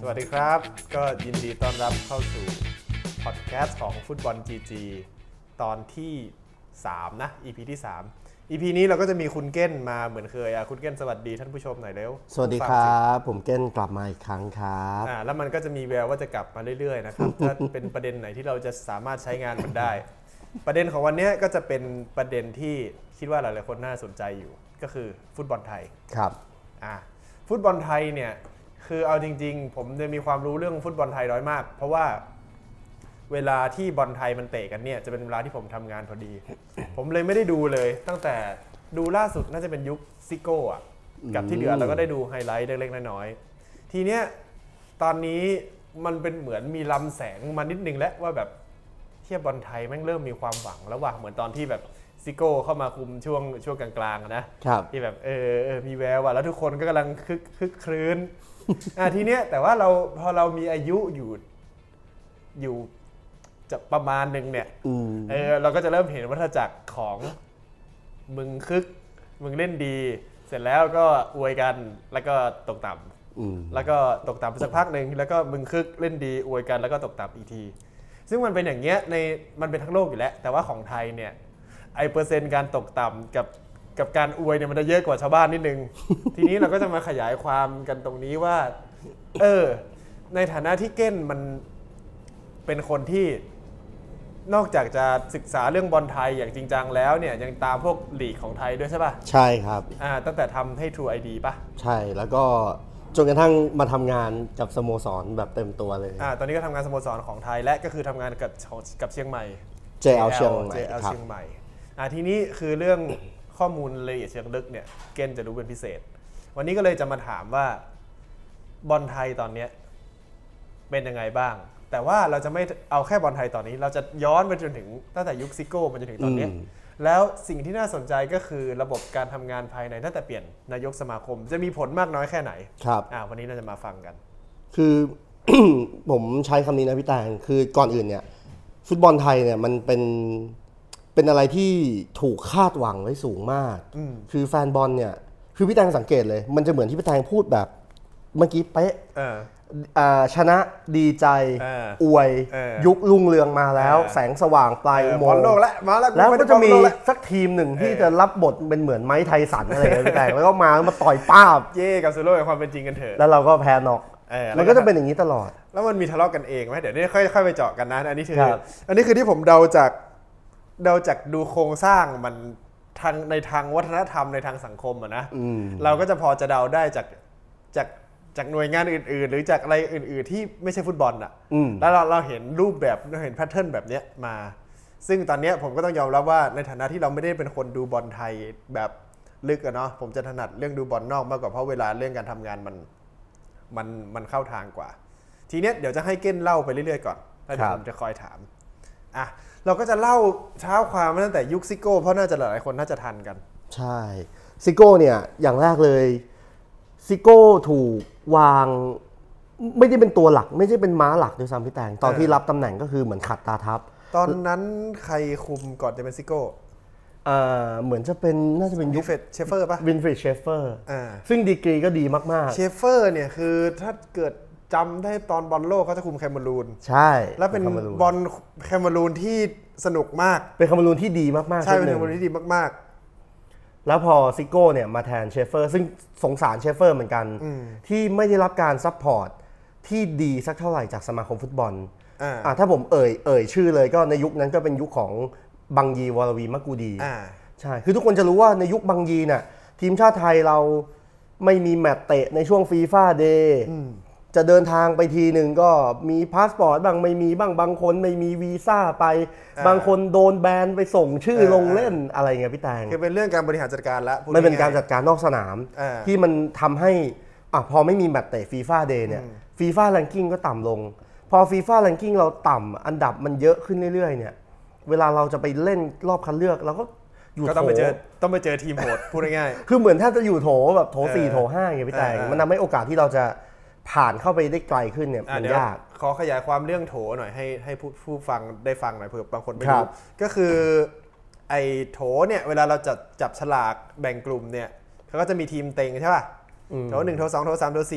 สวัสดีครับก็ยินดีต้อนรับเข้าสู่พอดแคสต์ของฟุตบอล GG ตอนที่3นะ EP ที่3 EP นี้เราก็จะมีคุณเก้นมาเหมือนเคยคุณเก้นสวัสดีท่านผู้ชมหน่อยเร็วสวัสดีครับผมเก้นกลับมาอีกครั้งครับแล้วมันก็จะมีแววว่าจะกลับมาเรื่อยๆนะครับ ถ้าเป็นประเด็นไหนที่เราจะสามารถใช้งานมันได้ ประเด็นของวันนี้ก็จะเป็นประเด็นที่คิดว่าหลายๆคนน่าสนใจอยู่ก็คือฟุตบอลไทยครับฟุตบอลไทยเนี่ยคือเอาจริงๆผมจะมีความรู้เรื่องฟุตบอลไทยน้อยมากเพราะว่าเวลาที่บอลไทยมันเตะกันเนี่ยจะเป็นเวลาที่ผมทำงานพอดี ผมเลยไม่ได้ดูเลยตั้งแต่ดูล่าสุดน่าจะเป็นยุคซิโก้กับที่เหลือเราก็ได้ดูไฮไลท์เล็กๆน้อยๆทีเนี้ยตอนนี้มันเป็นเหมือนมีลำแสงมานิดนึงแล้วว่าแบบเทียบบอลไทยแม่งเริ่มมีความหวังแล้วว่ะเหมือนตอนที่แบบซิโก้เข้ามาคุมช่วงกลางๆนะที่แบบมีแววว่ะแล้วทุกคนก็กำลังคึกครื้นทีเนี้ยแต่ว่าพอเรามีอายุอยู่จะประมาณนึงเนี่ยเราก็จะเริ่มเห็นวัฏจักรของมึงคึกมึงเล่นดีเสร็จแล้วก็อวยกันแล้วก็ตกต่ำแล้วก็ตกต่ำสักพักนึงแล้วก็มึงคึกเล่นดีอวยกันแล้วก็ตกต่ำอีกทีซึ่งมันเป็นอย่างเงี้ยมันเป็นทั้งโลกอยู่แล้วแต่ว่าของไทยเนี่ยไอเปอร์เซ็นต์การตกต่ำกับการอวยเนี่ยมันจะเยอะกว่าชาวบ้านนิดนึง ทีนี้เราก็จะมาขยายความกันตรงนี้ว่าในฐานะที่เก้นมันเป็นคนที่นอกจากจะศึกษาเรื่องบอลไทยอย่างจริงจังแล้วเนี่ยยังตามพวกลีกของไทยด้วยใช่ป่ะใช่ครับตั้งแต่ทำให้ True ID ป่ะใช่แล้วก็จนกระทั่งมาทำงานกับสโมสรแบบเต็มตัวเลยตอนนี้ก็ทำงานสโมสรของไทยและก็คือทำงานกับเชียงใหม่ JL เชียงใหม่ทีนี้คือเรื่องข้อมูลละเอียดเชิงลึกเนี่ยเก้นจะรู้เป็นพิเศษวันนี้ก็เลยจะมาถามว่าบอลไทยตอนนี้เป็นยังไงบ้างแต่ว่าเราจะไม่เอาแค่บอลไทยตอนนี้เราจะย้อนไปจนถึงตั้งแต่ยุคซิโก้มาจนถึงตอนนี้แล้วสิ่งที่น่าสนใจก็คือระบบการทำงานภายในตั้งแต่เปลี่ยนนายกสมาคมจะมีผลมากน้อยแค่ไหนครับวันนี้เราจะมาฟังกันคือ ผมใช้คำนี้นะพี่แตงคือก่อนอื่นเนี่ยฟุตบอลไทยเนี่ยมันเป็นอะไรที่ถูกคาดหวังไว้สูงมากคือแฟนบอลเนี่ยคือพี่แตงสังเกตเลยมันจะเหมือนที่พี่แตงพูดแบบเมื่อกี้เป๊ะชนะดีใจอวยยุครุ่งเรืองมาแล้วแสงสว่างปลายอุโมงค์แล้วก็จะมีสักทีมหนึ่งที่จะรับบทเป็นเหมือนไม้ไทสันอะไรพี่แตงแล้วก็มาต่อยป้าบเย่กับซูโร่ในความเป็นจริงกันเถอะแล้วเราก็แพ้น็อกมันก็จะเป็นอย่างนี้ตลอดแล้วมันมีทะเลาะกันเองไหมเดี๋ยวนี้ค่อยไปเจาะกันนะอันนี้คือที่ผมเดาจากดูโครงสร้างมันในทางวัฒนธรรมในทางสังคมนะเราก็จะพอจะเดาได้จากหน่วยงานอื่นๆหรือจากอะไรอื่นๆที่ไม่ใช่ฟุตบอลแล้วเราเห็นรูปแบบเราเห็นแพทเทิร์นแบบนี้มาซึ่งตอนนี้ผมก็ต้องยอมรับว่าในฐานะที่เราไม่ได้เป็นคนดูบอลไทยแบบลึกเนาะผมจะถนัดเรื่องดูบอลนอกมากกว่าเพราะเวลาเรื่องการทำงานมันเข้าทางกว่าทีเนี้ยเดี๋ยวจะให้เก้นเล่าไปเรื่อยๆก่อนแล้วเดี๋ยวผมจะคอยถามเราก็จะเล่าเท้าความมาตั้งแต่ยุคซิโก้เพราะน่าจะหลายคนน่าจะทันกันใช่ซิโก้เนี่ยอย่างแรกเลยซิโก้ถูกวางไม่ได้เป็นตัวหลักไม่ใช่เป็นม้าหลักด้วยซ้ำพี่แตงตอนที่รับตำแหน่งก็คือเหมือนขัดตาทับตอนนั้นใครคุมก่อนจะเป็นซิโก้เหมือนจะเป็นน่าจะเป็นยุคเชฟเฟอร์ป่ะวินฟรีดเชฟเฟอร์ซึ่งดีกรีก็ดีมากๆเชฟเฟอร์เนี่ยคือถ้าเกิดจำได้ตอนบอลโลกเขาจะคุมแคเมรูนใช่แล้วเป็นบอลแคเมรูนที่สนุกมากเป็นแคเมรูนที่ดีมากๆใช่เป็นแคเมรูนที่ดีมากๆแล้วพอซิโก้เนี่ยมาแทนเชฟเฟอร์ซึ่งสงสารเชฟเฟอร์เหมือนกันที่ไม่ได้รับการซัพพอร์ตที่ดีสักเท่าไหร่จากสมาคมฟุตบอลถ้าผมเอ่ยชื่อเลยก็ในยุคนั้นก็เป็นยุคของบังยีวรวีมักกูดีใช่คือทุกคนจะรู้ว่าในยุคบังยีน่ะทีมชาติไทยเราไม่มีแมตช์เตะในช่วงฟีฟ่าเดย์จะเดินทางไปทีหนึ่งก็มีพาสปอร์ตบ้างไม่มีบ้างบางคนไม่มีวีซ่าไปบางคนโดนแบนไปส่งชื่อลงเล่นอะไรเงี้ยพี่แตงคือเป็นเรื่องการบริหารจัดการแล้วไม่เป็นการจัดการนอกสนามที่มันทำให้พอไม่มีแมตช์เตะฟีฟ่าเดย์เนี่ยฟีฟ่าแรงกิ้งก็ต่ำลงพอฟีฟ่าแรงกิ้งเราต่ำอันดับมันเยอะขึ้นเรื่อยๆเนี่ยเวลาเราจะไปเล่นรอบคัดเลือกเราก็อยู่โถต้องไปเจอทีมโหดพูดง่ายๆคือเหมือนถ้าจะอยู่โถแบบโถ4โถ5อย่างเงี้ยพี่แตงมันทำให้โอกาสที่เราจะผ่านเข้าไปได้ไกลขึ้นเนี่ยมันยากขอขยายความเรื่องโถหน่อยให้ผู้ฟังได้ฟังหน่อยเผื่อบางคนไม่รู้ก็คือไอ้โถเนี่ยเวลาเราจับฉลากแบ่งกลุ่มเนี่ยเขาก็จะมีทีมเต็งใช่ป่ะโถ1โถ2โถ3โถ4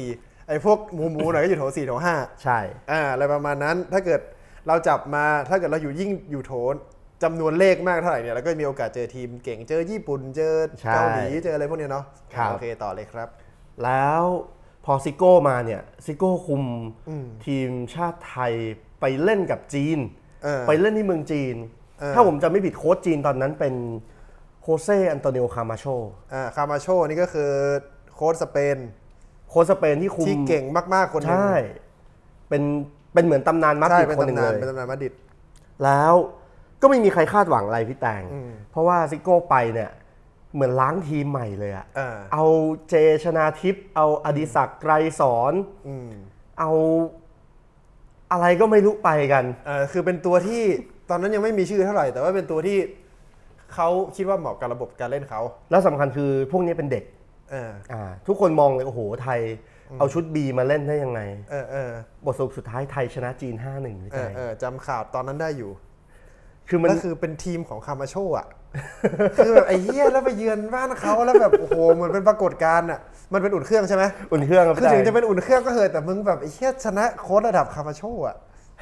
ไอ้พวกหมูหน่อยก็อยู่โถ4โถ5 ใช่อะไรประมาณนั้นถ้าเกิดเราจับมาถ้าเกิดเราอยู่โถจำนวนเลขมากเท่าไหร่เนี่ยเราก็มีโอกาสเจอทีมเก่งเจอญี่ปุ่นเจอเกาหลีเจออะไรพวกนี้เนาะโอเคต่อเลยครับแล้วพอซิโก้มาเนี่ยซิโก้คุมทีมชาติไทยไปเล่นกับจีนไปเล่นที่เมืองจีนถ้าผมจำไม่ผิดโค้ชจีนตอนนั้นเป็นโคเซอันโตนิโอคามาโชนี่ก็คือโค้ชสเปนที่คุมที่เก่งมากๆคนนึงใช่เป็นเหมือนตำนานมาดริดคนหนึ่งเลยเป็นตำนานมาดริดแล้วก็ไม่มีใครคาดหวังอะไรพี่แตงเพราะว่าซิโก้ไปเนี่ยเหมือนล้างทีมใหม่เลยอะเอาเจชนาทิพย์เอาอดิศักดิ์ไกรสอนเอาอะไรก็ไม่รู้ไปกันคือเป็นตัวที่ตอนนั้นยังไม่มีชื่อเท่าไหร่แต่ว่าเป็นตัวที่เขาคิดว่าเหมาะกับระบบการเล่นเขาแล้วสำคัญคือพวกนี้เป็นเด็กทุกคนมองเลยโอ้โหไทยเอาชุด B มาเล่นได้ยังไงบทสรุปสุดท้ายไทยชนะจีน 5-1 จำข่าวตอนนั้นได้อยู่คือมันก็คือเป็นทีมของคามาโชะคือแบบไอ้เหี้ยแล้วไปเยือนบ้านเขาแล้วแบบโอ้โหเหมือนเป็นปรากฏการณ์มันเป็นอุ่นเครื่องใช่ไหมอุ่นเครื่องคือถึงจะเป็นอุ่นเครื่องก็เหอะแต่มึงแบบไอ้เหี้ยชนะโค้ชระดับคามาโชะ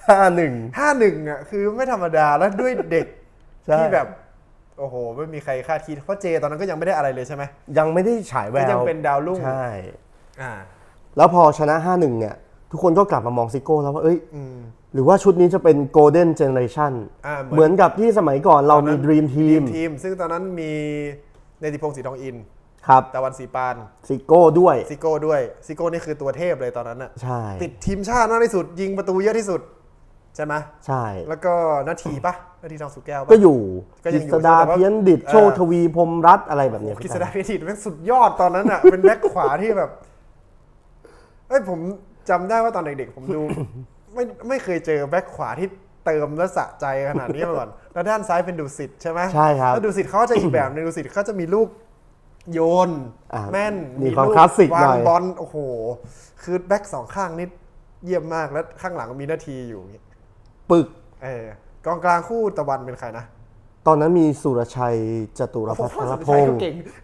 5-1คือไม่ธรรมดาแล้วด้วยเด็กที่แบบโอ้โหไม่มีใครคาดคิดเพราะเจตอนนั้นก็ยังไม่ได้อะไรเลยใช่ไหมยังไม่ได้ฉายแววยังเป็นดาวรุ่งใช่แล้วพอชนะ 5-1 เนี่ยทุกคนก็กลับมามองซิโก้แล้วว่าหรือว่าชุดนี้จะเป็น Golden Generation เหมือนกับที่สมัยก่อนเรามี Dream Team ซึ่งตอนนั้นมีเนติพงศ์ศรีทองอินครับตะวันศรีปานซิโก้ด้วยซิโก้นี่คือตัวเทพเลยตอนนั้นใช่ติดทีมชาติมากที่สุดยิงประตูเยอะที่สุดใช่ไหมใช่แล้วก็นาทีทองสุกแก้วก็อยู่กฤษดาเพียรดิษฐ์โชทวีพรมรัตน์อะไรแบบนี้กฤษดาเพียรดิษฐ์เป็นสุดยอดตอนนั้นอ่ะเป็นแบ็คขวาที่แบบผมจำได้ว่าตอนเด็กๆผมดูไม่เคยเจอแบ็คขวาที่เติมและสะใจขนาดนี้มาก่อนแล้วด้านซ้ายเป็นดุสิตใช่ไหมใช่ครับแล้วดุสิตเขาจะอีกแบบนึงดุสิตเขาจะมีลูกโยนแม่นมีความคลาสสิกหน่อยวางบอลโอ้โหคือแบ็คสองข้างนี่เยี่ยมมากแล้วข้างหลังมีนาทีอยู่ปึกกองกลางคู่ตะวันเป็นใครนะตอนนั้นมีสุรชัยจตุรพัฒนพงศ์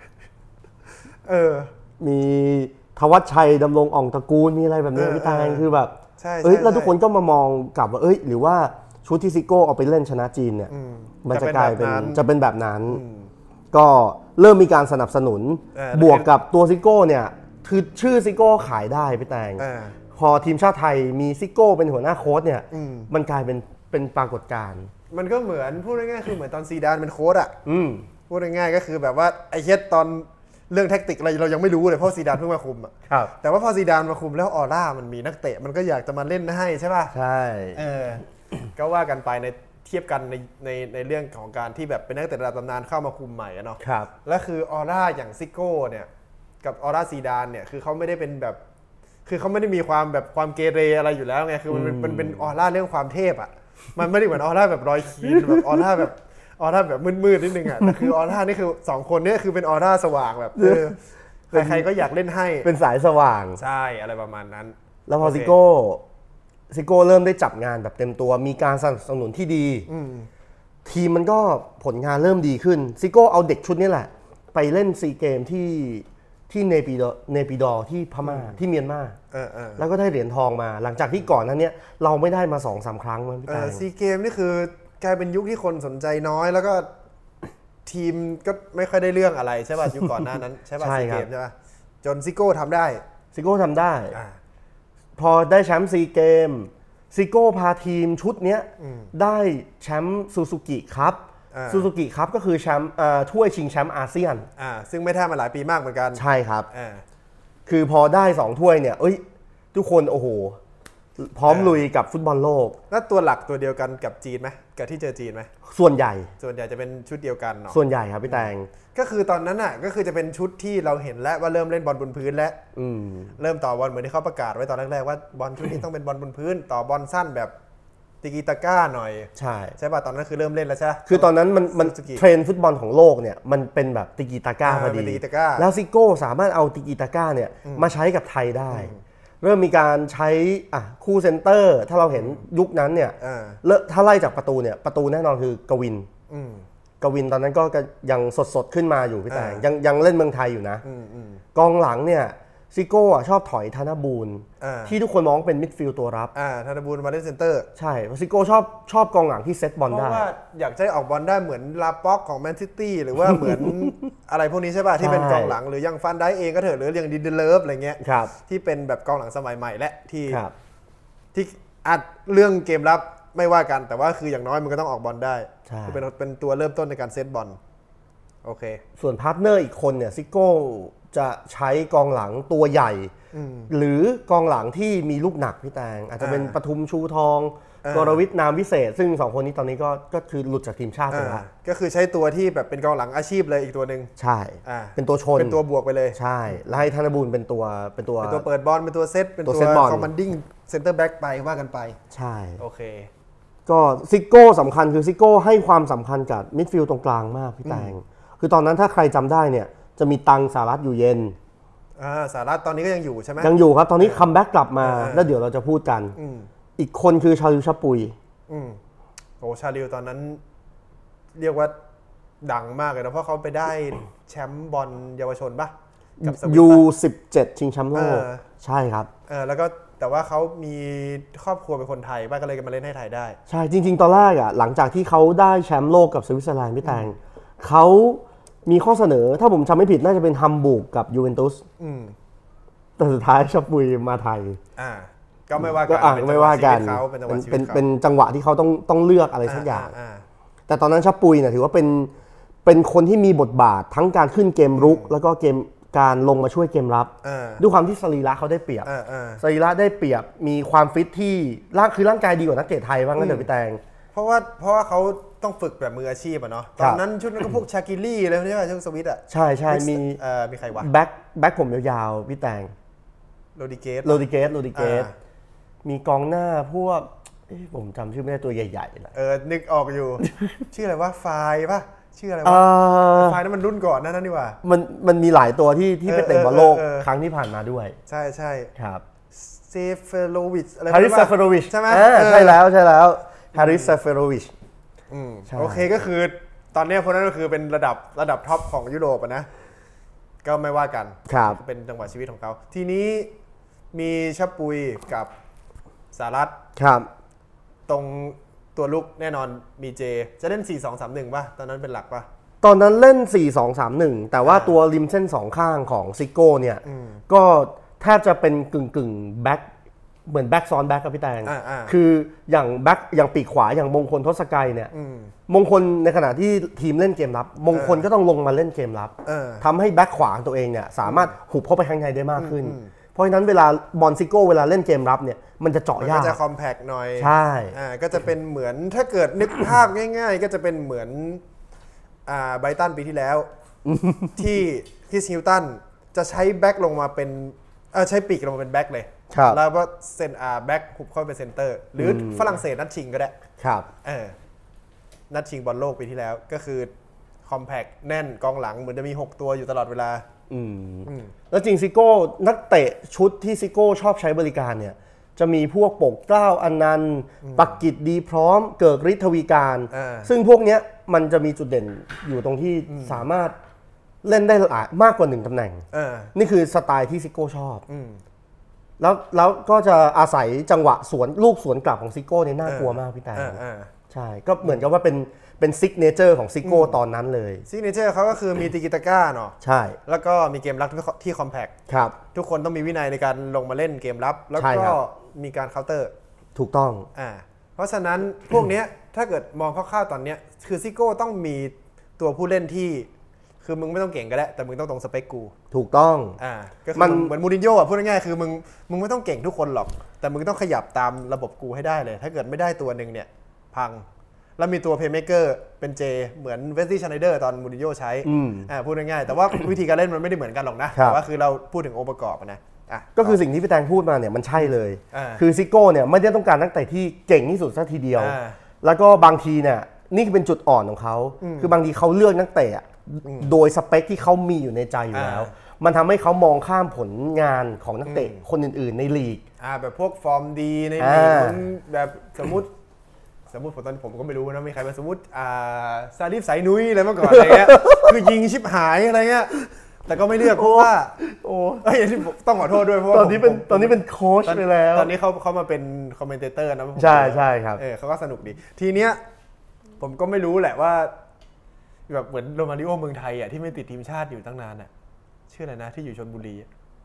มีทวัชชัยดำรงอ่องตระกูลมีอะไรแบบนี้พี่ตาคือแบบแล้วทุกคนก็มามองกลับว่าหรือว่าชุดที่ซิโก้เอาไปเล่นชนะจีนเนี่ยมันจะกลายเป็นจะเป็นแบบนั้นก็เริ่มมีการสนับสนุนบวกกับตัวซิโก้เนี่ยคือชื่อซิโก้ขายได้พี่แตงพอทีมชาติไทยมีซิโก้เป็นหัวหน้าโค้ชเนี่ยมันกลายเป็นปรากฏการณ์มันก็เหมือนพูดง่ายๆคือเหมือนตอนซีดานเป็นโค้ชพูดง่ายๆก็คือแบบว่าไอ้เฮ็ดตอนเรื่องแท็กติกอะไรเรายังไม่รู้เลยเพราะซีดานเพิ่งมาคุมแต่ว่าพอซีดานมาคุมแล้วออร่ามันมีนักเตะมันก็อยากจะมาเล่นให้ใช่ป่ะใช่ก็ว่ากันไปในเทียบกันในเรื่องของการที่แบบเป็นนักเตะระดับตำนานเข้ามาคุมใหม่เนาะและคือออร่าอย่างซิโก้เนี่ยกับออร่าซีดานเนี่ยคือเขาไม่ได้เป็นแบบคือเขาไม่ได้มีความแบบความเกเรอะไรอยู่แล้วไงคือมันเป็นออร่าเรื่องความเทพอ่ะมันไม่ได้เหมือนออร่าแบบรอยคีนแบบออร่าแบบมืดๆนิดนึงอ่ะแต่คือออร่านี่คือ2คนนี้คือเป็นออร่าสว่างแบบใครๆก็อยากเล่นให้เป็นสายสว่างใช่อะไรประมาณนั้นแล้วพอซิโก้เริ่มได้จับงานแบบเต็มตัวมีการสนับสนุนที่ดีทีมมันก็ผลงานเริ่มดีขึ้นซิโก้เอาเด็กชุดนี้แหละไปเล่นซีเกมที่เนปิดอที่พม่าที่เมียนมาแล้วก็ได้เหรียญทองมาหลังจากที่ก่อนนั้นเนี่ยเราไม่ได้มา 2-3 ครั้งมั้งพี่ตาซีเกมนี่คือกลายเป็นยุคที่คนสนใจน้อยแล้วก็ทีมก็ไม่ค่อยได้เรื่องอะไรใช่ป่ะยุคก่อนหน้านั้นใช่ป่ะซีเกมใช่ป่ะจนซิโก้ทำได้พอได้แชมป์ซีเกมซิโก้พาทีมชุดนี้ได้แชมป์ซูซูกิครับก็คือแชมป์ถ้วยชิงแชมป์อาเซียนซึ่งไม่ได้มาหลายปีมากเหมือนกันใช่ครับคือพอได้2ถ้วยเนี่ยทุกคนโอ้โหพร้อมลุยกับฟุตบอลโลกแล้วตัวหลักตัวเดียวกันกับจีนไหมกับที่เจอจีนไหมส่วนใหญ่จะเป็นชุดเดียวกันเนาะส่วนใหญ่ครับพี่แตงก็คือตอนนั้นน่ะก็คือจะเป็นชุดที่เราเห็นแล้วว่าเริ่มเล่นบอลบนพื้นแล้วเริ่มต่อบอลเหมือนที่เขาประกาศไว้ตอนแรกๆว่าบอลชุดนี้ต้องเป็นบอลบนพื้นต่อบอลสั้นแบบติกิตาก้าหน่อยใช่ป่ะตอนนั้นคือเริ่มเล่นแล้วใช่คือตอนนั้นมันเทรนด์ฟุตบอลของโลกเนี่ยมันเป็นแบบติกิตาก้าพอดีแล้วซิโก้สามารถเอาติกิตาก้าเนี่ยมาใช้กับไทยได้เริ่มมีการใช้คู่เซนเตอร์ถ้าเราเห็นยุคนั้นเนี่ยถ้าไล่จากประตูเนี่ยประตูแน่นอนคือกวินตอนนั้นก็ยังสดขึ้นมาอยู่พี่แตงยังเล่นเมืองไทยอยู่นะกองหลังเนี่ยซิโก้อ่ะชอบถอยธนบูรณ์ที่ทุกคนมองเป็นมิดฟิลด์ตัวรับธนบูรณ์มาเล่นเซนเตอร์ใช่เพราะซิโก้ชอบกองหลังที่เซตบอลได้เพราะว่าอยากจะออกบอลได้เหมือนลาป็อกของแมนซิตี้หรือว่าเหมือน อะไรพวกนี้ใช่ป่ะที่เป็นกองหลังหรือยังฟันได้เองก็เถอะหรืออย่างดินเดเลฟอะไรเงี้ยที่เป็นแบบกองหลังสมัยใหม่และที่อัดเรื่องเกมรับไม่ว่ากันแต่ว่าคืออย่างน้อยมันก็ต้องออกบอลได้เป็นตัวเริ่มต้นในการเซตบอลโอเคส่วนพาร์ทเนอร์อีกคนเนี่ยซิโก้จะใช้กองหลังตัวใหญ่หรือกองหลังที่มีลูกหนักพี่แตงอาจจะเป็นปทุมชูทองกรวิทย์นามวิเศษซึ่ง2คนนี้ตอนนี้ก็คือหลุดจากทีมชาติไปแล้วก็คือใช้ตัวที่แบบเป็นกองหลังอาชีพเลยอีกตัวหนึ่งใช่เป็นตัวชนเป็นตัวบวกไปเลยใช่แล้วให้ธนบูรณ์เป็นตัวเปิดบอลเป็นตัวเซตเป็นตัวคอมมานดิ้งเซนเตอร์แบ็กไปว่ากันไปใช่โอเคก็ซิโก้สำคัญคือซิโก้ให้ความสำคัญกับมิดฟิลด์ตรงกลางมากพี่แตงคือตอนนั้นถ้าใครจำได้เนี่ยจะมีตังสารัตอยู่เย็นสารัตตอนนี้ก็ยังอยู่ใช่ไหมยังอยู่ครับตอนนี้คัมแบ็กกลับมาแล้วเดี๋ยวเราจะพูดกันอีกคนคือชาลิวชาปุยโอ้ชาลิวตอนนั้นเรียกว่าดังมากเลยนะเพราะเขาไปได้แชมป์บอลเยาวชนป่ะกับU17ชิงแชมป์โลกใช่ครับแล้วก็แต่ว่าเขามีครอบครัวเป็นคนไทยบ้างก็เลยมาเล่นให้ไทยได้ใช่จริงๆตอนแรกอ่ะหลังจากที่เขาได้แชมป์โลกกับสวิตเซอร์แลนด์พี่แตงเขามีข้อเสนอถ้าผมจำไม่ผิดน่าจะเป็นฮัมบูร์กกับยูเวนตุสแต่สุดท้ายชาปุยมาไทยก็ไม่ว่ากันไม่ว่ากันเป็นจังหวะที่เขาต้องเลือกอะไรสักอย่างแต่ตอนนั้นชาปุยเนี่ยถือว่าเป็นคนที่มีบทบาททั้งการขึ้นเกมรุกแล้วก็เกมการลงมาช่วยเกมรับด้วยความที่สรีระเขาได้เปรียบสรีระได้เปรียบมีความฟิตที่ร่างกายดีกว่านักเตะไทยว่างั้นเดี๋ยวพี่แตงเพราะว่าเขาต้องฝึกแบบมืออาชีพอ่ะเนาะตอนนั้นชุดนั้นก็พวกชากิลี่อะไรพวกนี้ป่ะชุดสวิตอ่ะใช่มีใครวะแบ็คผมยาวๆพี่แตงโรดิเกสมีกองหน้าพวกผมจำชื่อไม่ได้ตัวใหญ่ๆเลยนึกออกอยู่ ชื่ออะไรวะไฟป่ะชื่ออะไรวะไฟนั้นมันรุ่นก่อนนั่นนี่ว่ามันมีหลายตัวที่ไปเตะบอลโลกครั้งที่ผ่านมาด้วยใช่ครับเซเฟโรวิชอะไรฮาริสเซเฟโรวิชใช่ไหมใช่แล้วฮาริสเซเฟโรวิชโอเคก็คือตอนนี้คนนั้นก็คือเป็นระดับท็อปของยุโรปนะก็ไม่ว่ากันเป็นจังหวะชีวิตของเขาทีนี้มีชาปุยกับสารัตตรงตัวลุกแน่นอนมีเจจะเล่น 4-2-3-1 ป่ะตอนนั้นเป็นหลักป่ะตอนนั้นเล่น 4-2-3-1 แต่ว่าตัวริมเส้น2ข้างของซิโก้เนี่ยก็แทบจะเป็นกึ่งแบ็คเหมือนแบ็คซ้อนแบ็คกับพี่แตงคืออย่างแบ็คอย่างปีกขวาอย่างมงคลทศกัยเนี่ยมงคลในขณะที่ทีมเล่นเกมรับมงคลก็ต้องลงมาเล่นเกมรับทำให้แบ็คขวาตัวเองเนี่ยสามารถหุบเข้าไปข้างในได้มากขึ้นเพราะฉะนั้นเวลาบอลซิโก้เวลาเล่นเกมรับเนี่ยมันจะเจาะยากก็จะคอมแพคหน่อยใช่ก็จะเป็นเหมือนถ้าเกิดนึกภาพง่ายๆก็จะเป็นเหมือนไบรตันปีที่แล้วที่ฮิลตันจะใช้แบ็คลงมาเป็นใช้ปีกลงมาเป็นแบ็คเลยแล้วก็เซนแบ็คหุบเข้าเป็นเซนเตอร์หรือฝรั่งเศสนัดชิงก็ได้นัดชิงบอลโลกปีที่แล้วก็คือคอมแพคแน่นกองหลังเหมือนจะมี6ตัวอยู่ตลอดเวลาแล้วจริงซิโก้นักเตะชุดที่ซิโก้ชอบใช้บริการเนี่ยจะมีพวกปกเกล้าอนันต์ปักกิจดีพร้อมเกิกฤทธิ์ทวีการซึ่งพวกเนี้ยมันจะมีจุดเด่นอยู่ตรงที่สามารถเล่นได้หลายมากกว่า1ตำแหน่งนี่คือสไตล์ที่ซิโก้ชอบแล้วก็จะอาศัยจังหวะลูกสวนกลับของซิโก้เนี่ยน่ากลัวมากพี่แตงใช่ก็เหมือนกับว่าเป็นซิกเนเจอร์ของซิโก้ตอนนั้นเลยซิกเนเจอร์เขาก็คือมีติกิตาก้าเนาะใช่แล้วก็มีเกมรับที่คอมแพคทุกคนต้องมีวินัยในการลงมาเล่นเกมรับแล้วก็มีการเคาน์เตอร์ถูกต้องเพราะฉะนั้นพวกนี้ถ้าเกิดมองคร่าวๆตอนนี้คือซิโก้ต้องมีตัวผู้เล่นที่คือมึงไม่ต้องเก่งก็ได้แต่มึงต้องตรงสเปคกูถูกต้องก็คือเหมือนมูรินโญ่พูดง่ายๆคือมึงไม่ต้องเก่งทุกคนหรอกแต่มึงต้องขยับตามระบบกูให้ได้เลยถ้าเกิดไม่ได้ตัวนึงเนี่ยพังแล้วมีตัวเพลย์เมคเกอร์เป็นเจเหมือนเวสตี้ชไนเดอร์ตอนมูรินโญ่ใช้พูดง่ายๆแต่ว่าวิธีการเล่นมันไม่ได้เหมือนกันหรอกนะแต่ว่าคือเราพูดถึงองค์ประกอบนะก็คือสิ่งที่พี่แตงพูดมาเนี่ยมันใช่เลยคือซิโก้เนี่ยไม่ได้ต้องการนักเตะที่เก่งที่สุดซะทีเดียวแล้วก็บางทีเนี่ยนี่เป็นจุดอ่อนของเขาคือบางทีเขาเลือกนักเตะโดยสเปคที่เขามีอยู่ในใจอยู่แล้วมันทำให้เขามองข้ามผลงานของนักเตะคนอื่นๆในลีกแบบพวกฟอร์มดีในลีกแบบสมมติผมตอนผมก็ไม่รู้นะมีใครมาสมมติซาดิฟสายนุ้ยอะไรเมื่อก่อนอะไรเงี้ยคือยิงชิบหายอะไรเงี้ยแต่ก็ไม่เลือกเพราะว่าต้องขอโทษด้วยเพราะว่าตอนนี้เป็นโค้ชไปแล้วตอนนี้เขามาเป็นคอมเมนเตอร์นะใช่ครับเขาก็สนุกดีทีเนี้ยผมก็ไม่รู้แหละว่าแบบเหมือนโรมาริโอเมืองไทยอ่ะที่ไม่ติดทีมชาติอยู่ตั้งนานอ่ะชื่ออะไรนะที่อยู่ชลบุรี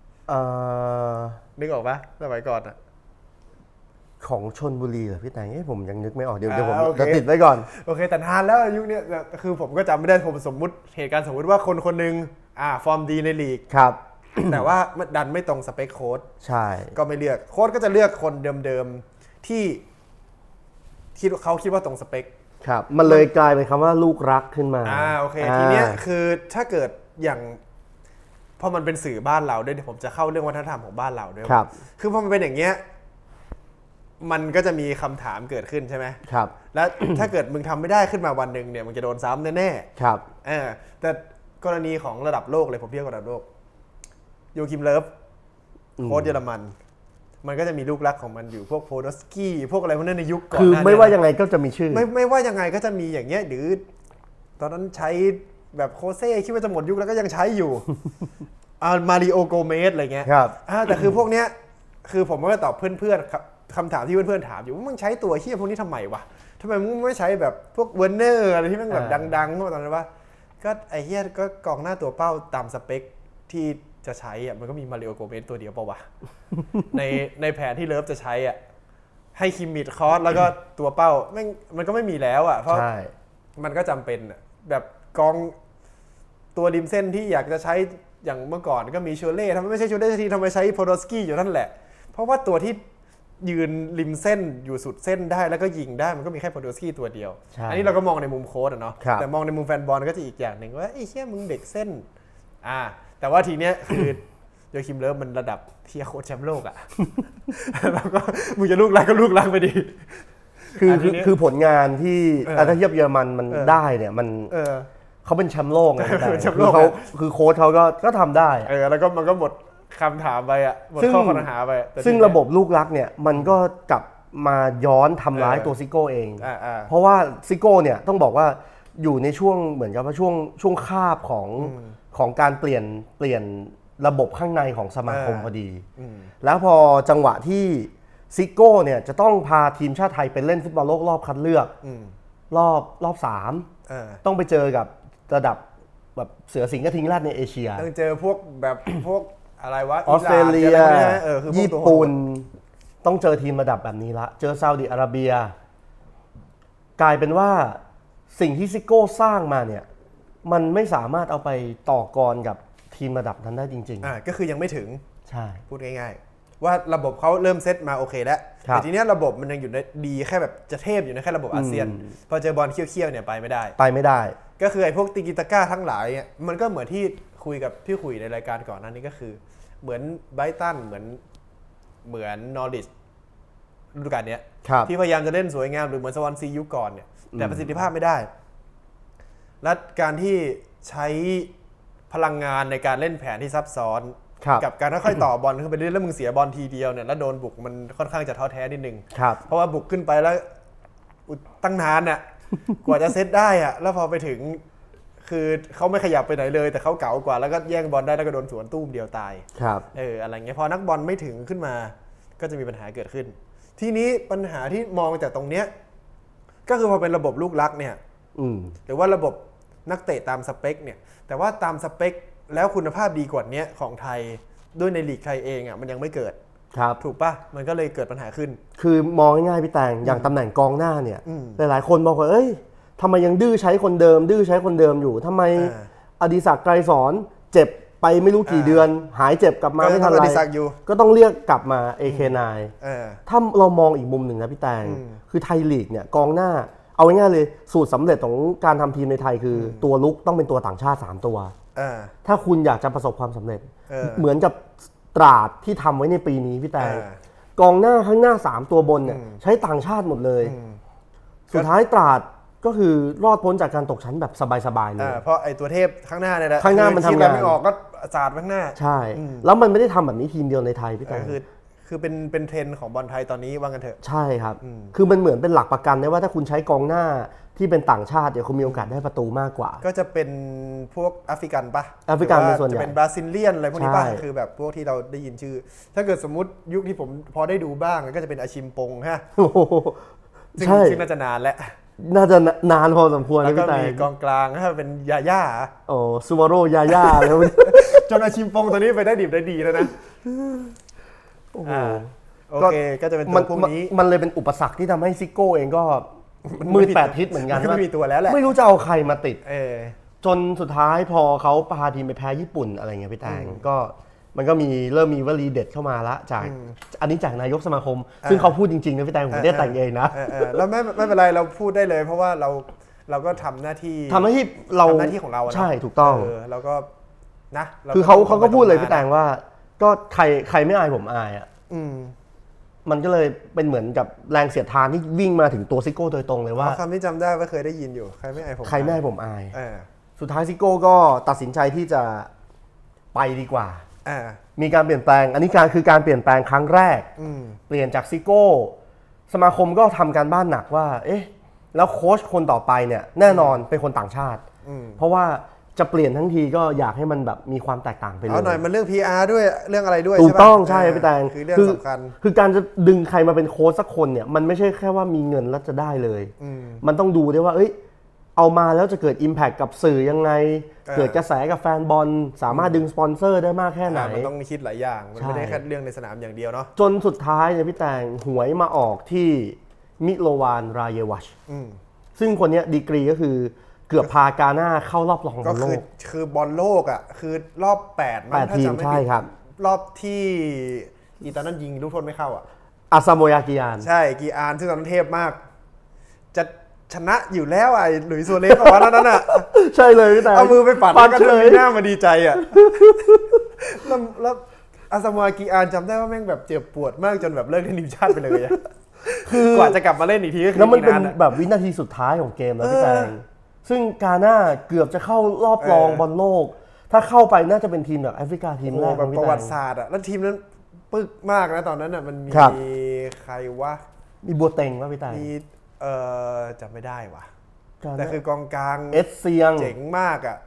นึกออกปะสมัยก่อนอ่ะของชลบุรีเหรอพี่แตงผมยังนึกไม่ออกเดี๋ยวผมจะติดไว้ก่อนโอเคแต่นานแล้วยุคนี้คือผมก็จำไม่ได้ผมสมมุติเหตุการณ์สมมุติว่าคนนึงฟอร์มดีในลีกครับแต่ว่าดันไม่ตรงสเปคโค้ชใช่ก็ไม่เลือกโค้ชก็จะเลือกคนเดิมๆที่เขาคิดว่าตรงสเปคครับมันเลยกลายเป็นคำว่าลูกรักขึ้นมาโอเคทีเนี้ยคือถ้าเกิดอย่างพอมันเป็นสื่อบ้านเราด้วยผมจะเข้าเรื่องวัฒนธรรมของบ้านเราด้วยคือพอมันเป็นอย่างเงี้ยมันก็จะมีคำถามเกิดขึ้นใช่ไหมครับแล้วถ้าเกิดมึงทำไม่ได้ขึ้นมาวันหนึ่งเนี่ยมึงจะโดนซ้ำแน่ๆครับแต่กรณีของระดับโลกเลยผมเทียบกับระดับโลกโยคิมเลิฟโค้ชเยอรมันมันก็จะมีลูกรักของมันอยู่พวกโพดอสกี้พวกอะไรพวกนั้นในยุคก่อนคือไม่ว่ายังไงก็จะมีชื่อไม่ว่ายังไงก็จะมีอย่างเงี้ยหรือตอนนั้นใช้แบบโคเซ่คิดว่าจะหมดยุคแล้วก็ยังใช้อยู่มาริโอโกเมสอะไรเงี้ยแต่คือพวกเนี้ยคือผมก็ตอบเพื่อนๆคำถามที่เพื่อนๆถามอยู่ว่ามึงใช้ตัวเฮี้ยพวกนี้ทำไมวะทำไมมึงไม่ใช้แบบพวกเวอร์เนอร์อะไรที่มันแบบดังๆตอนนั้นว่าก็ไอ้เฮี้ยก็กองหน้าตัวเป้าตามสเปคที่จะใช้มันก็มีมาริโอโกเมสตัวเดียวเปล่าวะ ในแผนที่เลิฟจะใช้ให้คิมมิดคอสแล้วก็ตัวเป้ามันก็ไม่มีแล้วเพราะมันก็จำเป็นแบบกองตัวริมเส้นที่อยากจะใช้อย่างเมื่อก่อนก็มีชูเล่ทำไมไม่ใช่ชูเล่ทีทำไมใช้โพโดสกี้อยู่นั่นแหละเพราะว่าตัวที่ยืนริมเส้นอยู่สุดเส้นได้แล้วก็ยิงได้มันก็มีแค่โพโดสกี้ตัวเดียวอันนี้เราก็มองในมุมโค้ชเนาะแต่มองในมุมแฟนบอลก็จะอีกอย่างหนึ่งว่าไอ้เหี้ยมึงเด็กเส้นแต่ว่าทีเนี้ยคือโยคิมเลิฟมันระดับเทียโค้ชแชมป์โลกแล้วก็มึงจะลูกรักก็ลูกรักไปดีคือผลงานที่ถ้าเทียบเยอรมันได้เนี่ยมันเขาเป็นแชมป์โลกไงคือโค้ชเขาก็ทำได้แล้วก็มันก็หมดคำถามไปหมดข้อปัญหาไปซึ่งระบบลูกรักเนี่ยมันก็กลับมาย้อนทำร้ายตัวซิโก้เองเพราะว่าซิโก้เนี่ยต้องบอกว่าอยู่ในช่วงเหมือนกับว่าช่วงคาบของการเปลี่ยนระบบข้างในของสมาคมพอดีแล้วพอจังหวะที่ซิโก้เนี่ยจะต้องพาทีมชาติไทยไปเล่นฟุตบอลโลกรอบคัดเลือกรอบ3ต้องไปเจอกับระดับแบบเสือสิงห์กระทิงแรดในเอเชียต้องเจอพวกแบบพวกอะไรวะออสเตรเลียญี่ปุ่นต้องเจอทีมระดับแบบนี้ละเจอซาอุดิอาระเบียกลายเป็นว่าสิ่งที่ซิโก้สร้างมาเนี่ยมันไม่สามารถเอาไปต่อกรกับทีมระดับนั้นได้จริงๆก็คือยังไม่ถึงใช่พูดง่ายๆว่าระบบเขาเริ่มเซตมาโอเคแล้วแต่ทีนี้ระบบมันยังอยู่ในดีแค่แบบจะเทพอยู่ในแค่ระบบอาเซียนพอเจอบอลเคี่ยวๆเนี่ยไปไม่ได้ก็คือไอ้พวกติกิตาก้าทั้งหลายเนี่ยมันก็เหมือนที่คุยกับพี่คุยในรายการก่อนหน้านี้ก็คือเหมือนไบรตันเหมือนนอริชฤดูกาลนี้ที่พยายามจะเล่นสวยงามหรือเหมือนสวอนซียุคก่อนเนี่ยแต่ประสิทธิภาพไม่ได้และการที่ใช้พลังงานในการเล่นแผนที่ซับซ้อนกับการค่อยๆต่อบอลขึ้นไปเรื่อยๆแล้วมึงเสียบอลทีเดียวเนี่ยแล้วโดนบุกมันค่อนข้างจะท้อแท้นิดนึงเพราะว่าบุกขึ้นไปแล้วตั้งนานน่ะกว่าจะเซตได้แล้วพอไปถึงคือเขาไม่ขยับไปไหนเลยแต่เขาเก๋ากว่าแล้วก็แย่งบอลได้แล้วก็โดนสวนตุ้มเดียวตายอะไรเงี้ยพอนักบอลไม่ถึงขึ้นมาก็จะมีปัญหาเกิดขึ้นทีนี้ปัญหาที่มองจากตรงเนี้ยก็คือพอเป็นระบบลูกรักเนี่ยหรือว่าระบบนักเตะตามสเปคเนี่ยแต่ว่าตามสเปคแล้วคุณภาพดีกว่านี้ของไทยด้วยในลีกไทยเองมันยังไม่เกิดถูกป่ะมันก็เลยเกิดปัญหาขึ้นคือมองง่ายๆพี่แตงอย่างตำแหน่งกองหน้าเนี่ยหลายๆคนบอกว่าทำไมยังดื้อใช้คนเดิมอยู่ทำไมอดิศักดิ์ไกรสอนเจ็บไปไม่รู้กี่เดือนหายเจ็บกลับมาไม่ทันไรก็ต้องเรียกกลับมา AK9 ถ้าเรามองอีกมุมหนึ่งนะพี่แตงคือไทยลีกเนี่ยกองหน้าเอาง่ายๆเลยสูตรสำเร็จของการทำทีมในไทยคือตัวลุกต้องเป็นตัวต่างชาติ3ตัวถ้าคุณอยากจะประสบความสำเร็จเหมือนกับตราดที่ทำไว้ในปีนี้พี่แตงกองหน้าข้างหน้า3ตัวบนเนี่ยใช้ต่างชาติหมดเลยสุดท้ายตราดก็คือรอดพ้นจากการตกชั้นแบบสบายๆเลยเพราะไอ้ตัวเทพข้างหน้าเนี่ยแหละข้างหน้ามันทำงานไม่ออกก็สาดข้างหน้าใช่แล้วมันไม่ได้ทำแบบนี้ทีมเดียวในไทยพี่แตงคือเป็นเทรนด์ของบอลไทยตอนนี้ว่ากันเถอะใช่ครับคือมันเหมือนเป็นหลักประกันได้ว่าถ้าคุณใช้กองหน้าที่เป็นต่างชาติเดี๋ยวคุณมีโอกาสได้ประตูมากกว่าก็จะเป็นพวกแอฟริกันปะแอฟริกันเป็นส่วนใหญ่จะเป็นบราซิเลียนอะไรพวกนี้ปะคือแบบพวกที่เราได้ยินชื่อถ้าเกิดสมมติยุคที่ผมพอได้ดูบ้างก็จะเป็นอาชิมปงฮะซึ่งน่าจะนานแล้วน่าจะนานพอสมควรแล้วก็มีกองกลางถ้าเป็นยาย่าโอ้ซูวาโรยาย่าแล้วจนอาชิมปงตอนนี้ไปได้ดิบได้ดีแล้วนะโอเคก็จะเป็นตัวพวกนี้มันเลยเป็นอุปสรรคที่ทำให้ซิโก้เองก็มืดแปดทิศเหมือนกันไม่มีตัวแล้วแหละไม่รู้จะเอาใครมาติดจนสุดท้ายพอเขาพาทีมไปแพ้ญี่ปุ่นอะไรเงี้ยพี่แตงก็มันก็เริ่มมีวลีเด็ดเข้ามาละจากอันนี้จากนายกสมาคมซึ่งเขาพูดจริงๆนะพี่แตงผมไม่ได้แต่งเองนะแล้วไม่เป็นไรเราพูดได้เลยเพราะว่าเราก็ทำหน้าที่เราหน้าที่ของเราใช่ถูกต้องเราก็นะคือเขาก็พูดเลยพี่แตงว่าก็ใครไม่อายผมอายอ่ะมันก็เลยเป็นเหมือนกับแรงเสียดทานที่วิ่งมาถึงตัวซิโก้โดยตรงเลยว่าคำที่จำได้ว่าเคยได้ยินอยู่ใครไม่อายผมอายสุดท้ายซิโก้ก็ตัดสินใจที่จะไปดีกว่ามีการเปลี่ยนแปลงอันนี้คือการเปลี่ยนแปลงครั้งแรกเปลี่ยนจากซิโก้สมาคมก็ทำการบ้านหนักว่าเอ๊ะแล้วโค้ชคนต่อไปเนี่ยแน่นอนเป็นคนต่างชาติเพราะว่าจะเปลี่ยนทั้งทีก็อยากให้มันแบบมีความแตกต่างไปเลยเอาหน่อยมันเรื่อง PR ด้วยเรื่องอะไรด้วยถูกต้องใช่พี่แตงคือเรื่องสำคัญคือการจะดึงใครมาเป็นโค้ชสักคนเนี่ยมันไม่ใช่แค่ว่ามีเงินแล้วจะได้เลยมันต้องดูด้วยว่าเอ้ยเอามาแล้วจะเกิด Impact กับสื่อยังไงเกิดกระแสกับแฟนบอลสามารถดึงสปอนเซอร์ได้มากแค่ไหนมันต้องคิดหลายอย่างมันไม่ได้แค่เรื่องในสนามอย่างเดียวเนาะจนสุดท้ายเนี่ยพี่แตงหวยมาออกที่มิโลวานรายเยวัชซึ่งคนนี้ดีกรีก็คือเกือบพากาหน้าเข้ารอบรองบอลโลกคือบอลโลกอ่ะคือรอบ8 มั้งถ้าจำไม่ผิดรอบที่อีตอนนั้นยิงลูกโทษไม่เข้าอ่ะอาซาโมยากิอานใช่กิอานซึ่งตอนนั้นเทพมากจะชนะอยู่แล้วไอ้หลุยส์ ซัวเรสวันนั้นอ่ะใช่เลยแต่เอามือไปปัดแล้วก็มีหน้ามาดีใจอ่ะแล้วอาซาโมยากิอานจำได้ว่าแม่งแบบเจ็บปวดมากจนแบบเลิกเล่นทีมชาติไปเลยคือกว่าจะกลับมาเล่นอีกทีก็คือแล้วมันเป็นแบบวินาทีสุดท้ายของเกมแล้วพี่แตงซึ่งกาหน้าเกือบจะเข้ารอบรองบอลโลกถ้าเข้าไปน่าจะเป็นทีมแบบแอฟริกาทีมแรกของประวัติศาสตร์อ่ะแล้วทีมนั้นปึกมากนะตอนนั้นอ่ะมันมีใครวะมีบัวเต็งวะพี่แตงมีจำไม่ได้ว่ะแต่คือกองกลางเอสเซียงเจ๋งมากอ่ะ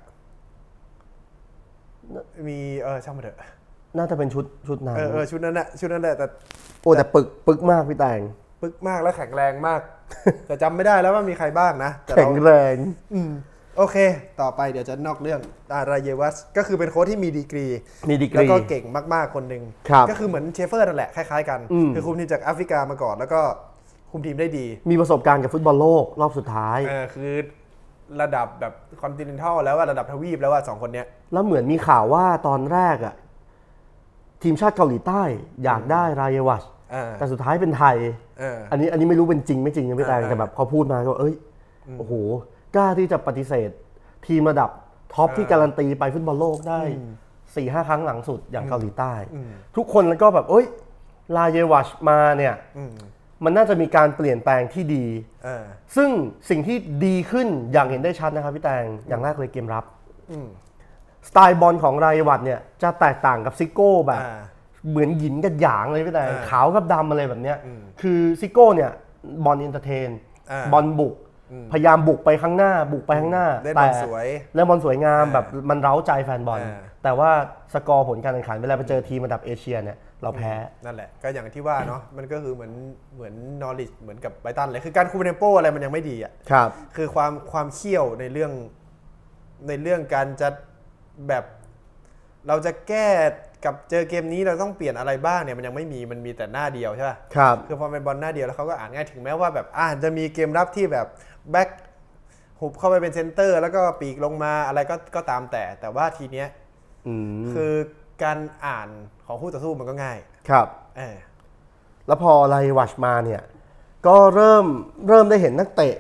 มีช่างมันเถอะน่าจะเป็นชุดนั้นชุดนั้นแหละแต่แต่ปึกมากพี่แตงปึกมากและแข็งแรงมากแต่จำไม่ได้แล้วว่ามีใครบ้างนะแข็งแรงโอเคต่อไปเดี๋ยวจะนอกเรื่องรายเยวัสก็คือเป็นโค้ชที่มีดีกรีแล้วก็เก่งมากๆคนหนึ่งก็คือเหมือนเชฟเฟอร์นั่นแหละคล้ายๆกันคือคุมทีมจากแอฟริกามาก่อนแล้วก็คุมทีมได้ดีมีประสบการณ์กับฟุตบอลโลกรอบสุดท้ายคือระดับแบบคอนติเนนทัลแล้วว่าระดับทวีปแล้วว่า2คนเนี้ยแล้วเหมือนมีข่าวว่าตอนแรกอ่ะทีมชาติเกาหลีใต้อยากได้รายเยวัสแต่สุดท้ายเป็นไทยอันนี้ไม่รู้เป็นจริงไม่จริงนะพี่แตงแต่แบบเขาพูดมาก็โอ้โหกล้าที่จะปฏิเสธทีมระดับท็อปที่การันตีไปฟุตบอลโลกได้ 4-5 ครั้งหลังสุดอย่างเกาหลีใต้ทุกคนแล้วก็แบบลาเยวัชมาเนี่ยมันน่าจะมีการเปลี่ยนแปลงที่ดีซึ่งสิ่งที่ดีขึ้นอย่างเห็นได้ชัดนะครับพี่แตงอย่างแรกเลยเกมรับสไตล์บอลของรายเยวัชเนี่ยจะแตกต่างกับซิโก้แบบเหมือนหยินกับหยางเลยพี่แตงขาวกับดำอะไรแบบเนี้ยคือซิโก้เนี่ยบอลอินเตอร์เทนบอลบุกพยายามบุกไปข้างหน้าเล่นบอลสวยเล่นบอลสวยงามแบบมันเร้าใจแฟนบอลแต่ว่าสกอร์ผลการแข่งขันเวลาไปเจอทีมระดับเอเชียเนี่ยเราแพ้นั่นแหละก็อย่างที่ว่าเนาะมันก็คือเหมือนนอริชเหมือนกับไบรตันเลยคือการคุมเทมโปอะไรมันยังไม่ดีอ่ะคือความเขี้ยวในเรื่องการจะแบบเราจะแก้กับเจอเกมนี้เราต้องเปลี่ยนอะไรบ้างเนี่ยมันยังไม่มีมันมีแต่หน้าเดียวใช่ป่ะคือพอเป็นบอลหน้าเดียวแล้วเขาก็อ่านง่ายถึงแม้ว่าแบบจะมีเกมรับที่แบบแบ็คหุบเข้าไปเป็นเซนเตอร์แล้วก็ปีกลงมาอะไรก็ตามแต่ว่าทีเนี้ยคือการอ่านของคู่ต่อสู้มันก็ง่ายครับแล้วพอไลวัชมาเนี่ยก็เริ่มได้เห็นนักเตะ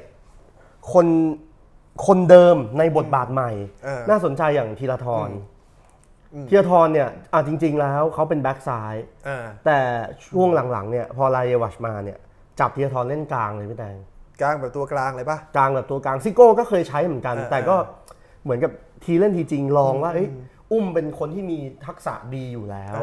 คนเดิมในบทบาทใหม่น่าสนใจอย่างธีรทรเนี่ยจริงๆแล้วเขาเป็นแบ็กซ้ายแต่ช่วงหลังๆเนี่ยพอไลเยวัชมาเนี่ยจับธีรทรเล่นกลางเลยพี่แตงกลางแบบตัวกลางเลยป่ะกลางแบบตัวกลางซิโก้ก็เคยใช้เหมือนกันแต่ก็เหมือนกับทีเล่นทีจริงลองว่าอุ้มเป็นคนที่มีทักษะดีอยู่แล้ว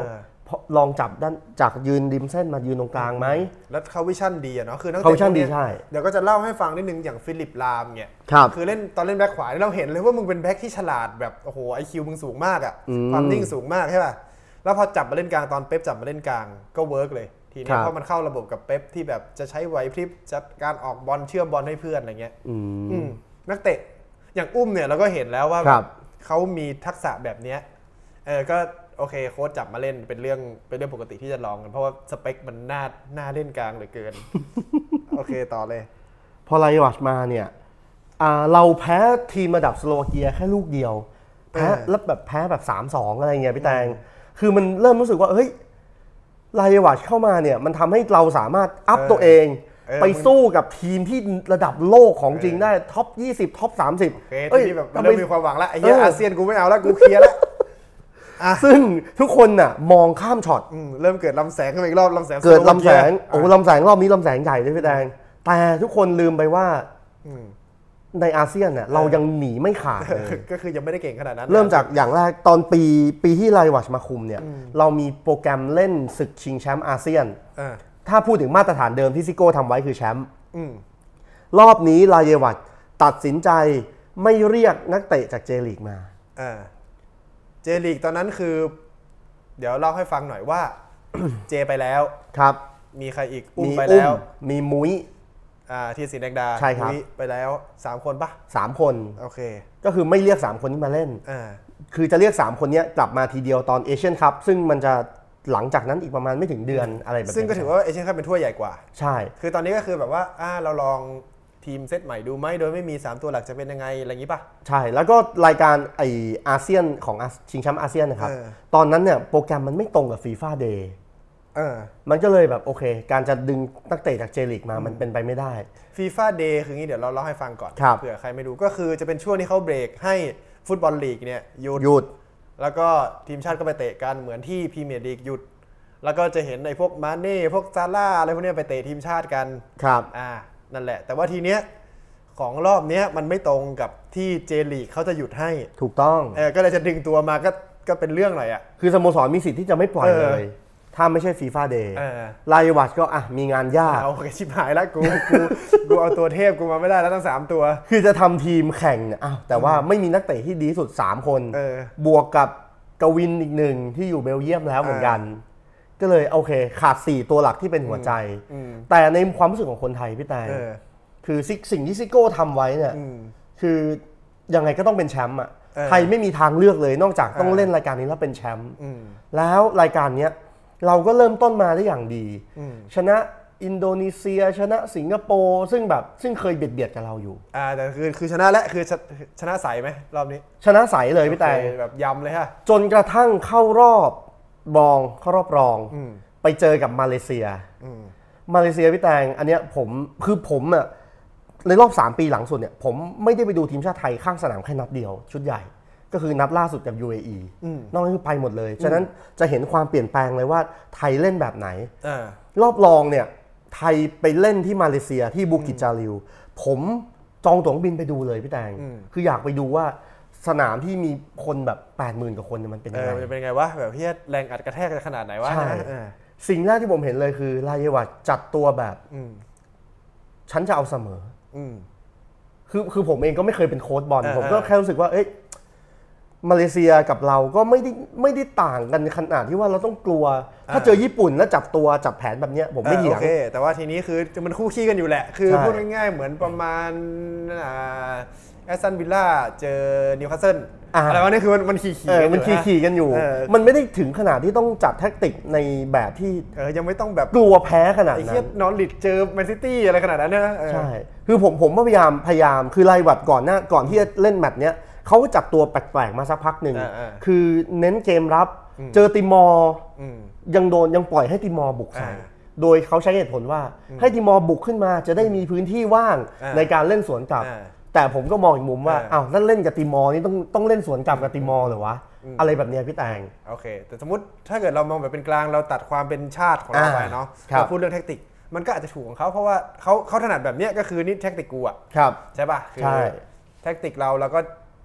ลองจับด้านจากยืนริมเส้นมายืนตรงกลางไหมแล้วเขาวิชั่นดีอะเนาะคือนักเขาวิเตะชั่นดีใช่เดี๋ยวก็จะเล่าให้ฟังนิดนึงอย่างฟิลิปลามเนี่ยคือเล่นตอนเล่นแบ็คขวาเราเห็นเลยว่ามึงเป็นแบ็คที่ฉลาดแบบโอ้โหIQมึงสูงมากอะความนิ่งสูงมากใช่ป่ะแล้วพอจับมาเล่นกลางตอนเป๊ปจับมาเล่นกลางก็เวิร์กเลยทีนี้เพราะมันเข้าระบบกับเป๊ปที่แบบจะใช้ไหวพริบจัดการออกบอลเชื่อมบอลให้เพื่อนอะไรเงี้ยนักเตะอย่างอุ้มเนี่ยเราก็เห็นแล้วว่าเขามีทักษะแบบเนี้ยก็โอเคโค้ชจับมาเล่นเป็นเรื่องปกติที่จะลองกันเพราะว่าสเปคมันน่าเล่นกลางเหลือเกิน โอเคต่อเลยพอไลวัชมาเนี่ยเราแพ้ทีมระดับสโลวาเกียแค่ลูกเดียวแพ้แล้วแบบแพ้แบบ 3-2 อะไรเงี้ยพี่แตงคือมันเริ่มรู้สึกว่าเฮ้ยไลวัชเข้ามาเนี่ยมันทำให้เราสามารถอัพตัวเองไปสู้กับทีมที่ระดับโลกของจริงได้ท็อป20ท็อป30 เฮ้ยที่แบบเริ่มมีความหวังแล้วไอ้เหี้ยอาเซียนกูไม่เอาแล้วกูเคลียร์แล้วซึ่งทุกคนน่ะมองข้ามช็อตเริ่มเกิดลำแสงขึ้นมาอีกรอบลำแสงเกิดลำแสงโอ้ลำแสงรอบนี้ลำแสงใหญ่เลยพี่แดงแต่ทุกคนลืมไปว่าในอาเซียนเนี่ยเรายังหนีไม่ขาดเลยก็คือยังไม่ได้เก่งขนาดนั้นเริ่มจากอย่างแรกตอนปีที่ไลวัชมาคุมเนี่ยเรามีโปรแกรมเล่นศึกชิงแชมป์อาเซียนถ้าพูดถึงมาตรฐานเดิมที่ซิโก้ทำไว้คือแชมป์รอบนี้ไลวัชตัดสินใจไม่เรียกนักเตะจากเจลีกมาเจลีกตอนนั้นคือเดี๋ยวเล่าให้ฟังหน่อยว่า เจไปแล้วครับมีใครอีกอุ้มไปแล้วมีมุ้ยทีสีแดงดาใช่ครับไปแล้ว3 คนปะ 3 คนโอเคก็คือไม่เรียก3 คนนี้มาเล่นคือจะเรียก3 คนนี้กลับมาทีเดียวตอนเอเชียนคัพซึ่งมันจะหลังจากนั้นอีกประมาณไม่ถึงเดือนอะไรแบบนี้ซึ่งก็ถือว่าเอเชียนคัพเป็นถ้วยใหญ่กว่าใช่คือตอนนี้ก็คือแบบว่าเราลองทีมเซตใหม่ดูไหมโดยไม่มี3 ตัวหลักจะเป็นยังไงอะไรอย่างนี้ป่ะใช่แล้วก็รายการอาเซียนของชิงแชมป์อาเซียนนะครับตอนนั้นเนี่ยโปรแกรมมันไม่ตรงกับฟีฟ่าเดย์มันก็เลยแบบโอเคการจะดึงนักเตะจากเจลีกมามันเป็นไปไม่ได้ฟีฟ่าเดย์คืองี้เดี๋ยวเราเล่าให้ฟังก่อนเผื่อใครไม่รู้ก็คือจะเป็นช่วงที่เขาเบรกให้ฟุตบอลลีกเนี่ยหยุดแล้วก็ทีมชาติก็ไปเตะกันเหมือนที่พรีเมียร์ลีกหยุดแล้วก็จะเห็นในพวกมาเน่พวกซาร่าอะไรพวกนี้ไปเตะทีมชาติกันครับนั่นแหละแต่ว่าทีเนี้ยของรอบนี้มันไม่ตรงกับที่เจลีกเขาจะหยุดให้ถูกต้องก็เลยจะดึงตัวมาก็เป็นเรื่องหน่อยคือสโมสรมีสิทธิ์ที่จะไม่ปล่อยเลยถ้าไม่ใช่ฟีฟ่าเดย์ไลวัชก็มีงานยากเอาชิบหายแล้วกูเอาตัวเทพกูมาไม่ได้แล้วทั้ง3 ตัวคือจะทำทีมแข่งแต่ว่าไม่มีนักเตะที่ดีสุด3 คนบวกกับกวินอีก1ที่อยู่เบลเยียมแล้วเหมือนกันก็เลยโอเคขาด4 ตัวหลักที่เป็นหัวใจแต่ในความรู้สึกของคนไทยพี่แต่คือสิ่งที่ซิโก้ทำไว้เนี่ยคือยังไงก็ต้องเป็นแชมป์ไทยไม่มีทางเลือกเลยนอกจากต้องเล่นรายการนี้แล้วเป็นแชมป์แล้วรายการนี้เราก็เริ่มต้นมาได้อย่างดีชนะอินโดนีเซียชนะสิงคโปร์ซึ่งเคยเบียดกับเราอยู่แต่คือชนะและคือชนะใสไหมรอบนี้ชนะใสเลยพี่แต่แบบยำเลยฮะจนกระทั่งเข้ารอบรองไปเจอกับมาเลเซียพี่แตงอันเนี้ยผมในรอบ3 ปีหลังสุดเนี่ยผมไม่ได้ไปดูทีมชาติไทยข้างสนามแค่นัดเดียวชุดใหญ่ก็คือนัดล่าสุดกับ UAE นอกนั้นคือไปหมดเลยฉะนั้นจะเห็นความเปลี่ยนแปลงเลยว่าไทยเล่นแบบไหนรอบรองเนี่ยไทยไปเล่นที่มาเลเซียที่บูกิจจาริวผมจองตั๋วบินไปดูเลยพี่แตงคืออยากไปดูว่าสนามที่มีคนแบบ 80,000 กว่าคนมันเป็นยังไงมันเป็นไงวะแบบที่แรงอัดกระแทกขนาดไหนวะสิ่งแรกที่ผมเห็นเลยคือไลวัชจัดตัวแบบฉันจะเอาเสมอคือผมเองก็ไม่เคยเป็นโค้ชบอลผมก็แค่รู้สึกว่าเอ้ยมาเลเซียกับเราก็ไม่ได้ต่างกันขนาดที่ว่าเราต้องกลัวถ้าเจอญี่ปุ่นแล้วจับแผนแบบนี้ผมไม่เถียงโอเคแต่ว่าทีนี้คือมันคู่ขี้กันอยู่แหละคือพูดง่ายๆเหมือนประมาณแอสตันวิลล่าเจอนิวคาสเซิลอะไรวะนี่คือมันขี่กันอยู่มันไม่ได้ถึงขนาดที่ต้องจัดแทคติกในแบบที่ยังไม่ต้องแบบกลัวแพ้ขนาดนั้นไอ้เหี้ยนอริดเจอแมนซิตี้อะไรขนาดนั้นนะใช่คือผมพยายามคือไลวัชก่อนที่จะเล่นแมตช์เนี้ยเขาจัดตัวแปลกๆมาสักพักหนึ่งคือเน้นเกมรับเจอติมอร์ยังปล่อยให้ติมอร์บุกใส่โดยเขาใช้เหตุผลว่าให้ติมอร์บุกขึ้นมาจะได้มีพื้นที่ว่างในการเล่นสวนกลับแต่ผมก็มองอีกมุมว่านั่นเล่นกับติมอร์นี่ต้องเล่นสวนกลับกับติมอร์เหรอวะอะไรแบบนี้พี่แตงโอเคแต่สมมติถ้าเกิดเรามองแบบเป็นกลางเราตัดความเป็นชาติของเราไปเนาะเราพูดเรื่องแทคติกมันก็อาจจะถูกของเขาเพราะว่าเขาถนัดแบบนี้ก็คือนี่แทคติกกูใช่ป่ะใช่แทคติกเราก็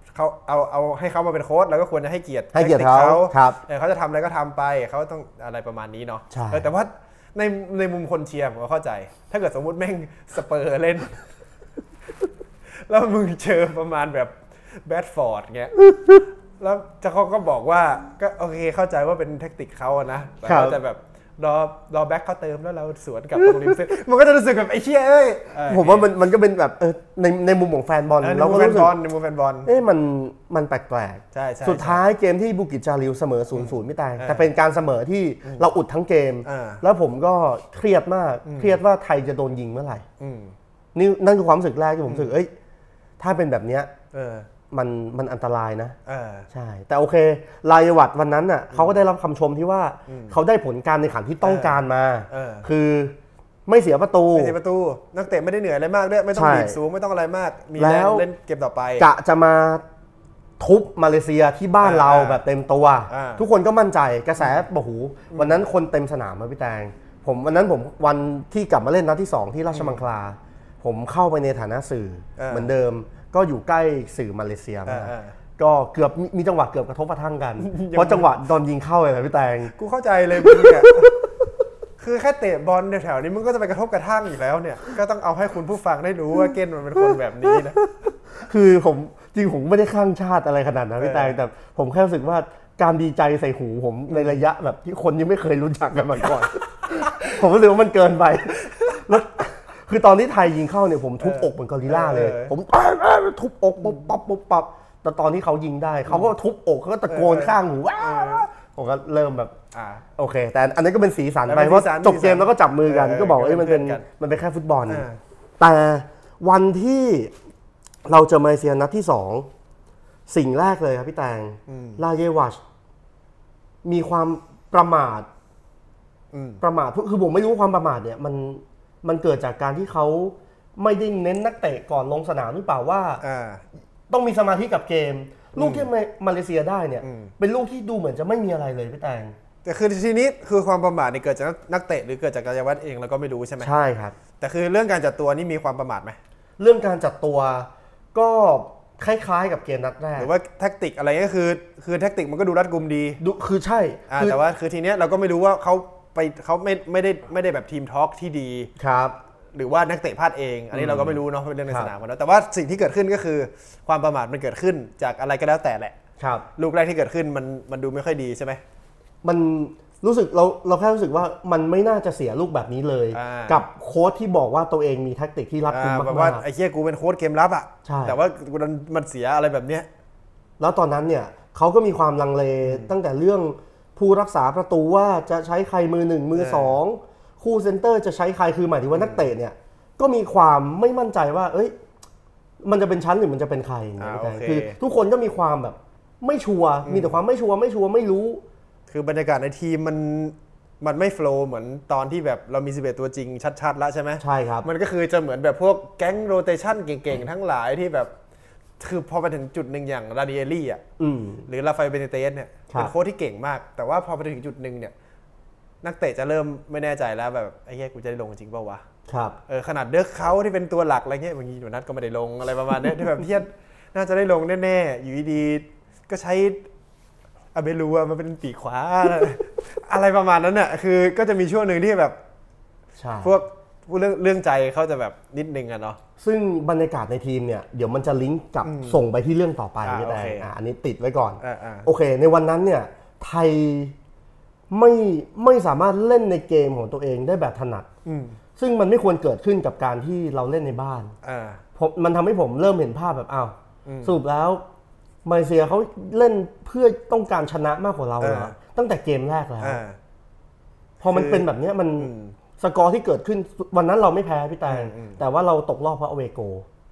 เขาเอาให้เขามาเป็นโค้ชแล้วก็ควรจะให้เกียรติเขาครับเขาจะทำอะไรก็ทำไปเขาต้องอะไรประมาณนี้เนาะใช่แต่ว่าในมุมคนเชียร์ผมก็เข้าใจ ถ้าเกิดสมมุติแม่งสเปอร์เล่น แล้วมึงเจอประมาณแบบแบดฟอร์ดเงี้ยแล้วเขาก็บอกว่าก็โอเคเข้าใจว่าเป็นแทคติกเขาอะนะแต่เขาจะแบบรอแบ็คเขาเติมแล้วเราสวนกลับตรงริมเส้นมันก็จะรู้สึกแบบไอ้เชี่ยเอ้ยผมว่ามันก็เป็นแบบในมุมของแฟนบอลเราก็รู้สึกในมุมแฟนบอลมันแปลกใช่สุดท้ายเกมที่บูกิจจาริวเสมอ 0-0 ไม่แต่เป็นการเสมอที่เราอุดทั้งเกมแล้วผมก็เครียดมากเครียดว่าไทยจะโดนยิงเมื่อไหร่นี่นั่นคือความรู้สึกแรกที่ผมรู้สึกถ้าเป็นแบบเนี้ยมันอันตรายนะใช่แต่โอเครายวัตวันนั้นน่ะเขาก็ได้รับคำชมที่ว่าเขาได้ผลการแข่งขันที่ต้องการมาคือไม่เสียประตูนักเตะไม่ได้เหนื่อยอะไรมากด้วยไม่ต้องบีบสูงไม่ต้องอะไรมากมีแรงเล่นเกมต่อไปกะจะมาทุบมาเลเซียที่บ้านเราแบบเต็มตัวทุกคนก็มั่นใจกระแสโอ้โหวันนั้นคนเต็มสนามมาพี่แตงวันนั้นผมวันที่กลับมาเล่นนัดที่2ที่ราชมังคลาผมเข้าไปในฐานะสื่อเหมือนเดิมก็อยู่ใกล้สื่อมาเลเซียมากก็เกือบมีจังหวะเกือบกระทบกระทั่งกันเพราะจังหวะโดนยิงเข้าเลยนะพี่แตงกูเข้าใจเลยมึงเนี่ยคือแค่เตะบอลแถวๆนี้มึงก็จะไปกระทบกระทั่งอยู่แล้วเนี่ยก็ต้องเอาให้คุณผู้ฟังได้รู้ว่าเก้นมันเป็นคนแบบนี้นะคือผมไม่ได้ข้างชาติอะไรขนาดนั้นพี่แตงแต่ผมแค่รู้สึกว่าการดีใจใส่หูผมในระยะแบบที่คนยังไม่เคยรู้จักกันมาก่อนผมรู้สึกว่ามันเกินไปแล้วคือตอนที่ไทยยิงเข้าเนี่ยผมทุบอกเหมือนกอริลลาเลยผมทุบอกปุ๊บปั๊บแต่ตอนที่เขายิงได้เขาก็ทุบอกเขาก็ตะโกนข้างหูผมก็เริ่มแบบโอเคแต่อันนี้ก็เป็นสีสันไปเพราะจบเกมแล้วก็จับมือกันก็บอกมันเป็นแค่ฟุตบอลแต่วันที่เราเจอมาเลเซียนัดที่2สิ่งแรกเลยครับพี่แตงลาเยวัชมีความประมาทคือผมไม่รู้ความประมาทเนี่ยมันเกิดจากการที่เขาไม่ได้เน้นนักเตะก่อนลงสนามหรือเปล่าว่าต้องมีสมาธิกับเกมลูกที่มาเลเซียได้เนี่ยเป็นลูกที่ดูเหมือนจะไม่มีอะไรเลยพี่แตงแต่คือทีนี้คือความประมาทนี่เกิดจากนักเตะหรือเกิดจากกายวัฒน์เองเราก็ไม่รู้ใช่ไหมใช่ครับแต่คือเรื่องการจัดตัวนี่มีความประมาทไหมเรื่องการจัดตัวก็คล้ายๆกับเกมนัดแรกหรือว่าแท็กติกอะไรก็คือแท็กติกมันก็ดูรัดกุมดีคือใช่แต่ว่าคือทีเนี้ยเราก็ไม่รู้ว่าเขาไม่ได้แบบทีมทอล์กที่ดีครับหรือว่านักเตะพลาดเองอันนี้เราก็ไม่รู้เนาะเป็นเรื่องในสนามนะแต่ว่าสิ่งที่เกิดขึ้นก็คือความประมาทมันเกิดขึ้นจากอะไรก็แล้วแต่แหละลูกแรกที่เกิดขึ้นมันดูไม่ค่อยดีใช่ไหมมันรู้สึกเราแค่รู้สึกว่ามันไม่น่าจะเสียลูกแบบนี้เลยกับโค้ชที่บอกว่าตัวเองมีแทคติกที่รัดกุมมากๆแบบว่าไอ้เหี้ยกูเป็นโค้ชเกมรับอ่ะแต่ว่ามันเสียอะไรแบบเนี้ยแล้วตอนนั้นเนี่ยเขาก็มีความลังเลตั้งแต่เรื่องผู้รักษาประตูว่าจะใช้ใครมือ1มือ2คู่เซนเตอร์จะใช้ใครคือหมายถึงว่านักเตะเนี่ยก็มีความไม่มั่นใจว่ามันจะเป็นชั้นหรือมันจะเป็นใครคือทุกคนก็มีความแบบไม่ชัวร์มีแต่ความไม่ชัวร์ไม่รู้คือบรรยากาศในทีมมันไม่โฟลว์เหมือนตอนที่แบบเรามี11ตัวจริงชัดๆแล้วใช่ไหมใช่ครับมันก็คือจะเหมือนแบบพวกแก๊งโรเตชันเก่งๆทั้งหลายที่แบบคือพอไปถึงจุดหนึ่งอย่างราดิเอลลี่อ่ะหรือราฟาเอลเบเนเตสเนี่ยเป็นโค้ชที่เก่งมากแต่ว่าพอไปถึงจุดหนึ่งเนี่ยนักเตะจะเริ่มไม่แน่ใจแล้วแบบไอ้แค่กูจะได้ลงจริงเปล่าวะครับขนาดเด็กเขาที่เป็นตัวหลักอะไรเงี้ยบางทีอยู่นัดก็ไม่ได้ลงอะไรประมาณนี้ที่แบบเทียบน่าจะได้ลงแน่ๆอยู่ดีๆก็ใช้อาเบลูมาเป็นปีกขวาอะไรประมาณนั้นน่ะคือก็จะมีช่วงหนึ่งที่แบบพวกเรื่องใจเขาจะแบบนิดนึงอะเนาะซึ่งบรรยากาศในทีมเนี่ยเดี๋ยวมันจะลิงก์กับส่งไปที่เรื่องต่อไปนี่แต่อันนี้ติดไว้ก่อนโอเคในวันนั้นเนี่ยไทยไม่สามารถเล่นในเกมของตัวเองได้แบบถนัดซึ่งมันไม่ควรเกิดขึ้นกับการที่เราเล่นในบ้านมันทำให้ผมเริ่มเห็นภาพแบบสรุปแล้วมาเลเซียเขาเล่นเพื่อต้องการชนะมากกว่าเราเหรอตั้งแต่เกมแรกแล้วพอมันเป็นแบบนี้มันสกอร์ที่เกิดขึ้นวันนั้นเราไม่แพ้พี่แตงแต่ว่าเราตกรอบเพราะอเวโก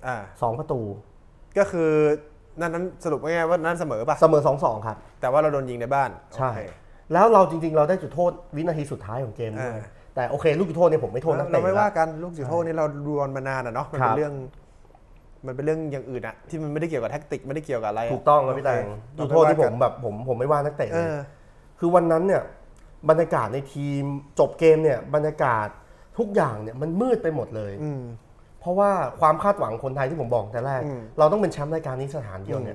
2 ประตูก็คือนั้นสรุปง่ายๆว่านั้นเสมอป่ะเสมอ 2-2 ครับแต่ว่าเราโดนยิงในบ้านใช่แล้วเราจริงๆเราได้จุดโทษวินาทีสุดท้ายของเกมด้วยแต่โอเคลูกจุดโทษเนี่ยผมไม่โทษนักเตะเราไม่ว่ากันลูกจุดโทษนี่เราดูมานานอ่ะเนาะมันเป็นเรื่องอย่างอื่นอะที่มันไม่ได้เกี่ยวกับแท็กติกไม่ได้เกี่ยวกับอะไรถูกต้องครับพี่แตงจุดโทษที่ผมไม่ว่านักเตะคือวันนั้นเนี่ยบรรยากาศในทีมจบเกมเนี่ยบรรยากาศทุกอย่างเนี่ยมันมืดไปหมดเลยเพราะว่าความคาดหวังคนไทยที่ผมบอกแต่แรกเราต้องเป็นแชมป์รายการนี้สถานเดียวเนี่ย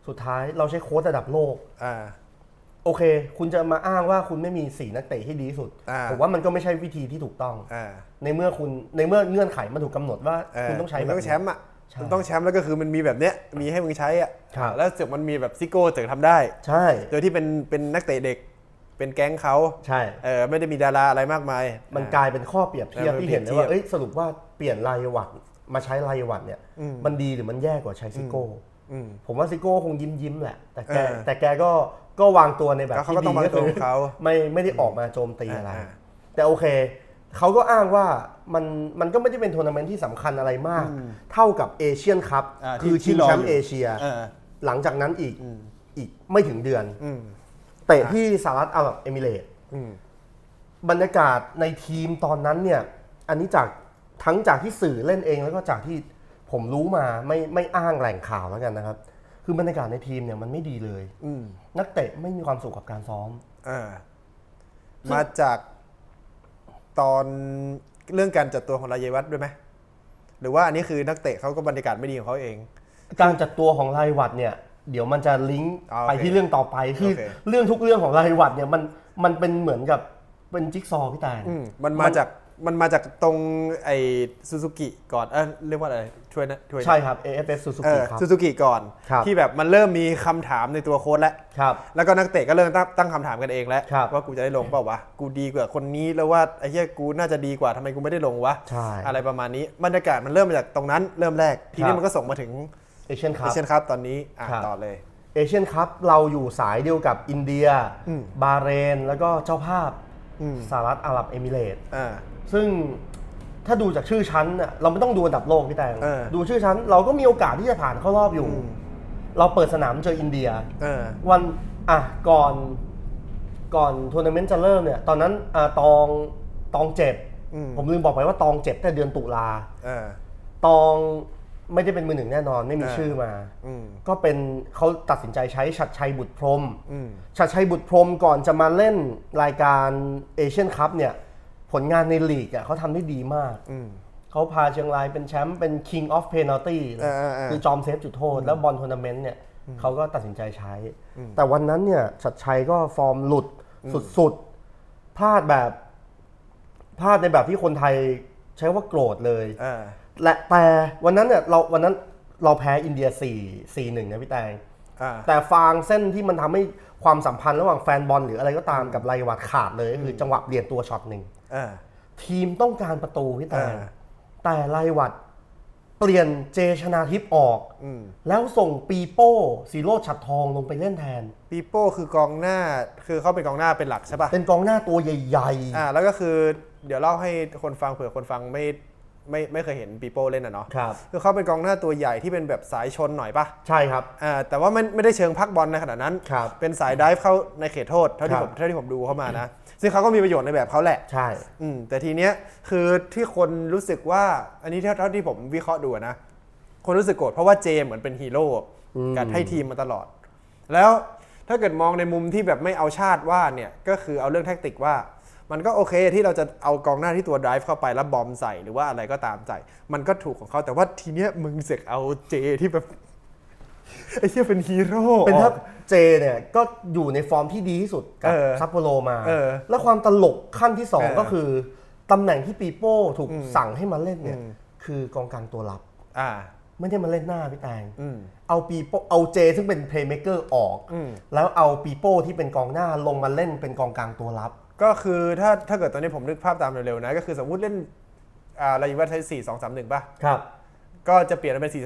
สุดท้ายเราใช้โค้ชระดับโลกโอเคคุณจะมาอ้างว่าคุณไม่มี4นักเตะที่ดีที่สุดผมว่ามันก็ไม่ใช่วิธีที่ถูกต้องในเมื่อเงื่อนไขมันถูกกำหนดว่าคุณต้องใช้แบบต้องแชมป์อ่ะมันต้องแชมป์แล้วก็คือมันมีแบบเนี้ยมีให้มึงใช้อ่ะแล้วเสือกมันมีแบบซิโก้เสือกทำได้ใช่โดยที่เป็นนักเตะเด็กเป็นแก๊งเขาใช่ไม่ได้มีดาราอะไรมากมายมันกลายเป็นข้อเปรียบเทียบที่เห็นได้ว่าสรุปว่าเปลี่ยนรายวัตมาใช้รายวัตเนี่ยมันดีหรือมันแย่กว่าใช้ซิโก้ผมว่าซิโก้คงยิ้มแหละแต่แกก็วางตัวในแบบที่ดีก็คือไม่ได้ออกมาโจมตีอะไรแต่โอเคเขาก็อ้างว่ามันก็ไม่ได้เป็นทัวร์นาเมนต์ที่สำคัญอะไรมากเท่ากับเอเชียนคัพคือชิงแชมป์เอเชียหลังจากนั้นอีกไม่ถึงเดือนเตะที่สหรัฐอาหรับเอมิเรตส์บรรยากาศในทีมตอนนั้นเนี่ยอันนี้ทั้งจากที่สื่อเล่นเองแล้วก็จากที่ผมรู้มาไม่อ้างแหล่งข่าวแล้วกันนะครับคือบรรยากาศในทีมเนี่ยมันไม่ดีเลยนักเตะไม่มีความสุขกับการซ้อมมาจากตอนเรื่องการจัดตัวของรายวัฒน์ด้วยไหมหรือว่าอันนี้คือนักเตะเขาก็บรรยากาศไม่ดีของเขาเองการจัดตัวของรายวัฒน์เนี่ยเดี๋ยวมันจะลิงก์ไปที่เรื่องต่อไปคือเรื่องทุกเรื่องของรายวัฒน์เนี่ยมันเป็นเหมือนกับเป็นจิ๊กซอว์พี่แตงมันมาจากตรงไอ้ซูซูกิก่อนเรียกว่าอะไรช่วยใช่ครับ AFF ซูซูกิครับซูซูกิก่อนที่แบบมันเริ่มมีคำถามในตัวโค้ชแล้วก็นักเตะก็เริ่มตั้งคำถามกันเองแล้วว่ากูจะได้ลงเปล่าวะกูดีกว่าคนนี้แล้วว่าไอ้เหี้ยกูน่าจะดีกว่าทำไมกูไม่ได้ลงวะอะไรประมาณนี้บรรยากาศมันเริ่มมาจากตรงนั้นเริ่มแรกทีนี้มันก็ส่งมาถึงเอเชียนคัพตอนนี้ต่อเลยเอเชียนคัพเราอยู่สายเดียวกับอินเดียบาห์เรนแล้วก็เจ้าภาพสหรัฐอาหรับเอมิเรตส์ซึ่งถ้าดูจากชื่อชั้นเราไม่ต้องดูอันดับโลกพี่แตงดูชื่อชั้นเราก็มีโอกาสที่จะผ่านเข้ารอบอยู่เราเปิดสนามเจออินเดียวันก่อนทัวร์นาเมนต์จะเริ่มเนี่ยตอนนั้นตองเจ็บผมลืมบอกไปว่าตองเจ็บแต่เดือนตุลาตองไม่ได้เป็นมือหนึ่งแน่นอนไม่มีชื่อมาก็เป็นเขาตัดสินใจใช้ชัดชัยบุตรพรหมชัดชัยบุตรพรหมก่อนจะมาเล่นรายการเอเชียนคัพเนี่ยผลงานในลีกเขาทำได้ดีมากเขาพาเชียงรายเป็นแชมป์เป็น King of Penalty คือจอมเซฟจุดโทษแล้วบอลทัวร์นาเมนต์เนี่ยเขาก็ตัดสินใจใช้แต่วันนั้นเนี่ยชัดชัยก็ฟอร์มหลุดสุดๆพลาดในแบบที่คนไทยใช้ว่าโกรธเลยแต่วันนั้นเนี่ยเราแพ้อินเดีย4-1นะพี่แตงแต่ฟางเส้นที่มันทำให้ความสัมพันธ์ระหว่างแฟนบอลหรืออะไรก็ตามกับรายวัฒน์ขาดเลยคือจังหวะเปลี่ยนตัวช็อตหนึ่งทีมต้องการประตูพี่แตงแต่รายวัฒน์เปลี่ยนเจชนาทิพย์ออกแล้วส่งปีโป้สีโรจน์ฉัตรทองลงไปเล่นแทนปีโป้คือกองหน้าคือเขาเป็นกองหน้าเป็นหลักใช่ป่ะเป็นกองหน้าตัวใหญ่ๆแล้วก็คือเดี๋ยวเล่าให้คนฟังเผื่อคนฟังไม่เคยเห็นปีโป้เล่นเนาะคือเขาเป็นกองหน้าตัวใหญ่ที่เป็นแบบสายชนหน่อยป่ะใช่ครับแต่ว่าไม่ได้เชิงพักบอลในขนาดนั้นเป็นสายไดฟ์เข้าในเขตโทษเท่าที่ผมดูเข้ามานะซึ่งเขาก็มีประโยชน์ในแบบเขาแหละใช่แต่ทีเนี้ยคือที่คนรู้สึกว่าอันนี้เท่าที่ผมวิเคราะห์ดูนะคนรู้สึกโกรธเพราะว่าเจเหมือนเป็นฮีโร่กันให้ทีมมาตลอดแล้วถ้าเกิดมองในมุมที่แบบไม่เอาชาติว่าเนี่ยก็คือเอาเรื่องแทคติกว่ามันก็โอเคที่เราจะเอากองหน้าที่ตัวไดฟ์เข้าไปแล้วบอมใส่หรือว่าอะไรก็ตามใส่มันก็ถูกของเขาแต่ว่าทีเนี้ยมึงเสกเอาเจที่แบบไอ้เชี่ยเป็นฮีโร่เป็นทัพเจเนี่ยก็อยู่ในฟอร์มที่ดีที่สุดกับซัปโปโรมาแล้วความตลกขั้นที่2ก็คือตำแหน่งที่ปีโป้ถูกสั่งให้มาเล่นเนี่ยคือกองกลางตัวรับไม่ได้มาเล่นหน้าพี่แตงเอาปีโป้เอาเจซึ่งเป็นเพลย์เมคเกอร์ออกแล้วเอาปีโป้ที่เป็นกองหน้าลงมาเล่นเป็นกองกลางตัวรับก็คือถ้าเกิดตอนนี้ผมนึกภาพตามเร็วๆนะก็คือสมมุติเล่นอะไรว่าใช้4-2-3-1ป่ะครับก็จะเปลี่ยนเป็น4-3-3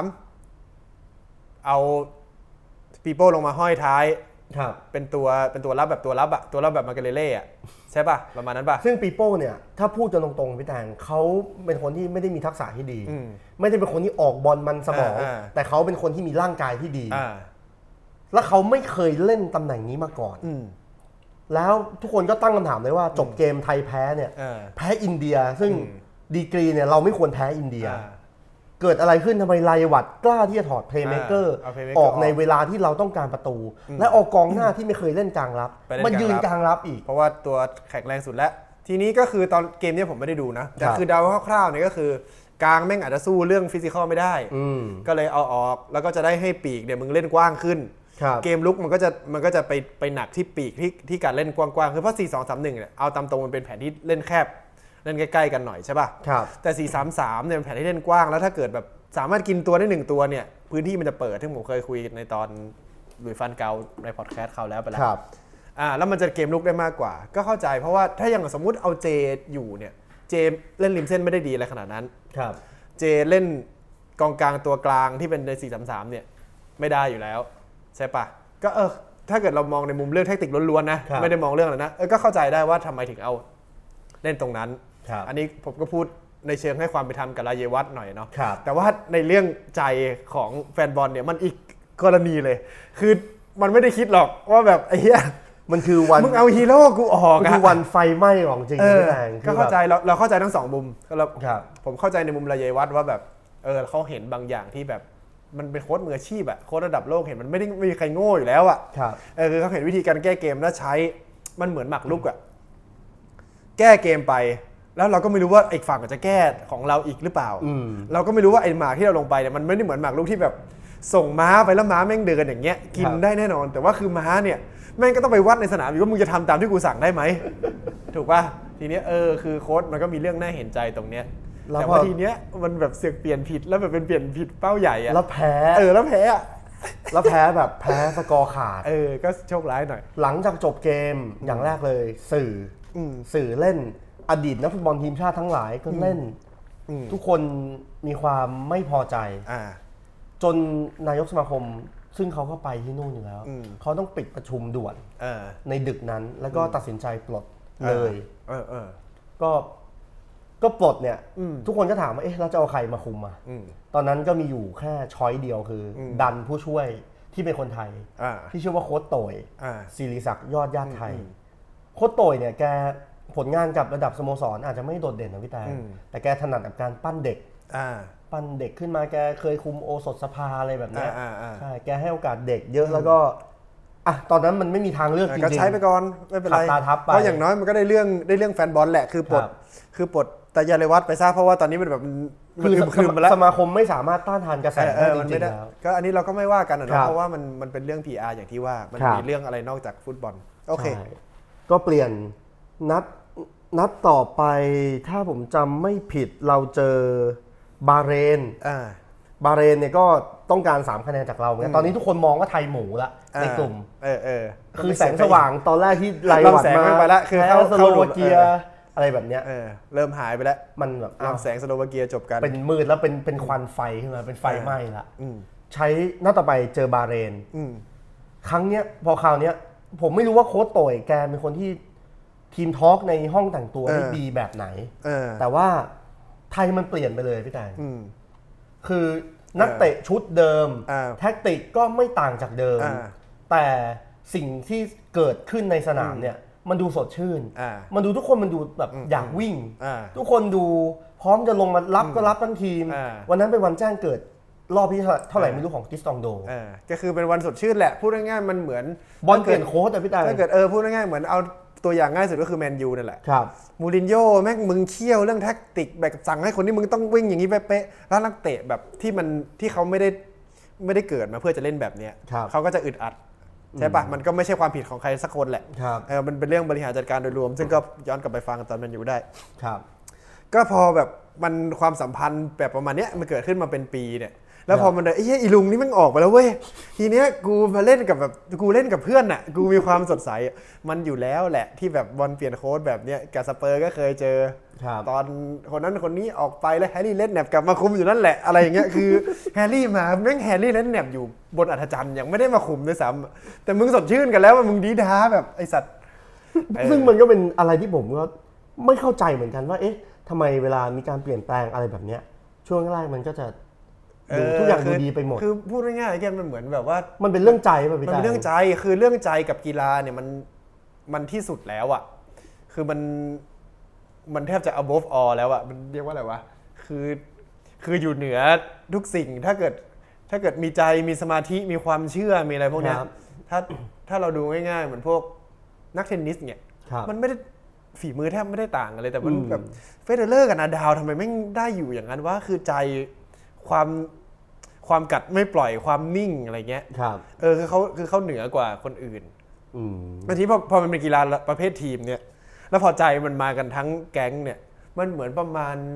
เอาปีโป้ลงมาห้อยท้ายเป็นตัวรับแบบตัวรับแบบมาเกเรเล่ใช่ป่ะประมาณนั้นป่ะซึ่งปีโป้เนี่ยถ้าพูดกันตรงๆพี่แตงเขาเป็นคนที่ไม่ได้มีทักษะที่ดีไม่ได้เป็นคนที่ออกบอลมันสมองแต่เขาเป็นคนที่มีร่างกายที่ดีแล้วเขาไม่เคยเล่นตำแหน่งนี้มาก่อนแล้วทุกคนก็ตั้งคำถามเลยว่าจบเกมไทยแพ้เนี่ยแพ้อินเดียซึ่งดีกรีเนี่ยเราไม่ควรแพ้อินเดียเกิดอะไรขึ้นทำไมรายวัฒน์กล้าที่จะถอดเพลย์เมคเกอร์ออกในเวลาที่เราต้องการประตูและออกกองหน้าที่ไม่เคยเล่นกลางรับมายืนกลางรับอีกเพราะว่าตัวแข็งแรงสุดแล้วทีนี้ก็คือตอนเกมนี้ผมไม่ได้ดูนะแต่คือเดาคร่าวๆเนี่ยก็คือกลางแม่งอาจจะสู้เรื่องฟิสิกอลไม่ได้ก็เลยเอาออกแล้วก็จะได้ให้ปีกเนี่ยมึงเล่นกว้างขึ้นเกมลุกมันก็จะไปหนักที่ปีกที่การเล่นกว้างๆคือเพราะ 4-2-3-1 เนี่ยเอาตามตรงมันเป็นแผนที่เล่นแคบเล่นใกล้ๆกันหน่อยใช่ป่ะแต่ 4-3-3 เนี่ยเป็นแผนที่เล่นกว้างแล้วถ้าเกิดแบบสามารถกินตัวได้1ตัวเนี่ยพื้นที่มันจะเปิดที่ผมเคยคุยในตอนลุยฟันเกาในพอดแคสต์เขาแล้วไปแล้วแล้วมันจะเกมลุกได้มากกว่าก็เข้าใจเพราะว่าถ้าอย่างสมมุติเอาเจอยู่เนี่ยเจเล่นริมเส้นไม่ได้ดีอะไรขนาดนั้นเจเล่นกองกลางตัวกลางที่เป็นใน 4-3-3 เนี่ยไม่ได้อยู่แล้วใช่ปะก็ถ้าเกิดเรามองในมุมเรื่องเทคนิคล้วนๆนะไม่ได้มองเรื่องอะไรนะก็เข้าใจได้ว่าทำไมถึงเอาเล่นตรงนั้นอันนี้ผมก็พูดในเชิงให้ความเป็นธรรมกับรายวัฒน์หน่อยเนาะแต่ว่าในเรื่องใจของแฟนบอลเนี่ยมันอีกกรณีเลยคือมันไม่ได้คิดหรอกว่าแบบไอ้เหี้ยมันคือวันมึงเอาฮีโร่กูออกมันคือวันไฟไหม้ของจริงพี่แดงก็เข้าใจเราเข้าใจทั้งสองมุมผมเข้าใจในมุมรายวัฒน์ว่าแบบเขาเห็นบางอย่างที่แบบมันเป็นโค้ชมืออาชีพอะโค้ชระดับโลกเห็นมันไม่ได้มีใครโง่อยู่แล้วอะคือเขาเห็นวิธีการแก้เกมแล้วใช้มันเหมือนหมากรุกอะแก้เกมไปแล้วเราก็ไม่รู้ว่าอีกฝั่งจะแก้ของเราอีกหรือเปล่าเราก็ไม่รู้ว่าไอ้หมากที่เราลงไปเนี่ยมันไม่ได้เหมือนหมากรุกที่แบบส่งม้าไปแล้วม้าแม่งเดินอย่างเงี้ยกินได้แน่นอนแต่ว่าคือม้าเนี่ยแม่งก็ต้องไปวัดในสนามว่ามึงจะทำตามที่กูสั่งได้ไหมถูกป่ะทีเนี้ยคือโค้ชมันก็มีเรื่องน่าเห็นใจตรงเนี้ยแต่ว่าทีเนี้ยมันแบบเสือกเปลี่ยนผิดแล้วแบบเป็นเปลี่ยนผิดเป้าใหญ่อะแล้วแพ้แล้วแพ้อะแล้วแพ้แบบแพ้สกอร์ขาดก็โชคร้ายหน่อยหลังจากจบเกมอย่างแรกเลยสื่อเล่นอดีตนักฟุตบอลทีมชาติทั้งหลายก็เล่นทุกคนมีความไม่พอใจจนนายกสมาคมซึ่งเขาก็ไปที่นู่นอยู่แล้วเขาต้องปิดประชุมด่วนในดึกนั้นแล้วก็ตัดสินใจปลดเลยก็ปลดเนี่ยทุกคนก็ถามว่าเราจะเอาใครมาคุมตอนนั้นก็มีอยู่แค่ช้อยเดียวคือดันผู้ช่วยที่เป็นคนไทยที่ชื่อว่าโค้ชโตยศิริศักดิ์ยอดญาติไทยโค้ชโตยเนี่ยแกผลงานกับระดับสโมสรอาจจะไม่โดดเด่นนะพี่แต่แกถนัดกับการปั้นเด็กขึ้นมาแกเคยคุมโอสถสภาอะไรแบบนี้ใช่แกให้โอกาสเด็กเยอะแล้วก็ตอนนั้นมันไม่มีทางเลือกจริงๆก็ใช้ไปก่อนไม่เป็นไรเพราะอย่างน้อยมันก็ได้เรื่องแฟนบอลแหละคือปลดแต่อย่าเลยวัดไปซะเพราะว่าตอนนี้มันแบบคือสมาคมไม่สามารถต้านทานกระแสได้จริงๆแล้วก็อันนี้เราก็ไม่ว่ากันนะเพราะว่ามันเป็นเรื่อง PR อย่างที่ว่ามันมีเรื่องอะไรนอกจากฟุตบอลโอเคก็เปลี่ยนนัดต่อไปถ้าผมจำไม่ผิดเราเจอบาเรนเนี่ยก็ต้องการ3คะแนนจากเราเหมือนกันตอนนี้ทุกคนมองว่าไทยหมูละในกลุ่มคือแสงสว่างตอนแรกที่ไล่หวัดมาไปแล้วคือเข้าสโลวาเกียอะไรแบบเนี้ยเริ่มหายไปแล้วมันแบบแสงสโลวาเกียจบกันเป็นมืดแล้วเป็นควันไฟขึ้นมาเป็นไฟไหม้ละใช้นัดต่อไปเจอบาเรนครั้งเนี้ยพอคราวเนี้ยผมไม่รู้ว่าโค้ชโตยแกเป็นคนที่ทีมทอล์กในห้องแต่งตัวได้ดีแบบไหนแต่ว่าไทยมันเปลี่ยนไปเลยพี่แตงคือนักเตะชุดเดิมแท็กติกก็ไม่ต่างจากเดิมแต่สิ่งที่เกิดขึ้นในสนามเนี่ยมันดูสดชื่นมันดูทุกคนมันดูแบบอยากวิ่งทุกคนดูพร้อมจะลงมารับก็รับทั้งทีมวันนั้นเป็นวันแจ้งเกิดรอบที่เท่าไหร่ไม่รู้ของกิสตองโดก็คือเป็นวันสดชื่นแหละพูดง่ายๆมันเหมือนบอลเปลี่ยนโค้ชแต่พี่ตาถ้าเกิดพูดง่ายๆเหมือนเอาตัวอย่างง่ายสุดก็คือแมนยูนั่นแหละมูรินโญ่แม่งมึงเคี่ยวเรื่องแท็กติกแบบสั่งให้คนนี้มึงต้องวิ่งอย่างนี้เป๊ะๆแล้วนักเตะแบบที่เขาไม่ได้เกิดมาเพื่อจะเล่นแบบนี้เขาก็จะอึดอัดใช่ปะมันก็ไม่ใช่ความผิดของใครสักคนแหละมันเป็นเรื่องบริหารจัดการโดยรวมซึ่งก็ย้อนกลับไปฟังตอนแมนยูได้ก็พอแบบมันความสัมพันธ์แบบประมาณนี้มันเกิดขึ้นมาเป็นปีเนี่ยแล้วพอมันไอ้เหี้ยอีลุงนี่มันออกไปแล้วเว้ยทีเนี้ยกูมาเล่นกับแบบกูเล่นกับเพื่อนน่ะกูมีความสดใสมันอยู่แล้วแหละที่แบบบอลเปลี่ยนโค้ชแบบเนี้ยกับสเปอร์ก็เคยเจอตอนคนนั้นคนนี้ออกไปแล้วแฮร์รี่เล่นแนบกลับมาคุมอยู่นั่นแหละอะไรอย่างเงี้ยคือแฮร์รี่มาแม่งแฮร์รี่เล่นแนบอยู่บนอัธจันทร์ยังไม่ได้มาคุมด้วยซ้ำแต่มึงสดชื่นกันแล้วมึงดีด้าแบบไอสัตว์ซึ่งมันก็เป็นอะไรที่ผมก็ไม่เข้าใจเหมือนกันว่าเอ๊ะทำไมเวลามีการเปลี่ยนแปลงอะไรแบบเนี้ยช่วงแรกมันก็จะทุกอย่างดูดีไปหมดคือพูดง่ายๆแกมันเหมือนแบบว่ามันเป็นเรื่องใจป่ะพี่มันเป็นเรื่องใจคือเรื่องใจกับกีฬาเนี่ยมันที่สุดแล้วอ่ะคือมันแทบจะ above all แล้วอ่ะมันเรียกว่าอะไรวะคืออยู่เหนือทุกสิ่งถ้าเกิดมีใจมีสมาธิมีความเชื่อมีอะไรพวกนี้ถ้าเราดูง่ายๆเหมือนพวกนักเทนนิสเนี่ยมันไม่ได้ฝีมือแทบไม่ได้ต่างกันเลยแต่มันแบบเฟเดอร์กับนาดาวทำไมไม่ได้อยู่อย่างนั้นว่าคือใจความกัดไม่ปล่อยความนิ่งอะไรเงี้ยครับคือเขาเหนือกว่าคนอื่นบางทีพอมันเป็นกีฬาประเภททีมเนี่ยแล้วพอใจมันมากันทั้งแก๊งเนี่ยมันเหมือนประมาณ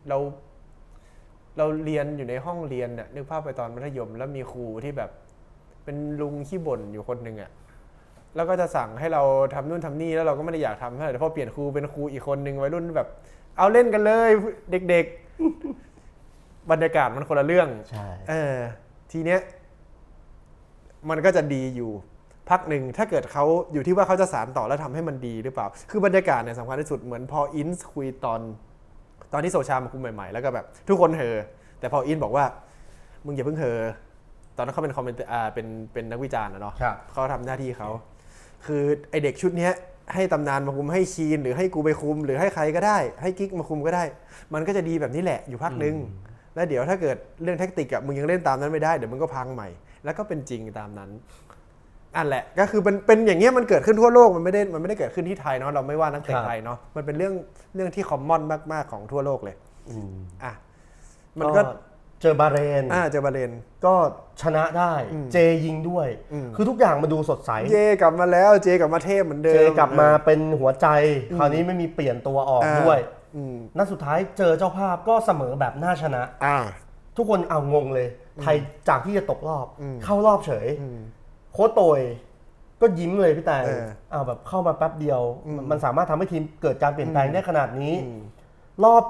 เราเรียนอยู่ในห้องเรียนเนี่ยนึกภาพไปตอนมัธยมแล้วมีครูที่แบบเป็นลุงขี้บ่นอยู่คนหนึ่งอ่ะแล้วก็จะสั่งให้เราทำนู่นทำนี่แล้วเราก็ไม่ได้อยากทำเท่าไหร่แต่พอเปลี่ยนครูเป็นครูอีกคนหนึ่งวัยรุ่นแบบเอาเล่นกันเลยเด็กๆบรรยากาศมันคนละเรื่องใช่ทีเนี้ยมันก็จะดีอยู่พักหนึ่งถ้าเกิดเขาอยู่ที่ว่าเขาจะสานต่อแล้วทำให้มันดีหรือเปล่าคือบรรยากาศเนี่ยสำคัญที่สุดเหมือนพออินส์คุยตอนที่โซชามาคุมใหม่ๆแล้วก็แบบทุกคนเฮอแต่พออินบอกว่ามึงอย่าเพิ่งเฮอตอนนั้นเขาเป็นคอมเมนต์เป็นนักวิจารณ์นะเนาะเขาทำหน้าที่เขาคือไอเด็กชุดนี้ให้ตำนานมาคุมให้คีนหรือให้กูไปคุมหรือให้ใครก็ได้ให้กิ๊กมาคุมก็ได้มันก็จะดีแบบนี้แหละอยู่พักนึงแล้วเดี๋ยวถ้าเกิดเรื่องแท็กติกอะมึงยังเล่นตามนั้นไม่ได้เดี๋ยวมึงก็พังใหม่แล้วก็เป็นจริงตามนั้นอันแหละก็คือเป็นอย่างเงี้ยมันเกิดขึ้นทั่วโลกมันไม่ได้เกิดขึ้นที่ไทยเนาะเราไม่ว่านักเตะไทยเนาะมันเป็นเรื่องที่คอมมอนมากๆของทั่วโลกเลยมันก็เจอบาเรนก็ชนะได้เจยิงด้วยคือทุกอย่างมาดูสดใสเจกลับมาแล้วเจกลับมาเทพเหมือนเดิมเจกลับมาเป็นหัวใจคราวนี้ไม่มีเปลี่ยนตัวออกด้วยนัดสุดท้ายเจอเจ้าภาพก็เสมอแบบน่าชนะทุกคนเอางงเลยไทยจากที่จะตกรอบเข้ารอบเฉยโค้ชโตยก็ยิ้มเลยพี่แต่เอาแบบเข้ามาแป๊บเดียวมันสามารถทำให้ทีมเกิดการเปลี่ยนแปลงได้ขนาดนี้รอบ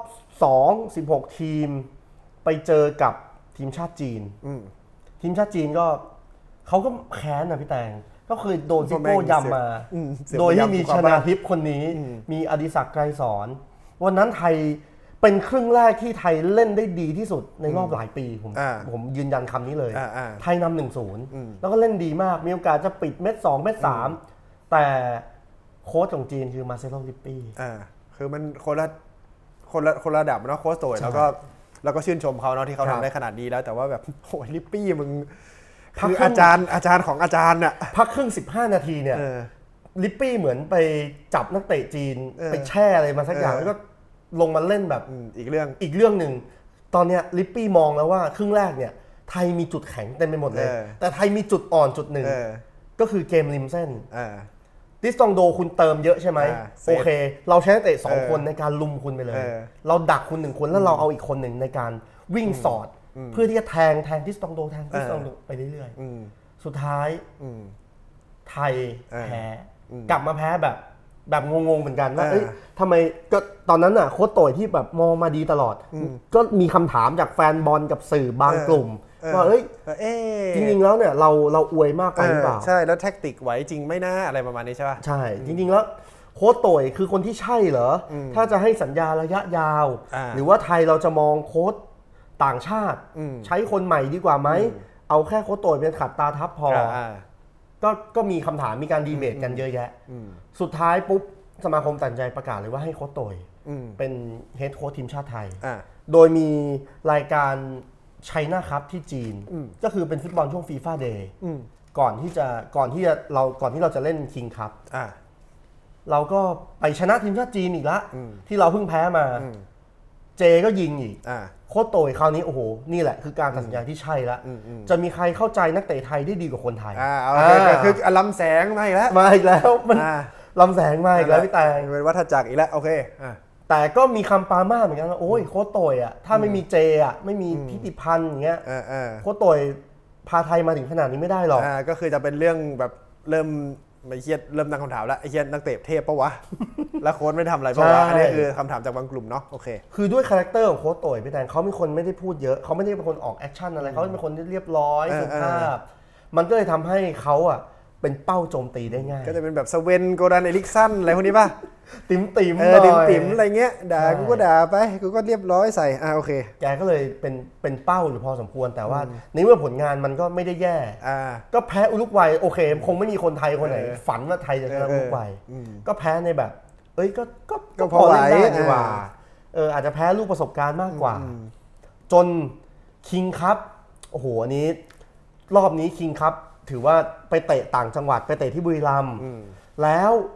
16ทีมไปเจอกับทีมชาติจีนทีมชาติจีนก็เขาก็แค้นนะพี่แตงก็เคยโดนซิโก้ยำมาโดยที่มีชนาทิพย์คนนี้มีอดิศักดิ์ไกรสอนวันนั้นไทยเป็นครึ่งแรกที่ไทยเล่นได้ดีที่สุดในรอบหลายปีผมยืนยันคำนี้เลยไทยนำ 1-0 แล้วก็เล่นดีมากมีโอกาสจะปิดเม็ด2เม็ด3แต่โค้ชของจีนคือมาเซโลลิปปี้คือมันคนละระดับเนาะโค้ชโตยแล้วก็ชื่นชมเขาเนาะที่เขาทำได้ขนาดนี้แล้วแต่ว่าแบบโอ้ยลิปปี้มึงคืออาจารย์ของอาจารย์น่ะพักครึ่ง15นาทีเนี่ยลิปปี้เหมือนไปจับนักเตะจีนไปแช่อะไรมาสักอย่างแล้วก็ลงมาเล่นแบบอีกเรื่องหนึ่งตอนเนี้ยลิปปี้มองแล้วว่าครึ่งแรกเนี่ยไทยมีจุดแข็งเต็มไปหมดเลยแต่ไทยมีจุดอ่อนจุดหนึ่งก็คือเกมริมเส้นดิสตองโดคุณเติมเยอะใช่ไหมโอเคเราใช้นักเตะ2คนในการลุมคุณไปเลยเราดักคุณ1คนแล้วเราเอาอีกคนหนึ่งในการวิ่งสอดเพื่อที่จะแทงดิสตองโดไปเรื่อยๆสุดท้ายไทยแพ้กลับมาแพ้แบบงงๆเหมือนกันว่าทำไมก็ตอนนั้นน่ะโค้ชโตยที่แบบมองมาดีตลอดก็มีคำถามจากแฟนบอลกับสื่อบางกลุ่มว่าจริงๆแล้วเนี่ยเราอวยมากไปหรือเปล่าใช่แล้วแท็กติกไหวจริงไม่น่าอะไรประมาณนี้ใช่ป่ะใช่จริงๆแล้วโค้ชโตยคือคนที่ใช่เหรอถ้าจะให้สัญญาระยะยาวหรือว่าไทยเราจะมองโค้ชต่างชาติใช้คนใหม่ดีกว่าไหมเอาแค่โค้ชโตยเป็นขัดตาทับพอก็มีคำถามมีการดีเบตกันเยอะแยะสุดท้ายปุ๊บสมาคมตัดใจประกาศเลยว่าให้โค้ชโตยเป็นเฮดโค้ชทีมชาติไทยโดยมีรายการไชน่าคัพที่จีนก็คือเป็นฟุตบอลช่วงฟีฟ่าเดย์ก่อนที่เราจะเล่นคิงคัพเราก็ไปชนะทีมชาติจีนอีกละที่เราเพิ่งแพ้มาเจก็ยิงอีกโค้ชโตยคราวนี้โอ้โหนี่แหละคือการตัดสินใจที่ใช่ละจะมีใครเข้าใจนักเตะไทยได้ดีกว่าคนไทยคือลำแสงมาอีกแล้วมันลำแสงมาอีกแล้วพี่แตงเป็นวัฏจักรอีกแล้วโอเคแต่ก็มีคำปรามาสเหมือนกันว่าโอ้ยโค้ชโตยอ่ะถ้าไม่มีเจอ่ะไม่มีทิติพันธ์อย่างเงี้ยโค้ชโตยพาไทยมาถึงขนาดนี้ไม่ได้หรอกก็คือจะเป็นเรื่องแบบเริ่มไม่เครียดเริ่มตั้งคำถามแล้วไอ้เครียดนักเตะเทพปะวะแล้วโค้ชไม่ทำอะไรปะวะอันนี้คือคำถามจากบางกลุ่มเนาะโอเคคือด้วยคาแรคเตอร์ของโค้ชโตยพี่แตงเขาเป็นคนไม่ได้พูดเยอะเขาไม่ได้เป็นคนออกแอคชั่นอะไรเขาเป็นคนที่เรียบร้อยสุภาพมันก็เลยทำให้เขาอ่ะเป็นเป้าโจมตีได้ง่ายก็จะเป็นแบบสเวนโกดันเอลิกซันอะไรพวกนี้ป่ะติ๋มติ๋มอะไรเงี้ยด่ากูก็ด่าไปกูก็เรียบร้อยใส่โอเคแกก็เลยเป็นเป้าอยู่พอสมควรแต่ว่าในเมื่อผลงานมันก็ไม่ได้แย่ก็แพ้อุรุกวัยโอเคคงไม่มีคนไทยคนไหนฝันว่าไทยจะชนะอุรุกวัยก็แพ้ในแบบก็พอเล่นได้ดีกว่าอาจจะแพ้ลูกประสบการณ์มากกว่าจนคิงคัพโอ้โหอันนี้รอบนี้คิงคัพถือว่าไปเตะต่างจังหวัดไปเตะที่บุรีรัมย์แล้ว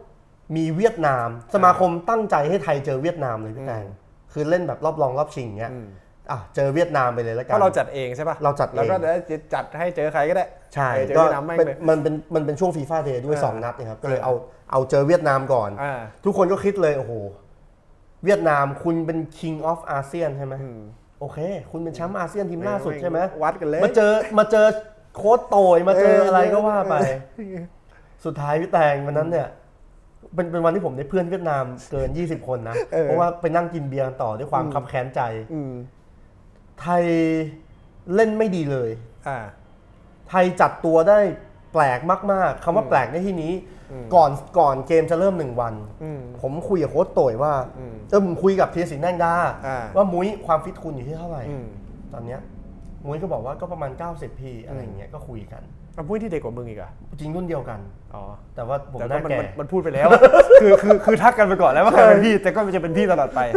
มีเวียดนามสมาคมตั้งใจให้ไทยเจอเวียดนามเลยพี่แตงคือเล่นแบบรอบรองรอบชิงเงี้ยเจอเวียดนามไปเลยแล้วกันเพราะเราจัดเองใช่ป่ะเราจัดเองแล้วก็จัดให้เจอใครก็ได้ใช่ก็มันเป็นช่วงฟีฟ่าเดย์ด้วย2นัดนะครับก็เลยเอาเจอเวียดนามก่อนทุกคนก็คิดเลยโอ้โหเวียดนามคุณเป็น King of ASEAN ใช่ไหมโอเคคุณเป็นแชมป์อาเซียนทีมล่าสุดใช่ไหมวัดกันเลยมาเจอโค้ชโตยมาเจออะไรก็ว่าไปสุดท้ายพี่แตงวันนั้นเนี่ยเป็นวันที่ผมได้เพื่อนเวียดนามเกิน20คนนะเพราะว่าไปนั่งกินเบียร์ต่อด้วยความคับแค้นใจไทยเล่นไม่ดีเลยไทยจัดตัวได้แปลกมากๆคำว่าแปลกในที่นี้ก่อนเกมจะเริ่ม1 วันผมคุยกับโค้ชโตยว่าผมคุยกับธีรศิลป์แดงดาว่ามุ้ยความฟิตคุณอยู่ที่เท่าไหร่ตอนเนี้ยมุ้ยก็บอกว่าก็ประมาณ90พี่อะไรอย่างเงี้ยก็คุยกันมุ้ยที่เด็กกว่ามึงอีกอะจริงรุ่นเดียวกันแต่ว่าผมน่าแก่มันพูดไปแล้วคือทักกันไปก่อนแล้วว่าใครเป็นพี่แต่ก็จะเป็นพี่ตลอดไป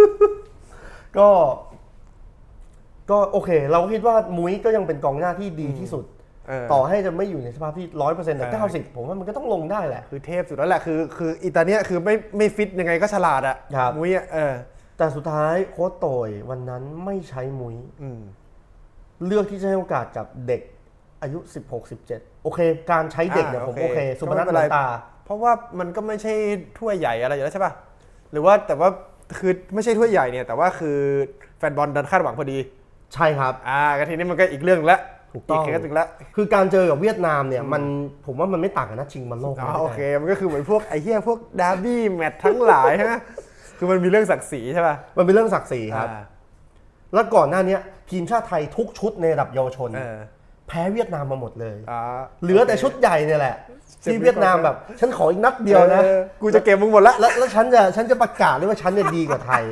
ก็โอเคเราคิดว่ามุ้ยก็ยังเป็นกองหน้าที่ดีที่สุดต่อให้จะไม่อยู่ในสภาพที่ 100% แต่90ผมว่ามันก็ต้องลงได้แหละคือเทพสุดแล้วแหละคืออีตาเนี้ยคือไม่ฟิตยังไงก็ฉลาดอะมุ้ยอะแต่สุดท้ายโค้ชโตยวันนั้นไม่ใช้มุ้ยเลือกที่จะให้โอกาสกับเด็กอายุ16-17โอเคการใช้เด็กเนี่ยผมโอเคสุพนัทเหมือนตาเพราะว่ามันก็ไม่ใช่ถ้วยใหญ่อะไรอยู่แล้วใช่ป่ะหรือว่าแต่ว่าคือไม่ใช่ถ้วยใหญ่เนี่ยแต่ว่าคือแฟนบอลดันคาดหวังพอดีใช่ครับก็ทีนี้มันก็อีกเรื่องแล้วถูกต้องแล้วคือการเจอกับเวียดนามเนี่ยผมว่ามันไม่ต่างกับนัดชิงบอลโลกโอเคมันก็คือเหมือนพวกไอ้เหี้ยพวกดาร์บี้แมตช์ทั้งหลายใช่ไหมคือมันมีเรื่องศักดิ์ศรีใช่ป่ะมันเป็นเรื่องศักดิ์ศรีครับแล้วก่อนหน้านี้ทีมชาติไทยทุกชุดในระดับเยาวชนแพ้เวียดนามมาหมดเลยเหลือแต่ชุดใหญ่เนี่ยแหละที่เวียดนามแบบฉันขออีกนัดเดียวนะกูจะเก็บมึงหมดแล้วฉันจะประกาศเลยว่าฉันเนี่ยดีกว่าไทย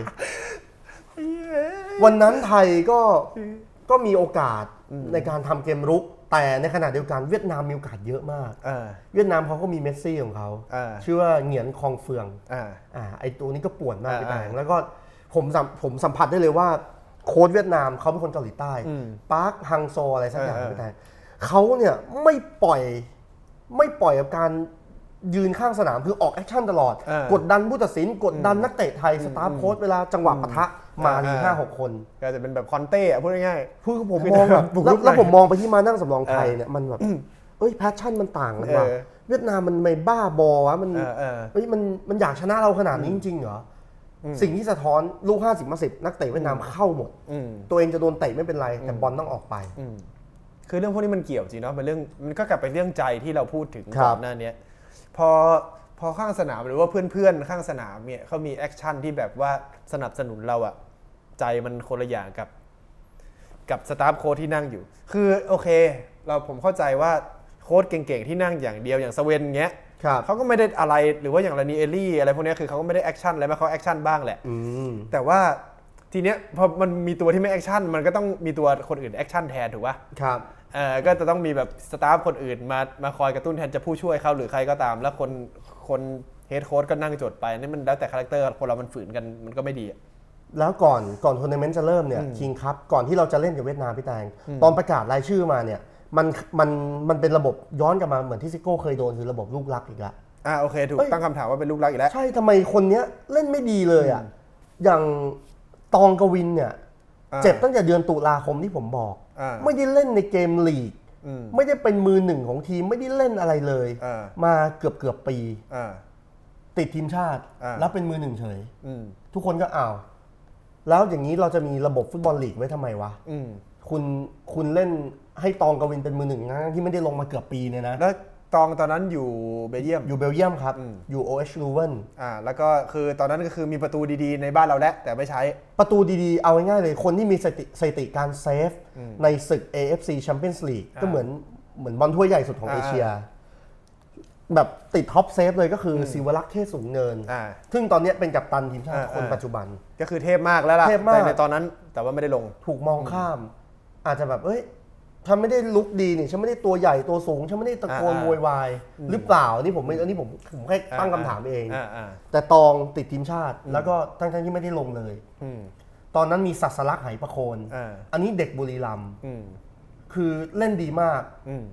วันนั้นไทยก็มีโอกาสในการทำเกมรุกแต่ในขณะเดียวกันเวียดนามมีโอกาสเยอะมากเวียดนามเขาก็มีเมสซี่ของเขาชื่อว่าเหงียนคองเฟืองไอตัวนี้ก็ป่วนมากไปแต่แล้วก็ผมสัมผัสได้เลยว่าโค้ชเวียดนามเขาเป็นคนเกาหลีใต้ปาร์คฮังโซอะไรสักอย่างไปแต่เขาเนี่ยไม่ปล่อยกับการยืนข้างสนามคือออกแอคชั่นตลอดกดดันผู้ตัดสินกดดันนักเตะไทยสตาฟโค้ชเวลาจังหวะปะทะมามี 5-6 คนก็จะเป็นแบบคอนเต้พูดง่ายๆคือผมมองแบบแล้วผมมองไปที่มานั่งสำรองไทยเนี่ยมันแบบแพชชั่นมันต่างกันว่ะเวียดนามมันไม่บ้าบอวะมันอยากชนะเราขนาดนี้จริงๆเหรอสิ่งที่สะท้อนลูก50-10นักเตะเวียดนามเข้าหมดตัวเองจะโดนเตะไม่เป็นไรแต่บอลต้องออกไปคือเรื่องพวกนี้มันเกี่ยวจริงเนาะเป็นเรื่องมันก็กลับไปเรื่องใจที่เราพูดถึงก่อนหน้านี้พอข้างสนามหรือว่าเพื่อนๆข้างสนามเนี่ยเขามีแอคชั่นที่แบบว่าสนับสนุนเราอะใจมันคนละอย่างกับสตาฟโค้ชที่นั่งอยู่คือโอเคผมเข้าใจว่าโค้ชเก่งๆที่นั่งอย่างเดียวอย่างสเวนเงี้ยเขาก็ไม่ได้อะไรหรือว่าอย่างลานีเอลลี่อะไรพวกนี้คือเขาก็ไม่ได้แอคชั่นอะไรมาเขาแอคชั่นบ้างแหละแต่ว่าทีเนี้ยพอมันมีตัวที่ไม่แอคชั่นมันก็ต้องมีตัวคนอื่นแอคชั่นแทนถูกป่ะครับก็จะต้องมีแบบสตาฟคนอื่นมาคอยกระตุ้นแทนจะผู้ช่วยเขาหรือใครก็ตามแล้วคนเฮดโค้ชก็นั่งจดไปนี่มันแล้วแต่คาแรคเตอร์คนเรามันฝืนกันมันก็ไม่ดีแล้วก่อนทัวร์นาเมนต์จะเริ่มเนี่ยคิงคัพก่อนที่เราจะเล่นกับเวียดนามพี่แตงตอนประกาศรายชื่อมาเนี่ยมันเป็นระบบย้อนกลับมาเหมือนที่ซิโก้เคยโดนคือระบบลูกรักอีกแล้วโอเคถูกตั้งคำถามว่าเป็นลูกรักอีกแล้วใช่ทำไมคนเนี้ยเล่นไม่ดีเลยอย่างตองกวินเนี่ยเจ็บตั้งแต่เดือนตุลาคมที่ผมบอกไม่ได้เล่นในเกมลีกไม่ได้เป็นมือหนึ่งของทีมไม่ได้เล่นอะไรเลยมาเกือบปีติดทีมชาติแล้วเป็นมือหนึ่งเฉยทุกคนก็แล้วอย่างนี้เราจะมีระบบฟุตบอลลีกไว้ทำไมวะคุณเล่นให้ตองกวินเป็นมือหนึ่งนะที่ไม่ได้ลงมาเกือบปีเนี่ยนะแล้วตองตอนนั้นอยู่เบลเยียมครับอยู่ OH Leuven แล้วก็คือตอนนั้นก็คือมีประตูดีๆในบ้านเราแล้วแต่ไม่ใช้ประตูดีๆเอาง่ายๆเลยคนที่มีสถิติการเซฟในศึก AFC Champions League ก็เหมือนบอลถ้วยใหญ่สุดของเอเชียแบบติดท็อปเซฟเลยก็คือศิวรักษ์เทศสูงเนินซึ่งตอนนี้เป็นกัปตันทีมชาติคนปัจจุบันก็คือเทพมากแล้วล่ะในตอนนั้นแต่ว่าไม่ได้ลงถูกมองข้ามอาจจะแบบฉันไม่ได้ลุกดีนี่ฉันไม่ได้ตัวใหญ่ตัวสูงฉันไม่ได้ตะโกนโวยวายหรือเปล่านี่ผมแค่ตั้งคำถามเองแต่ตองติดทีมชาติแล้วก็ทั้งที่ไม่ได้ลงเลยตอนนั้นมีศัสลักษณ์ไหประโคนอันนี้เด็กบุรีรัมย์คือเล่นดีมาก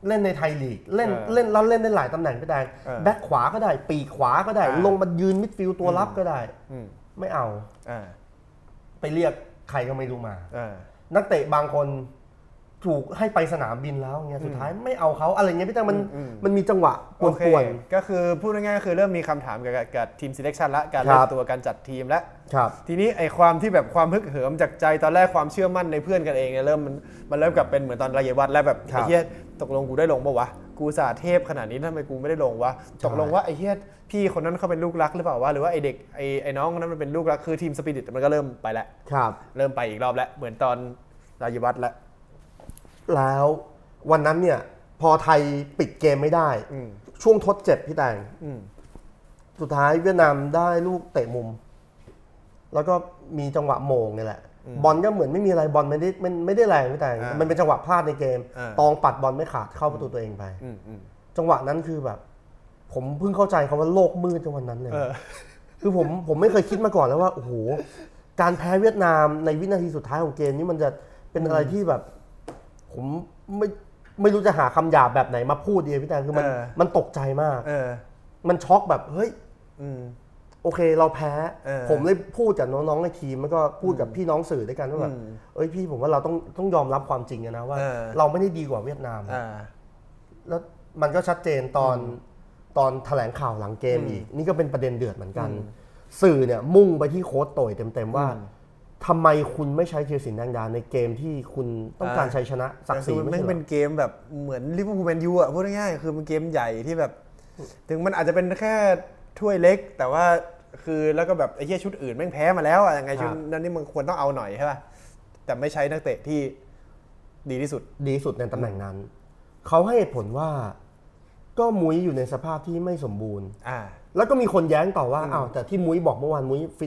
เล่นในไทยลีกเล่นแล้วเล่นได้หลายตำแหน่งพี่แดงแบ็คขวาก็ได้ปีกขวาก็ได้ลงมายืนมิดฟิลด์ตัวรับก็ได้ไม่เอาไปเรียกใครก็ไม่รู้มานักเตะบางคนถูกให้ไปสนามบินแล้วเงี้ยสุดท้ายไม่เอาเขาอะไรเงี้ยพี่แจ๊คมันมีจังหวะป่วนก็คือพูดง่ายๆก็คือเริ่มมีคำถามกับทีม selection ละการเลือกตัวการจัดทีมและทีนี้ไอความที่แบบความฮึกเหิมจากใจตอนแรกความเชื่อมั่นในเพื่อนกันเองเนี่ยมันเริ่มกลับเป็นเหมือนตอนรายวัฒน์แล้วแบบไอ้เหี้ยตกลงกูได้ลงป่าววะกูสาเทพขนาดนี้ทำไมกูไม่ได้ลงวะตกลงว่าไอ้เหี้ยพี่คนนั้นเขาเป็นลูกรักหรือเปล่าวะหรือว่าไอเด็กไอ้น้องคนนั้นมันเป็นลูกรักคือทีมสปิริตมันก็เริ่มไปแล้วเริ่มไปอีกรอบแล้วเหมือนตอนรายวัฒน์แล้ววันนั้นเนี่ยพอไทยปิดเกมไม่ได้ช่วงทดเจ็บพี่แตงสุดท้ายเวียดนามได้ลูกเตะมุมแล้วก็มีจังหวะโมงนี่แหละบอลก็เหมือนไม่มีอะไรบอลไม่ได้แรงพี่แตงมันเป็นจังหวะพลาดในเกมตองปัดบอลไม่ขาดเข้าประตูตัวเองไปจังหวะนั้นคือแบบผมเพิ่งเข้าใจคำว่าโลกมืดในวันนั้นเลยคือผมไม่เคยคิดมาก่อนแล้วว่าโอ้โหการแพ้เวียดนามในวินาทีสุดท้ายของเกมนี้มันจะเป็นอะไรที่แบบผมไม่รู้จะหาคำหยาบแบบไหนมาพูดดีพี่แตงคือมันตกใจมากมันช็อกแบบเฮ้ยโอเคเราแพ้ผมเลยพูดกับน้องๆในทีมแล้วก็พูดกับพี่น้องสื่อด้วยกันว่าแบบเอ้ยพี่ผมว่าเราต้องยอมรับความจริงนะว่าเราไม่ได้ดีกว่าเวียดนามแล้วมันก็ชัดเจนตอนแถลงข่าวหลังเกมอีกนี่ก็เป็นประเด็นเดือดเหมือนกันสื่อเนี่ยมุ่งไปที่โค้ชโต่ยเต็มๆว่าทำไมคุณไม่ใช้ธีรศิลป์แดงดาในเกมที่คุณต้องการชัยชนะศักดิ์ศรีไม่เป็นเกมแบบเหมือนลิเวอร์พูลแมนยูอ่ะพูดง่ายๆคือเป็นเกมใหญ่ที่แบบถึงมันอาจจะเป็นแค่ถ้วยเล็กแต่ว่าคือแล้วก็แบบไอ้เหี้ยชุดอื่นแม่งแพ้มาแล้วอะยังไงชุดนั้นนี่มันควรต้องเอาหน่อยใช่ป่ะแต่ไม่ใช้นักเตะที่ดีที่สุดในตำแหน่งนั้นเขาให้เหตุผลว่าก็มุ้ยอยู่ในสภาพที่ไม่สมบูรณ์แล้วก็มีคนแย้งต่อว่าอ้าวแต่ที่มุ้ยบอกเมื่อวานมุ้ยฟิต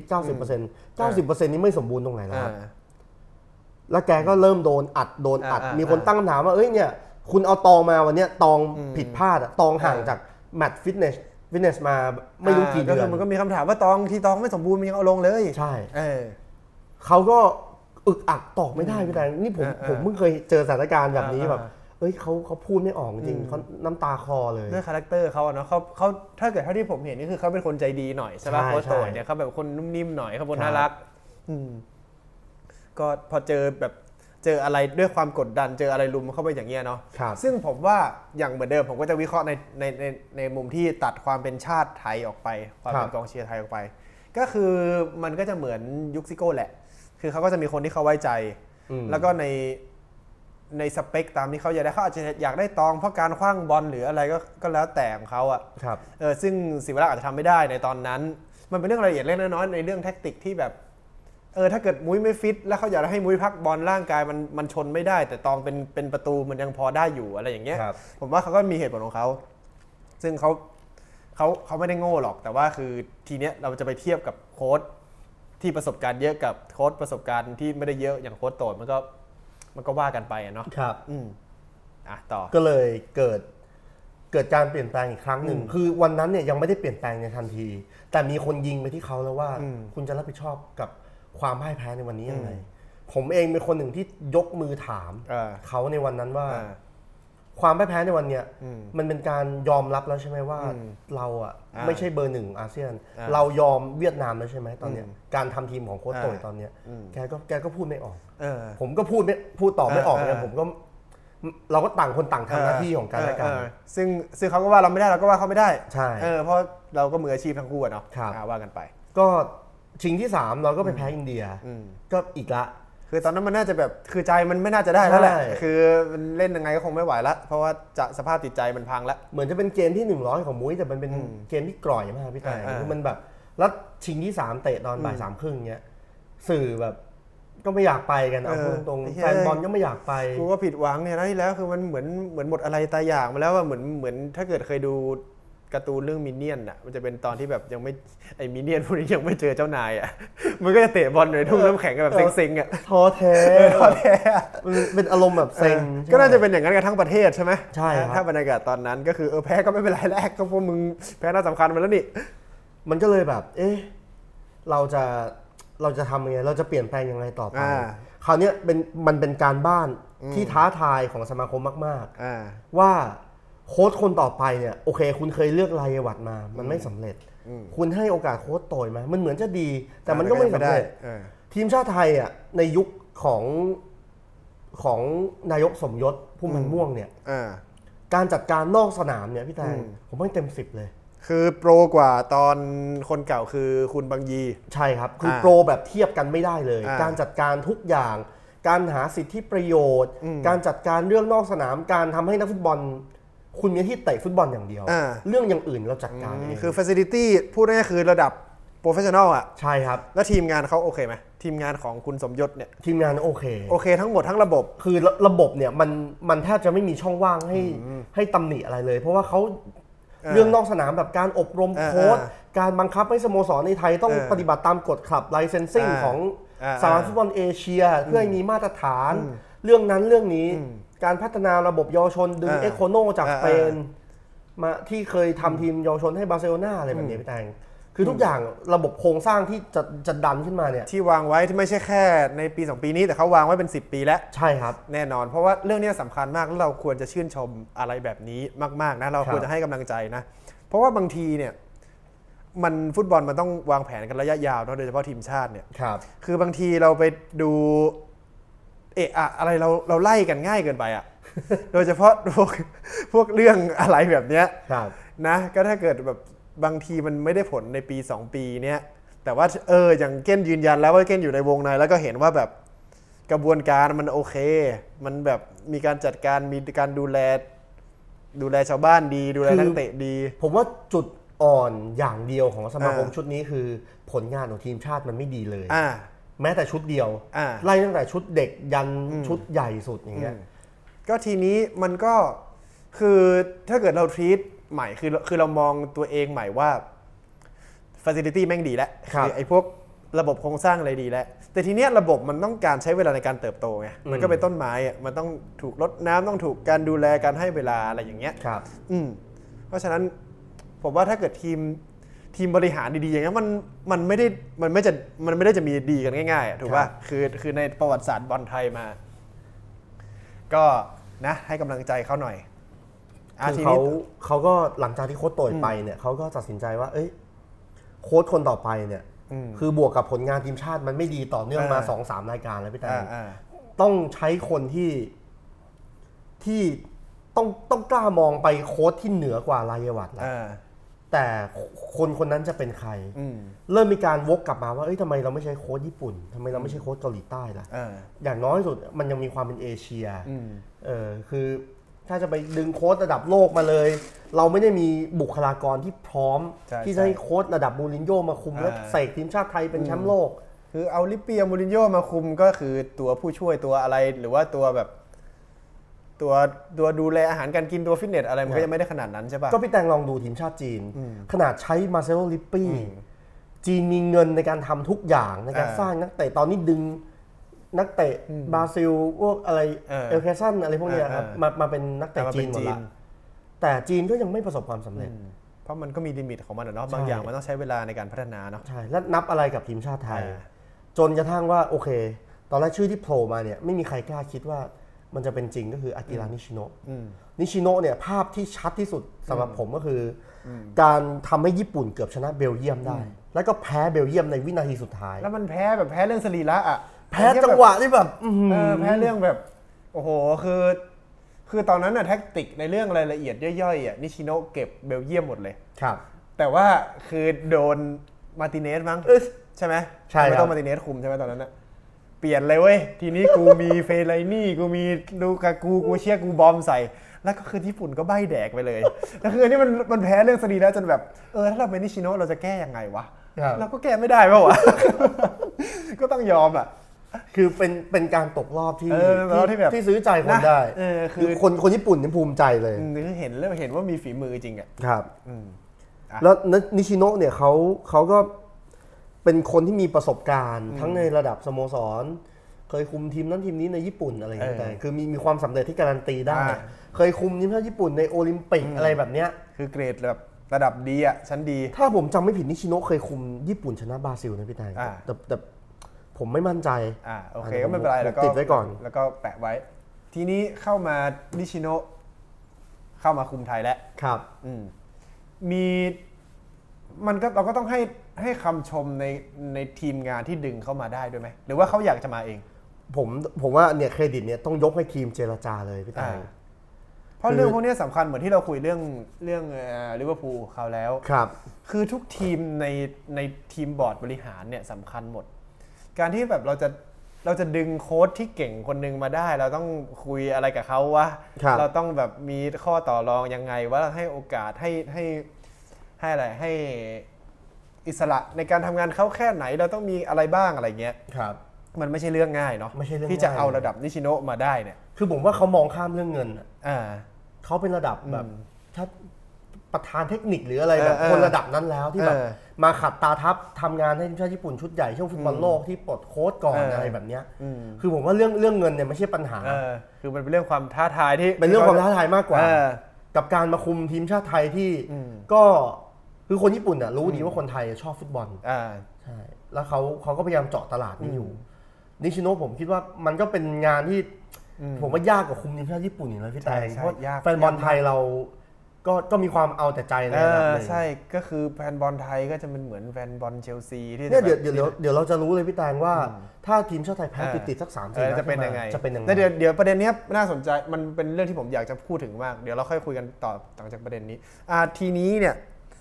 90% นี่ไม่สมบูรณ์ตรงไหนแล้วแล้วแกก็เริ่มโดนอัดมีคนตั้งคำถามว่าเอ้ยเนี่ยคุณเอาตองมาวันนี้ตองผิดพลาดตองห่างจากแมตช์ฟิตเนสมาไม่รู้กี่เดือนมันก็มีคำถามว่าตองไม่สมบูรณ์มันยังเอาลงเลยใช่เขาก็อึกอักตอบไม่ได้พี่แดงนี่ผมเพิ่งเคยเจอสถานการณ์แบบนี้แบบเอ้ยเขาพูดไม่ออกจริงเขาน้ำตาคลอเลยด้วยคาแรคเตอร์เขาเนาะเขาถ้าเกิดเท่าที่ผมเห็นนี่คือเขาเป็นคนใจดีหน่อยใช่ป่ะโค้ชโต่ยเนี่ยเขาแบบคนนุ่มนิ่มหน่อยเขาเป็นน่ารักก็พอเจออะไรด้วยความกดดันเจออะไรลุมเข้าไปอย่างเงี้ยเนาะซึ่งผมว่าอย่างเหมือนเดิมผมก็จะวิเคราะห์ในมุมที่ตัดความเป็นชาติไทยออกไปความเป็นกองเชียร์ไทยออกไปก็คือมันก็จะเหมือนยุคซิโก้แหละคือเขาก็จะมีคนที่เขาไว้ใจแล้วก็ในสเปคตามที่เขาอยากได้เขาอาจจะอยากได้ตองเพราะการขว้างบอลหรืออะไรก็แล้วแต่ของเขาอ่ะซึ่งศิวรักษ์อาจจะทำไม่ได้ในตอนนั้นมันเป็นเรื่องรายละเอียดเล็กน้อยในเรื่องแทคติกที่แบบถ้าเกิดมุ้ยไม่ฟิตแล้วเขาอยากให้มุ้ยพักบอลร่างกายมันชนไม่ได้แต่ตองเป็นประตูมันยังพอได้อยู่อะไรอย่างเงี้ยผมว่าเขาก็มีเหตุผลของเขาซึ่งเขาไม่ได้โง่หรอกแต่ว่าคือทีเนี้ยเราจะไปเทียบกับโค้ชที่ประสบการณ์เยอะกับโค้ชประสบการณ์ที่ไม่ได้เยอะอย่างโค้ชโต่ยมันก็ว่ากันไปเนาะครับต่อก็เลยเกิดการเปลี่ยนแปลงอีกครั้งหนึ่งคือวันนั้นเนี่ยยังไม่ได้เปลี่ยนแปลงในทันทีแต่มีคนยิงไปที่เขาแล้วว่าคุณจะรับผิดชอบกับความพ่ายแพ้ในวันนี้ยังไงผมเองเป็นคนหนึ่งที่ยกมือถามเขาในวันนั้นว่าความพ่ายแพ้ในวันเนี้ยมันเป็นการยอมรับแล้วใช่ไหมว่าเราอ่ะไม่ใช่เบอร์หนึ่งอาเซียนเรายอมเวียดนามแล้วใช่ไหมตอนเนี้ยการทำทีมของโค้ชโต่ยตอนเนี้ยแกก็พูดไม่ออกผมก็พูดตอบไม่ออกเนี่ยผมก็เราก็ต่างคนต่างทำหน้าที่ของกันและกันซึ่งเขาก็ว่าเราไม่ได้เราก็ว่าเขาไม่ได้ใช่เพราะเราก็มืออาชีพทั้งคู่เนาะว่ากันไปก็ชิงที่3เราก็ไปแพ้อินเดียก็อีกละคือตอนนั้นมันน่าจะแบบคือใจมันไม่น่าจะได้แล้วแหละคือมันเล่นยังไงก็คงไม่ไหวละเพราะว่าจะสภาพจิตใจมันพังแล้วเหมือนจะเป็นเกมที่100ของมุ้ยแต่มันเป็นเกมที่กร่อยมากพี่แต่คือมันแบบแล้วชิงที่3เตะตอนบ่าย 3:30 เงี้ยสื่อแบบก็ไม่อยากไปกันเอาตรงๆแฟนบอลก็ไม่อยากไปกูก็ผิดหวังเนี่ยนะที่แล้วคือมันเหมือนหมดอะไรตายอยากมาแล้วว่าเหมือนถ้าเกิดเคยดูการ์ตูนเรื่องมินเนี่ยนอ่ะมันจะเป็นตอนที่แบบยังไม่ไอ้มินเนี่ยนพวกนี้ยังไม่เจอเจ้านายอ่ะมันก็จะเตะบอลในทุ่งน้ำแข็งกันแบบเซ็งๆอ่ะท้อแท้เป็นอารมณ์แบบเซ็งก็น่าจะเป็นอย่างนั้นกันทั้งประเทศใช่ไหมใช่ถ้าบรรยากาศตอนนั้นก็คือแพ้ก็ไม่เป็นไรแรกก็พวกมึงแพ้น่าสำคัญมาแล้วนี่มันก็เลยแบบเราจะทำยังไงเราจะเปลี่ยนแปลงยังไงต่อไปคราวนี้มันเป็นการบ้านที่ท้าทายของสมาคมมากๆว่าโค้ชคนต่อไปเนี่ยโอเคคุณเคยเลือกรายวัตมามันไม่สำเร็จคุณให้โอกาสโค้ชโตยมามันเหมือนจะดีแต่มันก็ไม่สำเร็จทีมชาติไทยอ่ะในยุคของนายกสมยศพุ่มพันธ์ม่วงเนี่ยการจัดการนอกสนามเนี่ยพี่แตงผมให้เต็ม10เลยคือโปรกว่าตอนคนเก่าคือคุณบางยีใช่ครับคือโปรแบบเทียบกันไม่ได้เลยการจัดการทุกอย่างการหาสิทธิประโยชน์การจัดการเรื่องนอกสนามการทำให้นักฟุตบอลคุณมีที่เตะฟุตบอลอย่างเดียวเรื่องอย่างอื่นเราจัดการเองคือ facility พูดง่ายๆคือระดับ professional อ่ะใช่ครับแล้วทีมงานเขาโอเคไหมทีมงานของคุณสมยศเนี่ยทีมงานโอเคทั้งหมดทั้งระบบคือระบบเนี่ยมันแทบจะไม่มีช่องว่างให้ตำหนิอะไรเลยเพราะว่าเขาเรื่องนอกสนามแบบการอบรมโค้ชการบังคับให้สโมสรในไทยต้องปฏิบัติตามกฎคลับไลเซนซิ่งของสหพันธ์ฟุตบอลเอเชียเพื่อให้มีมาตรฐานเรื่องนั้นเรื่องนี้การพัฒนาระบบเยาวชนดึงเอ็กโคโนจากสเปนมาที่เคยทำทีมเยาวชนให้บาร์เซโลนาอะไรแบบนี้พี่แตงคือทุกอย่างระบบโครงสร้างที่จะดันขึ้นมาเนี่ยที่วางไว้ที่ไม่ใช่แค่ในปี2ปีนี้แต่เขาวางไว้เป็น10ปีแล้วใช่ครับแน่นอนเพราะว่าเรื่องนี้สำคัญมากแล้วเราควรจะชื่นชมอะไรแบบนี้มากๆนะเราควรจะให้กำลังใจนะเพราะว่าบางทีเนี่ยมันฟุตบอลมันต้องวางแผนกันระยะยาวโดยเฉพาะทีมชาติเนี่ยคือบางทีเราไปดูอะไรเราไล่กันง่ายเกินไปอ่ะ โดยเฉพาะพวกเรื่องอะไรแบบเนี้ยนะก็ถ้าเกิดแบบบางทีมันไม่ได้ผลในปี2ปีเนี้ยแต่ว่าอย่างเก้นยืนยันแล้วว่าเก้นอยู่ในวงในแล้วก็เห็นว่าแบบกระบวนการมันโอเคมันแบบมีการจัดการมีการดูแลชาวบ้านดีดูแลนักเตะดีผมว่าจุดอ่อนอย่างเดียวของสมาคมชุดนี้คือผลงานของทีมชาติมันไม่ดีเลยแม้แต่ชุดเดียวไล่ตั้งแต่ชุดเด็กยันชุดใหญ่สุดอย่างเงี้ยก็ทีนี้มันก็คือถ้าเกิดเราทรีตใหม่คือเรามองตัวเองใหม่ว่า facility แม่งดีแล้วคือไอ้พวกระบบโครงสร้างอะไรดีแล้วแต่ทีเนี้ยระบบมันต้องการใช้เวลาในการเติบโตไงมันก็เป็นต้นไม้อะมันต้องถูกรดน้ำต้องถูกการดูแลการให้เวลาอะไรอย่างเงี้ยเพราะฉะนั้นผมว่าถ้าเกิดทีมบริหารดีๆอย่างเงี้ยมันไม่ได้จะมีดีกันง่ายๆถูกป่ะคือในประวัติศาสตร์บอลไทยมาก็นะให้กำลังใจเขาหน่อยคือเขาก็หลังจากที่โค้ชโตยไปเนี่ยเขาก็ตัดสินใจว่าโค้ชคนต่อไปเนี่ยคือบวกกับผลงานทีมชาติมันไม่ดีต่อเนื่องมา 2-3 รายการแล้วพี่แตงต้องใช้คนที่ต้องกล้ามองไปโค้ชที่เหนือกว่ารายวัตแล้วแต่คนนั้นจะเป็นใครเริ่มมีการวกกลับมาว่าทำไมเราไม่ใช้โค้ชญี่ปุ่นทำไมเราไม่ใช้โค้ชเกาหลีใต้ล่ะอย่างน้อยสุดมันยังมีความเป็นเอเชียคือถ้าจะไปดึงโค้ชระดับโลกมาเลยเราไม่ได้มีบุคลากรที่พร้อมที่จะให้โค้ชระดับมูรินโญ่มาคุมและเสกทีมชาติไทยเป็นแชมป์โลกคือเอาลิเปียมูรินโญ่มาคุมก็คือตัวผู้ช่วยตัวอะไรหรือว่าตัวแบบตัวดูแลอาหารการกินตัวฟิตเนสอะไรมันก็ยังไม่ได้ขนาดนั้นใช่ป่ะก็พี่แตงลองดูทีมชาติจีนขนาดใช้มาเซโลลิปปี้จีนมีเงินในการทำทุกอย่างในการสร้างนักเตะตอนนี้ดึงนักเตะบราซิลพวกอะไรเอลเคซันอะไรพวกนี้ครับมาเป็นนักเตะจีนหมดละแต่จีนก็ยังไม่ประสบความสำเร็จเพราะมันก็มีลิมิตของมันเนาะบางอย่างมันต้องใช้เวลาในการพัฒนาเนาะใช่แล้วนับอะไรกับทีมชาติไทยจนกระทั่งว่าโอเคตอนแรกชื่อที่โผล่มาเนี่ยไม่มีใครกล้าคิดว่ามันจะเป็นจริงก็คืออากิระนิชิโนะเนี่ยภาพที่ชัดที่สุดสำหรับผมก็คือการทำให้ญี่ปุ่นเกือบชนะเบลเยียมได้แล้วก็แพ้เบลเยียมในวินาทีสุดท้ายแล้วมันแพ้เรื่องสรีระอ่ะแพ้จังหวะที่แบบแพ้เรื่องแบบโอ้โหคือตอนนั้นน่ะแท็กติกในเรื่องรายละเอียดย่อยๆอ่ะนิชิโนะเก็บเบลเยียมหมดเลยครับแต่ว่าคือโดนมาร์ติเนสมั้งใช่ไหมใช่ไม่ต้องมาร์ติเนสคุมใช่ไหมตอนนั้นน่ะเปลี่ยนเลยเว้ยทีนี้กูมีเฟไลนี่กูมีลูกากูเชียกูบอมใส่แล้วก็คือญี่ปุ่นก็ใบ้แดกไปเลยแล้วคืออันนี้มันแพ้เรื่องสรีระจนแบบถ้าเราเป็นนิชิโนะเราจะแก้ยังไงวะเราก็แก้ไม่ได้ป่าววะก็ต้องยอมอ่ะคือเป็นการตกรอบที่ซื้อใจคนได้คือคนญี่ปุ่นนี่ภูมิใจเลยเห็นว่ามีฝีมือจริงอ่ะครับแล้วนิชิโนะเนี่ยเขาก็เป็นคนที่มีประสบการณ์ทั้งในระดับสโมสรเคยคุมทีมนั้นทีมนี้ในญี่ปุ่นอะไรอย่างเงี้ยคือมีความสำเร็จที่การันตีได้เคยคุมทีมชาติญี่ปุ่นในโอลิมปิกอะไรแบบเนี้ยคือเกรดแบบระดับดีอ่ะชั้นดีถ้าผมจำไม่ผิดนิชิโนะเคยคุมญี่ปุ่นชนะบราซิลนะพี่แตงแต่ผมไม่มั่นใจโอเคก็ไม่เป็นไรแล้วก็ติดไว้ก่อนแล้วก็แปะไว้ทีนี้เข้ามานิชิโนะเข้ามาคุมไทยแล้วครับมีมันก็เราก็ต้องให้คำชมในทีมงานที่ดึงเข้ามาได้ด้วยไหมหรือว่าเขาอยากจะมาเองผมว่าเนี่ยเครดิตเนี่ยต้องยกให้ทีมเจรจาเลยพี่ตายเพราะเรื่องพวกนี้สำคัญเหมือนที่เราคุยเรื่องลิเวอร์พูลคราวแล้วครับคือทุกทีมในทีมบอร์ดบริหารเนี่ยสำคัญหมดการที่แบบเราจะดึงโค้ชที่เก่งคนนึงมาได้เราต้องคุยอะไรกับเขาวะเราต้องแบบมีข้อต่อรองยังไงว่าให้โอกาสให้อะไรให้อิสระในการทำงานเขาแค่ไหนเราต้องมีอะไรบ้างอะไรเงี้ยครับมันไม่ใช่เรื่องง่ายเนาะที่จะเอาระดับนิชิโนะมาได้เนี่ยคือผมว่าเขามองข้ามเรื่องเงินเขาเป็นระดับแบบถ้าประธานเทคนิคหรืออะไรแบบคนระดับนั้นแล้วที่แบบมาขัดตาทับทำงานให้ทีมชาติญี่ปุ่นชุดใหญ่ช่วงฟุตบอลโลกที่ปลดโค้ชก่อนอะไรแบบนี้คือผมว่าเรื่องเงินเนี่ยไม่ใช่ปัญหาคือมันเป็นเรื่องความท้าทายที่เป็นเรื่องความท้าทายมากกว่ากับการมาคุมทีมชาติไทยที่ก็คือคนญี่ปุ่นอ่ะรู้ดีว่าคนไทยชอบฟุตบอลใช่แล้วเขาก็พยายามเจาะตลาดนี้อยู่นิชิโนะผมคิดว่ามันก็เป็นงานที่ผมว่ายากกว่าคุมทีมชาติญี่ปุ่นอย่างไรพี่แตงเพราะแฟนบอลไทยเราก็มีความเอาแต่ใจในระดับนึงใช่ก็คือแฟนบอลไทยก็จะเป็นเหมือนแฟนบอลเชลซีที่เนี่ยเดี๋ยวเราจะรู้เลยพี่แตงว่าถ้าทีมชาติไทยแพ้ติดสัก3-4 นัดจะเป็นยังไงแต่เดี๋ยวประเด็นนี้น่าสนใจมันเป็นเรื่องที่ผมอยากจะพูดถึงมากเดี๋ยวเราค่อยคุยกันต่อหลังจากประเด็นนี้ทีนี้เนี่ย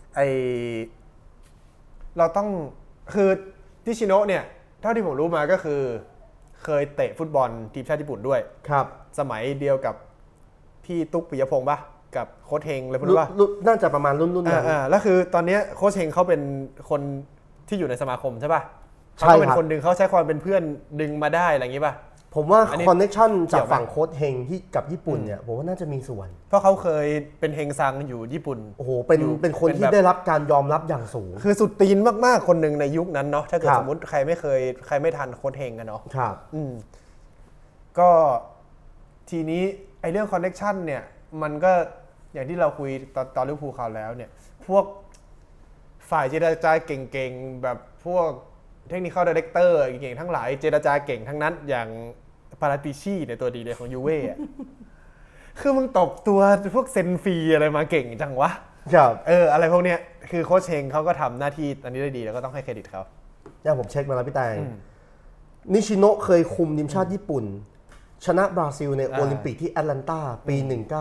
เราต้องคือนิชิโนะเนี่ยเท่าที่ผมรู้มาก็คือเคยเตะฟุตบอลทีมชาติญี่ปุ่นด้วยครับสมัยเดียวกับพี่ตุ๊กปิยพงษ์ป่ะกับโค้ชเฮงเลยพูดว่าน่าจะประมาณรุ่นนั้นแล้วคือตอนนี้โค้ชเฮงเขาเป็นคนที่อยู่ในสมาคมใช่ป่ะเขาเป็นคนดึงเขาใช้ความเป็นเพื่อนดึงมาได้อะไรอย่างนี้ป่ะผมว่าคอนเนคชั่นจากฝั่งโค้ชเฮงที่กับญี่ปุ่นเนี่ยผมว่าน่าจะมีส่วนเพราะเขาเคยเป็นเฮงซังอยู่ญี่ปุ่นโอ้โหเป็นคนที่ได้รับการยอมรับอย่างสูงคือสุดตีนมากๆคนหนึ่งในยุคนั้นเนาะถ้าเกิดสมมติใครไม่ทันโค้ชเฮงกันเนาะครับก็ทีนี้ไอ้เรื่องคอนเนคชั่นเนี่ยมันก็อย่างที่เราคุยตอนลิเวอร์พูลคราวแล้วเนี่ยพวกฝ่ายเจรจาเก่งๆแบบพวกเทคนิคอลไดเรคเตอร์เก่งๆทั้งหลายเจรจาเก่งทั้งนั้นอย่างปาราติชีเนี่ยตัวดีเลยของยูเว่คือมึงตบตัวพวกเซนฟีอะไรมาเก่งจังวะครับอะไรพวกเนี้ยคือโค้ชเชงเขาก็ทำหน้าที่อันนี้ได้ดีแล้วก็ต้องให้เครดิตเขาเนี่ยผมเช็คมาแล้วพี่แตงนิชิโนะเคยคุมทีมชาติญี่ปุ่นชนะบราซิลในโอลิมปิกที่แอตแลนตาปี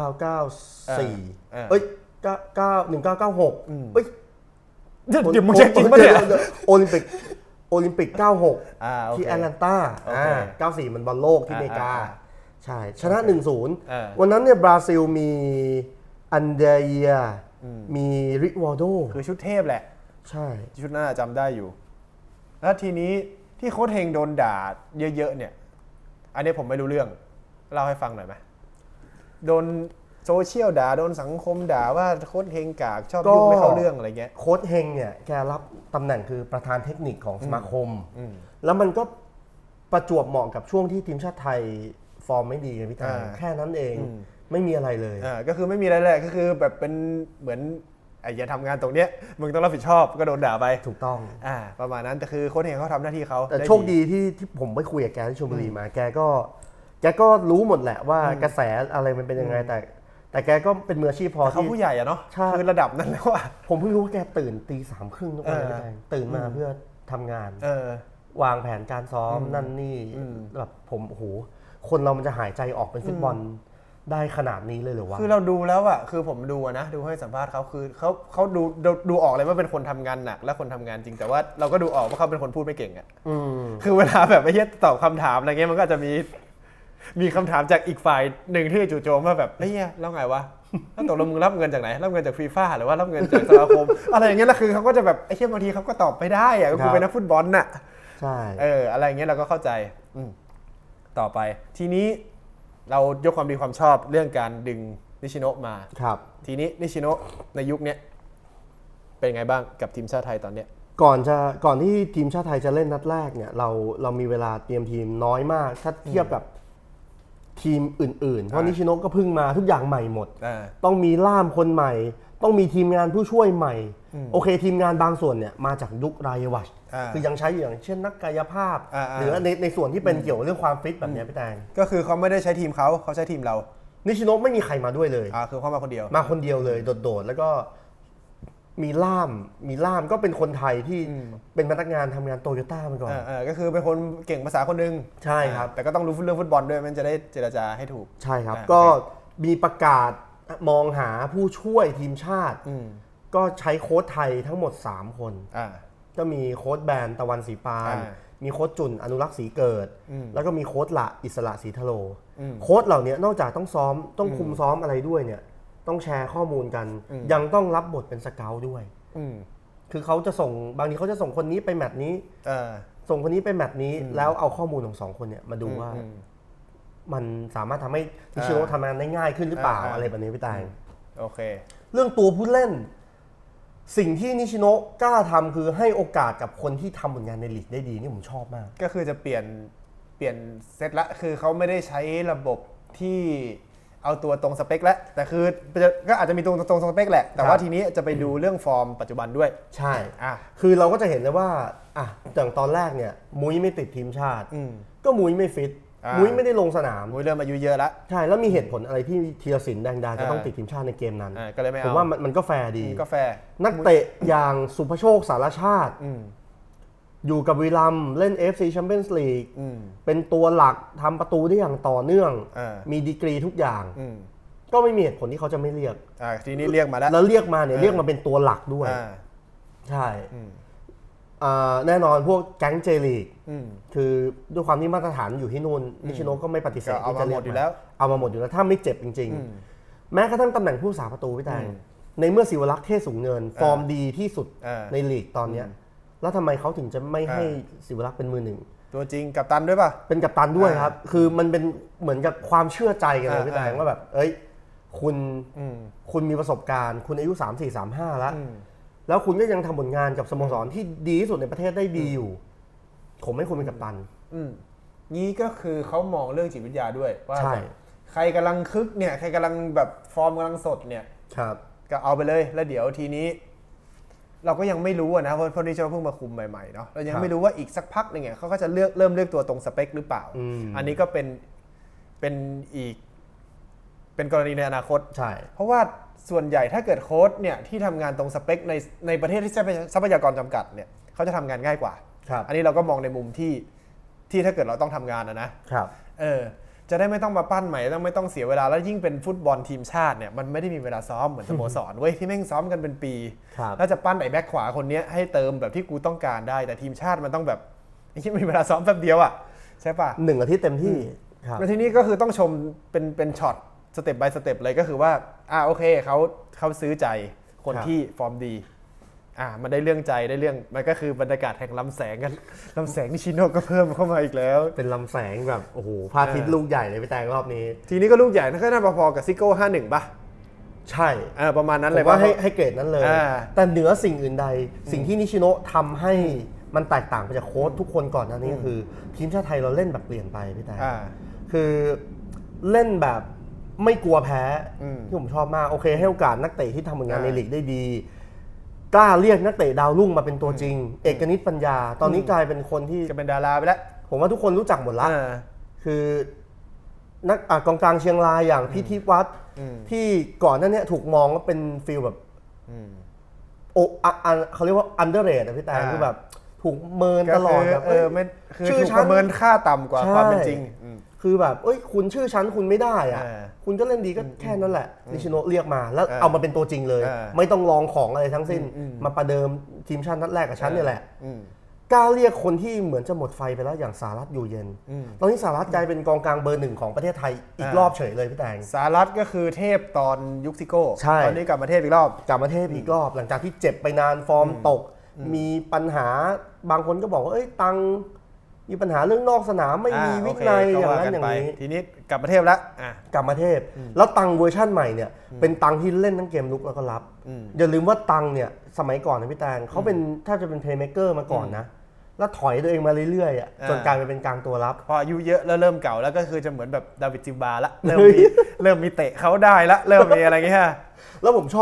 19941996 เดี๋ยวมึงเช็คจริงป่ะเนี่ยโอลิมปิก96ที่แอตแลนตา94มันบอลโลกที่อเมริกาใช่ชนะ 1-0 วันนั้นเนี่ยบราซิลมีอันเดเยียมีริวอลโดคือชุดเทพแหละใช่ชุดหน้าจำได้อยู่แล้วทีนี้ที่โค้ชเฮงโดนด่าเยอะๆเนี่ยอันนี้ผมไม่รู้เรื่องเล่าให้ฟังหน่อยไหมโดนโซเชียลด่าโดนสังคมด่าว่าโค้ชเฮงกากชอบยุ่งไม่เข้าเรื่องอะไรเงี้ยโค้ชเฮงเนี่ยแกรับตำแหน่งคือประธานเทคนิคของสมาคมแล้วมันก็ประจวบเหมาะกับช่วงที่ทีมชาติไทยฟอร์มไม่ดีไงพี่ตาแค่นั้นเองไม่มีอะไรเลยก็คือไม่มีอะไรเลยก็คือแบบเป็นเหมือนอย่าทำงานตรงเนี้ยมึงต้องรับผิดชอบก็โดนด่าไปถูกต้องประมาณนั้นแต่คือโค้ชเฮงเขาทำหน้าที่เขาแต่โชคดีที่ผมไปคุยกับแกที่ชลบุรีมาแกก็รู้หมดแหละว่ากระแสอะไรมันเป็นยังไงแต่แกก็เป็นมืออาชีพพอที่เขาผู้ใหญ่อะเนาะคือระดับนั้นแล้วอะผมเพิ่งรู้ว่าแกตื่น 3:30 ทุกวันตื่นมาเพื่อทำงานวางแผนการซ้อมนั่นนี่แบบผมโอ้โหคนเรามันจะหายใจออกเป็นฟุตบอลได้ขนาดนี้เลยหรือวะคือเราดูแล้วอะคือผมดูนะดูให้สัมภาษณ์เขาคือเขาดูออกเลยว่าเป็นคนทำงานหนักและคนทำงานจริงแต่ว่าเราก็ดูออกว่าเขาเป็นคนพูดไม่เก่งอะคือเวลาแบบไอ้เหี้ยตอบคำถามอะไรเงี้ยมันก็จะมีคำถามจากอีกฝ่ายหนึ่งที่จู่โจมว่าแบบเฮ้ยแล้วไงวะแล้วตกลงมึงรับเงินจากไหนรับเงินจากฟีฟ่าหรือว่ารับเงินจากสมาคมอะไรอย่างเงี้ยแล้วคือเขาก็จะแบบไอ้เหี้ยบางทีเขาก็ตอบไม่ได้อะก็คือเป็นนักฟุตบอลน่ะใช่อะไรอย่างเงี้ยเราก็เข้าใจต่อไปทีนี้เรายกความดีความชอบเรื่องการดึงนิชิโนะมาครับทีนี้นิชิโนะในยุคนี้เป็นไงบ้างกับทีมชาติไทยตอนเนี้ยก่อนที่ทีมชาติไทยจะเล่นนัดแรกเนี่ยเรามีเวลาเตรียมทีมน้อยมากถ้าเทียบกับทีมอื่นๆเพราะนิชิโนะก็เพิ่งมาทุกอย่างใหม่หมดต้องมีล่ามคนใหม่ต้องมีทีมงานผู้ช่วยใหม่โอเคทีมงานบางส่วนเนี่ยมาจากยุครายวัชคือยังใช้อย่างเช่นนักกายภาพหรือในส่วนที่เป็นเกี่ยวกับเรื่องความฟิตแบบนี้พี่แตงก็คือเขาไม่ได้ใช้ทีมเขาใช้ทีมเรานิชิโนะไม่มีใครมาด้วยเลยคือเขามาคนเดียวเลยโดดๆแล้วก็มีล่ามก็เป็นคนไทยที่เป็นพนักงานทำงานโตโยต้ามาก่อนก็คือเป็นคนเก่งภาษาคนนึงใช่ครับแต่ก็ต้องรู้เรื่องฟุตบอลด้วยมันจะได้เจรจาให้ถูกใช่ครับก็มีประกาศมองหาผู้ช่วยทีมชาติก็ใช้โค้ชไทยทั้งหมด3คนก็มีโค้ชแบนตะวันศรีปานมีโค้ชจุนอนุรักษ์ศรีเกิดแล้วก็มีโค้ชละอิสระศรีทะโลโค้ชเหล่านี้นอกจากต้องซ้อมต้องคุมซ้อมอะไรด้วยเนี่ยต้องแชร์ข้อมูลกันยังต้องรับบทเป็นสเกาต์ด้วยคือเขาจะส่งบางทีเขาจะส่งคนนี้ไปแมตช์นี้ส่งคนนี้ไปแมตช์นี้แล้วเอาข้อมูลของ2คนเนี่ยมาดูว่ามันสามารถทำให้นิชิโนะทำงานได้ง่ายขึ้นหรือเปล่าอะไรแบบนี้พี่ตายโอเคเรื่องตัวผู้เล่นสิ่งที่นิชิโนะกล้าทำคือให้โอกาสกับคนที่ทำผลงานในลีกได้ดีนี่ผมชอบมากก็คือจะเปลี่ยนเซตละคือเขาไม่ได้ใช้ระบบที่เอาตัวตรงสเปคแล้วแต่คือก็อาจจะมีตรงสเปคแหละแต่ว่าทีนี้จะไปดูเรื่องฟอร์มปัจจุบันด้วยใช่คือเราก็จะเห็นเลยว่าอย่างตอนแรกเนี่ยมุ้ยไม่ติดทีมชาติก็มุ้ยไม่ฟิตมุ้ยไม่ได้ลงสนามมุ้ยเริ่มอายุเยอะแล้วใช่แล้วมีเหตุผลอะไรที่ธีรศิลป์แดงดาจะต้องติดทีมชาติในเกมนั้นก็เลยไม่เอาผมว่ามันก็แฟร์ดีก็แฟร์นักเตะอย่างสุภโชคสารชาติอยู่กับวีรัมย์เล่น FC Champions League เป็นตัวหลักทำประตูได้อย่างต่อเนื่องมีดีกรีทุกอย่างก็ไม่มีเหตุผลที่เขาจะไม่เรียกทีนี้เรียกมาแล้วเรียกมาเนี่ยเรียกมาเป็นตัวหลักด้วยใช่แน่นอนพวกแก๊งเจลีกคือด้วยความที่มาตรฐานอยู่ที่นู่นนิชิโนะก็ไม่ปฏิเสธที่จะเรียกเอามาหมดอยู่แล้วถ้าไม่เจ็บจริงๆแม้กระทั่งตำแหน่งผู้รักษาประตูพี่แตงในเมื่อศิวรักษ์เทศสูงเนินฟอร์มดีที่สุดในลีกตอนนี้แล้วทำไมเขาถึงจะไม่ให้ศิวรักษ์เป็นมือหนึ่งตัวจริงกัปตันด้วยป่ะเป็นกัปตันด้วยครับคือมันเป็นเหมือนกับความเชื่อใจกันเลยพี่แตงว่าแบบเอ้ยคุณมีประสบการณ์คุณอายุ34-35แล้วคุณก็ยังทำผลงานกับสโมสรที่ดีที่สุดในประเทศได้ดีอยู่ผมให้คุณเป็นกัปตันนี้ก็คือเขามองเรื่องจิตวิทยาด้วยว่าใครกำลังคึกเนี่ยใครกำลังแบบฟอร์มกำลังสดเนี่ยก็เอาไปเลยแล้วเดี๋ยวทีนี้เราก็ยังไม่รู้นะเพราะนี่เพิ่งมาคุมใหม่ๆเนาะเรายังไม่รู้ว่าอีกสักพักนึงเนี่ยเขาก็จะเริ่มเลือกตัวตรงสเปคหรือเปล่าอันนี้ก็เป็นอีกเป็นกรณีในอนาคตใช่เพราะว่าส่วนใหญ่ถ้าเกิดโค้ชเนี่ยที่ทำงานตรงสเปคในประเทศที่ทรัพยากรจำกัดเนี่ยเขาจะทำงานง่ายกว่าอันนี้เราก็มองในมุมที่ถ้าเกิดเราต้องทำงานนะครับจะได้ไม่ต้องมาปั้นใหม่ไม่ต้องเสียเวลาแล้วยิ่งเป็นฟุตบอลทีมชาติเนี่ยมันไม่ได้มีเวลาซ้อมเหมือนสโมสรเว้ยที่แม่งซ้อมกันเป็นปีแล้วจะปั้นไอ้แบ็คขวาคนนี้ให้เติมแบบที่กูต้องการได้แต่ทีมชาติมันต้องแบบที่มีเวลาซ้อมแป๊บเดียวใช่ป่ะ 1 อาทิตย์เต็มที่แล้วทีนี้ก็คือต้องชมเป็นช็อตสเต็ป by สเต็ปเลยก็คือว่าโอเคเขาซื้อใจคนที่ฟอร์มดีมันได้เรื่องใจได้เรื่องมันก็คือบรรยากาศแห่งลำแสงกันลำแสงนิชิโนะก็เพิ่มเข้ามาอีกแล้วเป็นลำแสงแบบโอ้โหพระอาทิตย์ลูกใหญ่เลยไปแต่งรอบนี้ทีนี้ก็ลูกใหญ่ก็น่าพอๆกับซิโก้51ป่ะใช่ประมาณนั้นเลยว่าให้เกรดนั้นเลยแต่เหนือสิ่งอื่นใดสิ่งที่นิชิโนะทำให้มันแตกต่างไปจากโค้ชทุกคนก่อนหน้านี้ก็คือทีมชาติไทยเราเล่นแบบเปลี่ยนไปพี่แต่คือเล่นแบบไม่กลัวแพ้ที่ผมชอบมากโอเคให้โอกาสนักเตะที่ทำผลงานในลีกได้ดีกล้าเรียกนักเตะดาวรุ่งมาเป็นตัวจริงเอกนิตปัญญาตอนนี้กลายเป็นคนที่จะเป็นดาราไปแล้วผมว่าทุกคนรู้จักหมดละคือนักกองกลางเชียงรายอย่างพิธีวัฒน์ที่ก่อนหน้านี้ถูกมองว่าเป็นฟีลแบบเขาเรียกว่าอันเดอร์เรทพี่แต่คือแบบถูกเมินตลอดแบบคือถูกประเมินค่าต่ำกว่าความเป็นจริงคือแบบคุณชื่อชั้นคุณไม่ได้คุณก็เล่นดีก็แค่นั้นแหละนิชิโนะเรียกมาแล้วเอามาเป็นตัวจริงเลยไม่ต้องลองของอะไรทั้งสิ้นมาประเดิมทีมชาตินัดแรกกับชั้นนี่แหละกล้าเรียกคนที่เหมือนจะหมดไฟไปแล้วอย่างสหรัฐอยู่เย็นตอนนี้สหรัฐกลายเป็นกองกลางเบอร์ 1ของประเทศไทยอีกรอบเฉยเลยพี่แตงสหรัฐก็คือเทพตอนยุคซิโก้ตอนนี้กลับมาเทพอีกรอบหลังจากที่เจ็บไปนานฟอร์มตกมีปัญหาบางคนก็บอกว่าตังมีปัญหาเรื่องนอกสนามไม่มีวินัยอย่างนั้นอย่างนี้ทีนี้กลับมาเทพแล้วกลับมาเทพแล้วตังเวอร์ชั่นใหม่เนี่ยเป็นตังที่เล่นทั้งเกมลุกแล้วก็รับอย่าลืมว่าตังเนี่ยสมัยก่อนนะพี่แตงเขาเป็นถ้าจะเป็นเพลย์เมคเกอร์มาก่อนนะแล้วถอยตัวเองมาเรื่อยๆจนกลายเป็นกลางตัวรับพออายุเยอะแล้วเริ่มเก่าแล้วก็คือจะเหมือนแบบดาวิดซิลบาละเริ่มมีเตะเขาได้ละเริ่มมีอะไรเงี้ยแล้วผมชอบ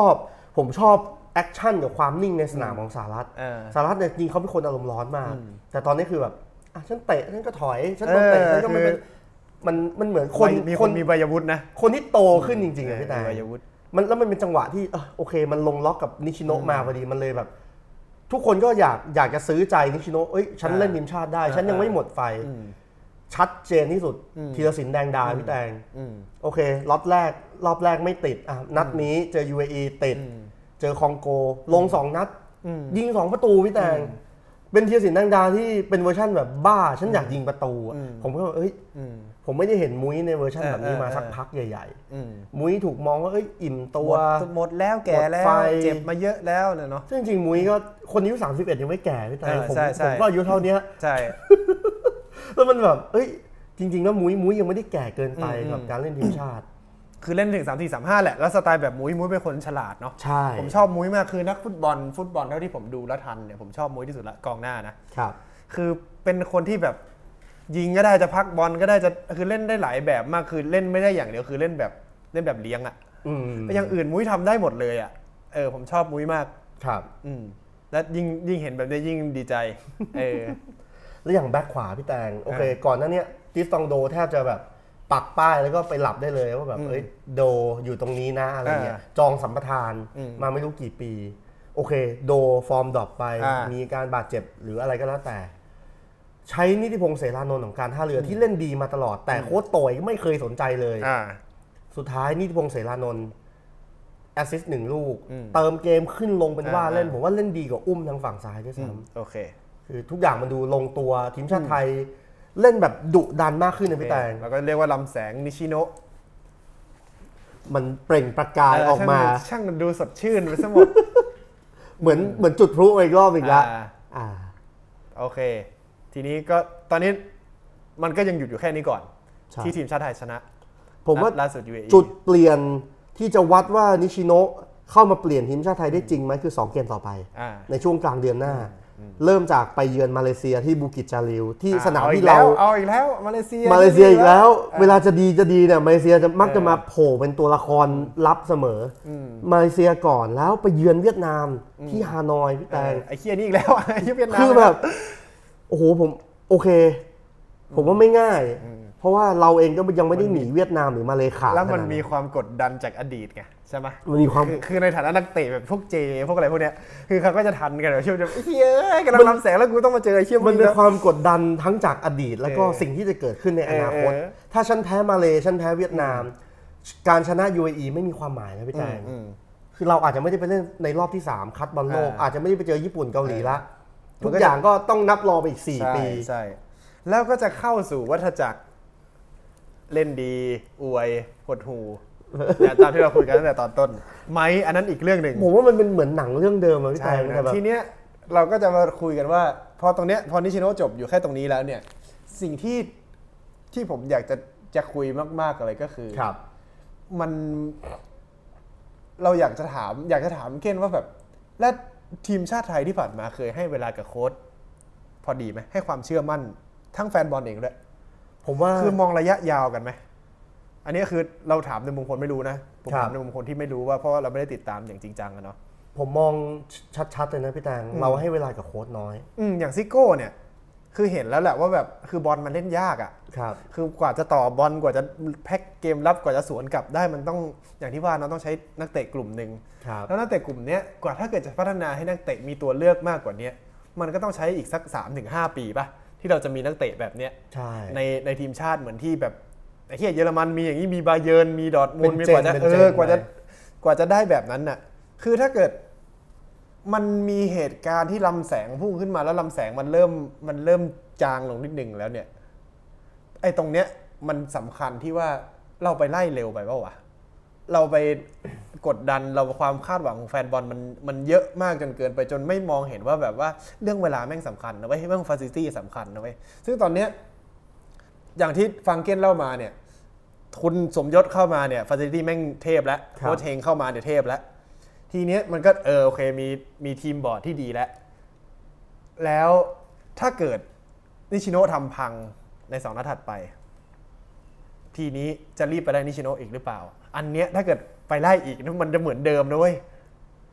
ผมชอบแอคชั่นกับความนิ่งในสนามของสหรัฐเนี่ยจริงเขาเป็นคนอารมณ์ร้อนมากแต่ตอนนี้คือแบบฉันเตะฉันก็ถอยฉันต้องเตะฉันก็ไม่เป็นมันเหมือนคนมีวัยวุฒินะคนที่โตขึ้นจริงๆพี่แต่แล้วมันเป็นจังหวะที่โอเคมันลงล็อกกับนิชิโนะมาพอดีมันเลยแบบทุกคนก็อยากจะซื้อใจนิชิโนะฉันเล่นทีมชาติได้ฉันยังไม่หมดไฟชัดเจนที่สุดธีรศิลป์แดงดาพี่แตงโอเครอบแรกไม่ติดนัดนี้เจอ UAE ติดเจอคองโกลง2นัดยิง2ประตูพี่แตงเป็นธีรศิลป์แดงดาที่เป็นเวอร์ชั่นแบบบ้าฉันอยากยิงประตูผมก็ผมไม่ได้เห็นมุ้ยในเวอร์ชันแบบนี้มาสักพักใหญ่ๆมุ้ยถูกมองว่าอิ่มตัวหมดแล้วแก่แล้วเจ็บมาเยอะแล้วเนาะซึ่งจริงมุ้ยก็คนอายุ31ยังไม่แก่พี่แต่ผมก็อายุเท่านี้ใช่แล้วมันแบบจริงๆแล้วมุ้ยยังไม่ได้แก่เกินไปกับการเล่นทีมชาติคือเล่นถึง34-35แหละแล้วสไตล์แบบมุ้ยเป็นคนฉลาดเนาะใช่ผมชอบมุ้ยมากคือนักฟุตบอลเท่าที่ผมดูแล้วทันเนี่ยผมชอบมุ้ยที่สุดละกองหน้านะครับคือเป็นคนที่แบบยิงก็ได้จะพักบอลก็ได้จะคือเล่นได้หลายแบบมากคือเล่นไม่ได้อย่างเดียวคือเล่นแบบเลี้ยงอ่ะแต่อย่างอื่นมุ้ยทำได้หมดเลยอ่ะผมชอบมุ้ยมากครับและยิ่งเห็นแบบนี้ยิ่งดีใจแล้วอย่างแบ็คขวาพี่แตงโอเคก่อนหน้านี้จิสตองโดแทบจะแบบปักป้ายแล้วก็ไปหลับได้เลยว่าแบบโดอยู่ตรงนี้นะอะไรเงี้ยจองสัมปทานมาไม่รู้กี่ปีโอเคโดฟอร์มดรอปไปมีการบาดเจ็บหรืออะไรก็แล้วแต่ใช้นิติพงษ์เสรานนท์ของการท่าเรือที่เล่นดีมาตลอดแต่โค้ชโตยไม่เคยสนใจเลยสุดท้ายนิติพงษ์เสรานนท์แอสซิสต์1 ลูกเติมเกมขึ้นลงเป็นว่าเล่นผมว่าเล่นดีกว่าอุ้มทางฝั่งซ้ายด้วยซ้ำโอเคคือทุกอย่างมันดูลงตัวทีมชาติไทยเล่นแบบดุดันมากขึ้นนะพี่แตงแล้วก็เรียกว่าลำแสงนิชิโนะมันเปล่งประกายออกมาช่างดูสดชื่นไปซะหมดเหมือนจุดพลุอีกรอบอีกแล้วโอเคทีนี้ก็ตอนนี้มันก็ยังหยุดอยู่แค่นี้ก่อนที่ทีมชาติไทยชนะผมว่าล่าสุด UAE จุดเปลี่ยนที่จะวัดว่านิชิโนะเข้ามาเปลี่ยนทีมชาติไทยได้จริงไหมคือ2 เกมต่อไปในช่วงกลางเดือนหน้าเริ่มจากไปเยือนมาเลเซียที่บูกิจจาริวที่สนามที่เราเอาอีกแล้วมาเลเซียอีกแล้วเวลาจะดีเนี่ยมาเลเซียจะมักจะมาโผล่เป็นตัวละครลับเสมอมาเลเซียก่อนแล้วไปเยือนเวียดนามที่ฮานอยพี่แตงไอ้เคียนี่อีกแล้วไอ้เวียดนามคือแบบโอ้โหผมโอเคผมว่าไม่ง่ายเพราะว่าเราเองก็ยังไม่ได้หนีเวียดนามหรือมาเลขาดแล้วมันมีความกดดันจากอดีตไงใช่ไหมมันมีความคือในฐานะนักเตะแบบพวกเจพวกอะไรพวกเนี้ยคือเขาก็จะทันกันแบบเชื่อจะเฮ้ยกำลังนำแสงแล้วกูต้องมาเจอไอ้เชี่ยมันเป็นความกดดันทั้งจากอดีตแล้วก็สิ่งที่จะเกิดขึ้นในอนาคตถ้าฉันแพ้มาเลฉันแพ้เวียดนามการชนะ UAE ไม่มีความหมายนะพี่แจงคือเราอาจจะไม่ได้ไปเล่นในรอบที่3คัดบอลโลกอาจจะไม่ได้ไปเจอญี่ปุ่นเกาหลีละทุกอย่างก็ต้องนับรอไปอีก4 ปีใช่แล้วก็จะเข้าสู่วัฏจักรเล่นดีอวยหดหูตามที่เราคุยกันตั้งแต่ตอนต้นไหมอันนั้นอีกเรื่องหนึ่งผมว่ามันเป็นเหมือนหนังเรื่องเดิมอะพี่แตงทีเนี้ยเราก็จะมาคุยกันว่าพอตรงเนี้ยพอนิชิโนะจบอยู่แค่ตรงนี้แล้วเนี่ยสิ่งที่ผมอยากจะคุยมากๆอะไรก็คือมันเราอยากจะถามเก้นว่าแบบและทีมชาติไทยที่ผ่านมาเคยให้เวลากับโค้ชพอดีไหมให้ความเชื่อมั่นทั้งแฟนบอลเองด้วยผมว่าคือมองระยะยาวกันไหมอันนี้คือเราถามในมุมคนไม่รู้นะผมถามในมุมคนที่ไม่รู้ว่าเพราะเราไม่ได้ติดตามอย่างจริงจังอะเนาะผมมองชัดๆเลยนะพี่แตงเราให้เวลากับโค้ชน้อยอย่างซิโก้เนี่ยคือเห็นแล้วแหละว่าแบบคือบอลมันเล่นยากอ่ะคือกว่าจะต่อบอลกว่าจะแพ็คเกมรับกว่าจะสวนกลับได้มันต้องอย่างที่ว่าเราต้องใช้นักเตะกลุ่มนึงแล้วนักเตะกลุ่มนี้กว่าถ้าเกิดจะพัฒนาให้นักเตะมีตัวเลือกมากกว่านี้มันก็ต้องใช้อีกสัก 3-5 ปีป่ะที่เราจะมีนักเตะแบบเนี้ยในทีมชาติเหมือนที่แบบไอ้ที่เยอรมันมีอย่างนี้มีบาเยิร์นมีดอร์ทมุนด์มีกว่าจะได้แบบนั้นน่ะคือถ้าเกิดมันมีเหตุการณ์ที่ลำแสงพุ่งขึ้นมาแล้วลำแสงมันเริ่มจางลงนิดนึงแล้วเนี่ยไอ้ตรงเนี้ยมันสำคัญที่ว่าเราไปไล่เร็วไปเปล่าวะเราไปกดดันเราความคาดหวังของแฟนบอลมันเยอะมากจนเกินไปจนไม่มองเห็นว่าแบบว่าเรื่องเวลาแม่งสำคัญนะเว้ยเรื่องฟาซิลิตี้สำคัญนะเว้ยซึ่งตอนเนี้ยอย่างที่ฟังเก้นเล่ามาเนี่ยทุนสมยศเข้ามาเนี่ยฟาซิลิตี้แม่งเทพแล้วโค้ชเฮงเข้ามาเนี่ยเทพแล้วทีนี้มันก็โอเคมีทีมบอร์ดที่ดีแล้วถ้าเกิดนิชิโนะทำพังใน2 นัดถัดไปทีนี้จะรีบไปได้นิชิโนะอีกหรือเปล่าอันเนี้ยถ้าเกิดไปไล่อีกมันจะเหมือนเดิมนะเว้ย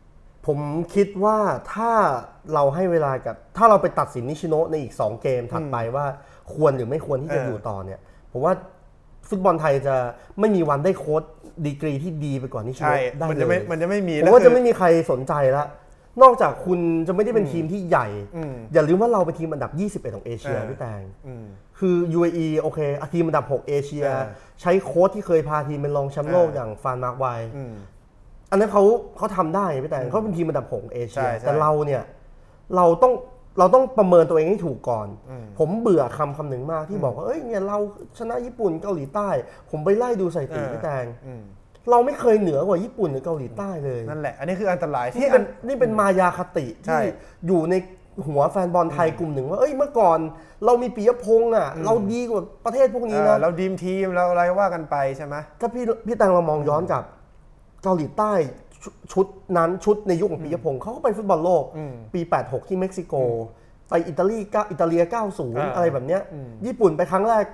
ผมคิดว่าถ้าเราให้เวลากับถ้าเราไปตัดสินนิชิโนะในอีก2เกมถัดไปว่าควรหรือไม่ควรที่จะอยู่ต่อเนี่ยผมว่าฟุตบอลไทยจะไม่มีวันได้โค้ชดีกรีที่ดีไปกว่านิชิโนะได้เลยมันจะไม่มีผมว่าจะไม่มีใครสนใจละนอกจากคุณจะไม่ได้เป็นทีมที่ใหญ่อย่าลืมว่าเราเป็นทีมอันดับ21ของเอเชียพี่แตงคือ UAE โอเคทีมอันดับ6เอเชียใช้โค้ชที่เคยพาทีมเป็นรองแชมป์โลกอย่างฟานมาร์กไวอันนั้นเขาทำได้พี่แตงเขาเป็นทีมอันดับ6เอเชียแต่เราเนี่ยเราต้องประเมินตัวเองให้ถูกก่อนผมเบื่อคำหนึ่งมากที่บอกว่าเอ้ยเนี่ยเราชนะญี่ปุ่นเกาหลีใต้ผมไปไล่ดูสถิติพี่แตงเราไม่เคยเหนือกว่าญี่ปุ่นหรือเกาหลีใต้เลยนั่นแหละอันนี้คืออันตรายที่นี่เป็นมายาคติที่อยู่ในหัวแฟนบอลไทยกลุ่มหนึ่งว่าเอ้ยเมื่อก่อนเรามีปิยพงษ์อ่ะเราดีกว่าประเทศพวกนี้นะเราดีมทีมเราอะไรว่ากันไปใช่ไหมถ้าพี่ตังเรามองย้อนกับเกาหลีใต้ชุดนั้นชุดในยุคของปิยพงษ์เขาก็ไปฟุตบอลโลกปี86ที่เม็กซิโกไปอิตาเลีย90อะไรแบบเนี้ยญี่ปุ่นไปครั้งแรก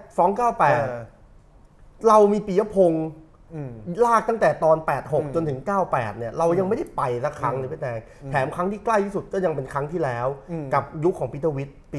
298เรามีปิยพงษ์ลากตั้งแต่ตอน86จนถึง98เนี่ยเรายังไม่ได้ไปสักครั้งเลยพี่แตงแถมครั้งที่ใกล้ที่สุดก็ยังเป็นครั้งที่แล้วกับยุคของปีเตอร์วิทปี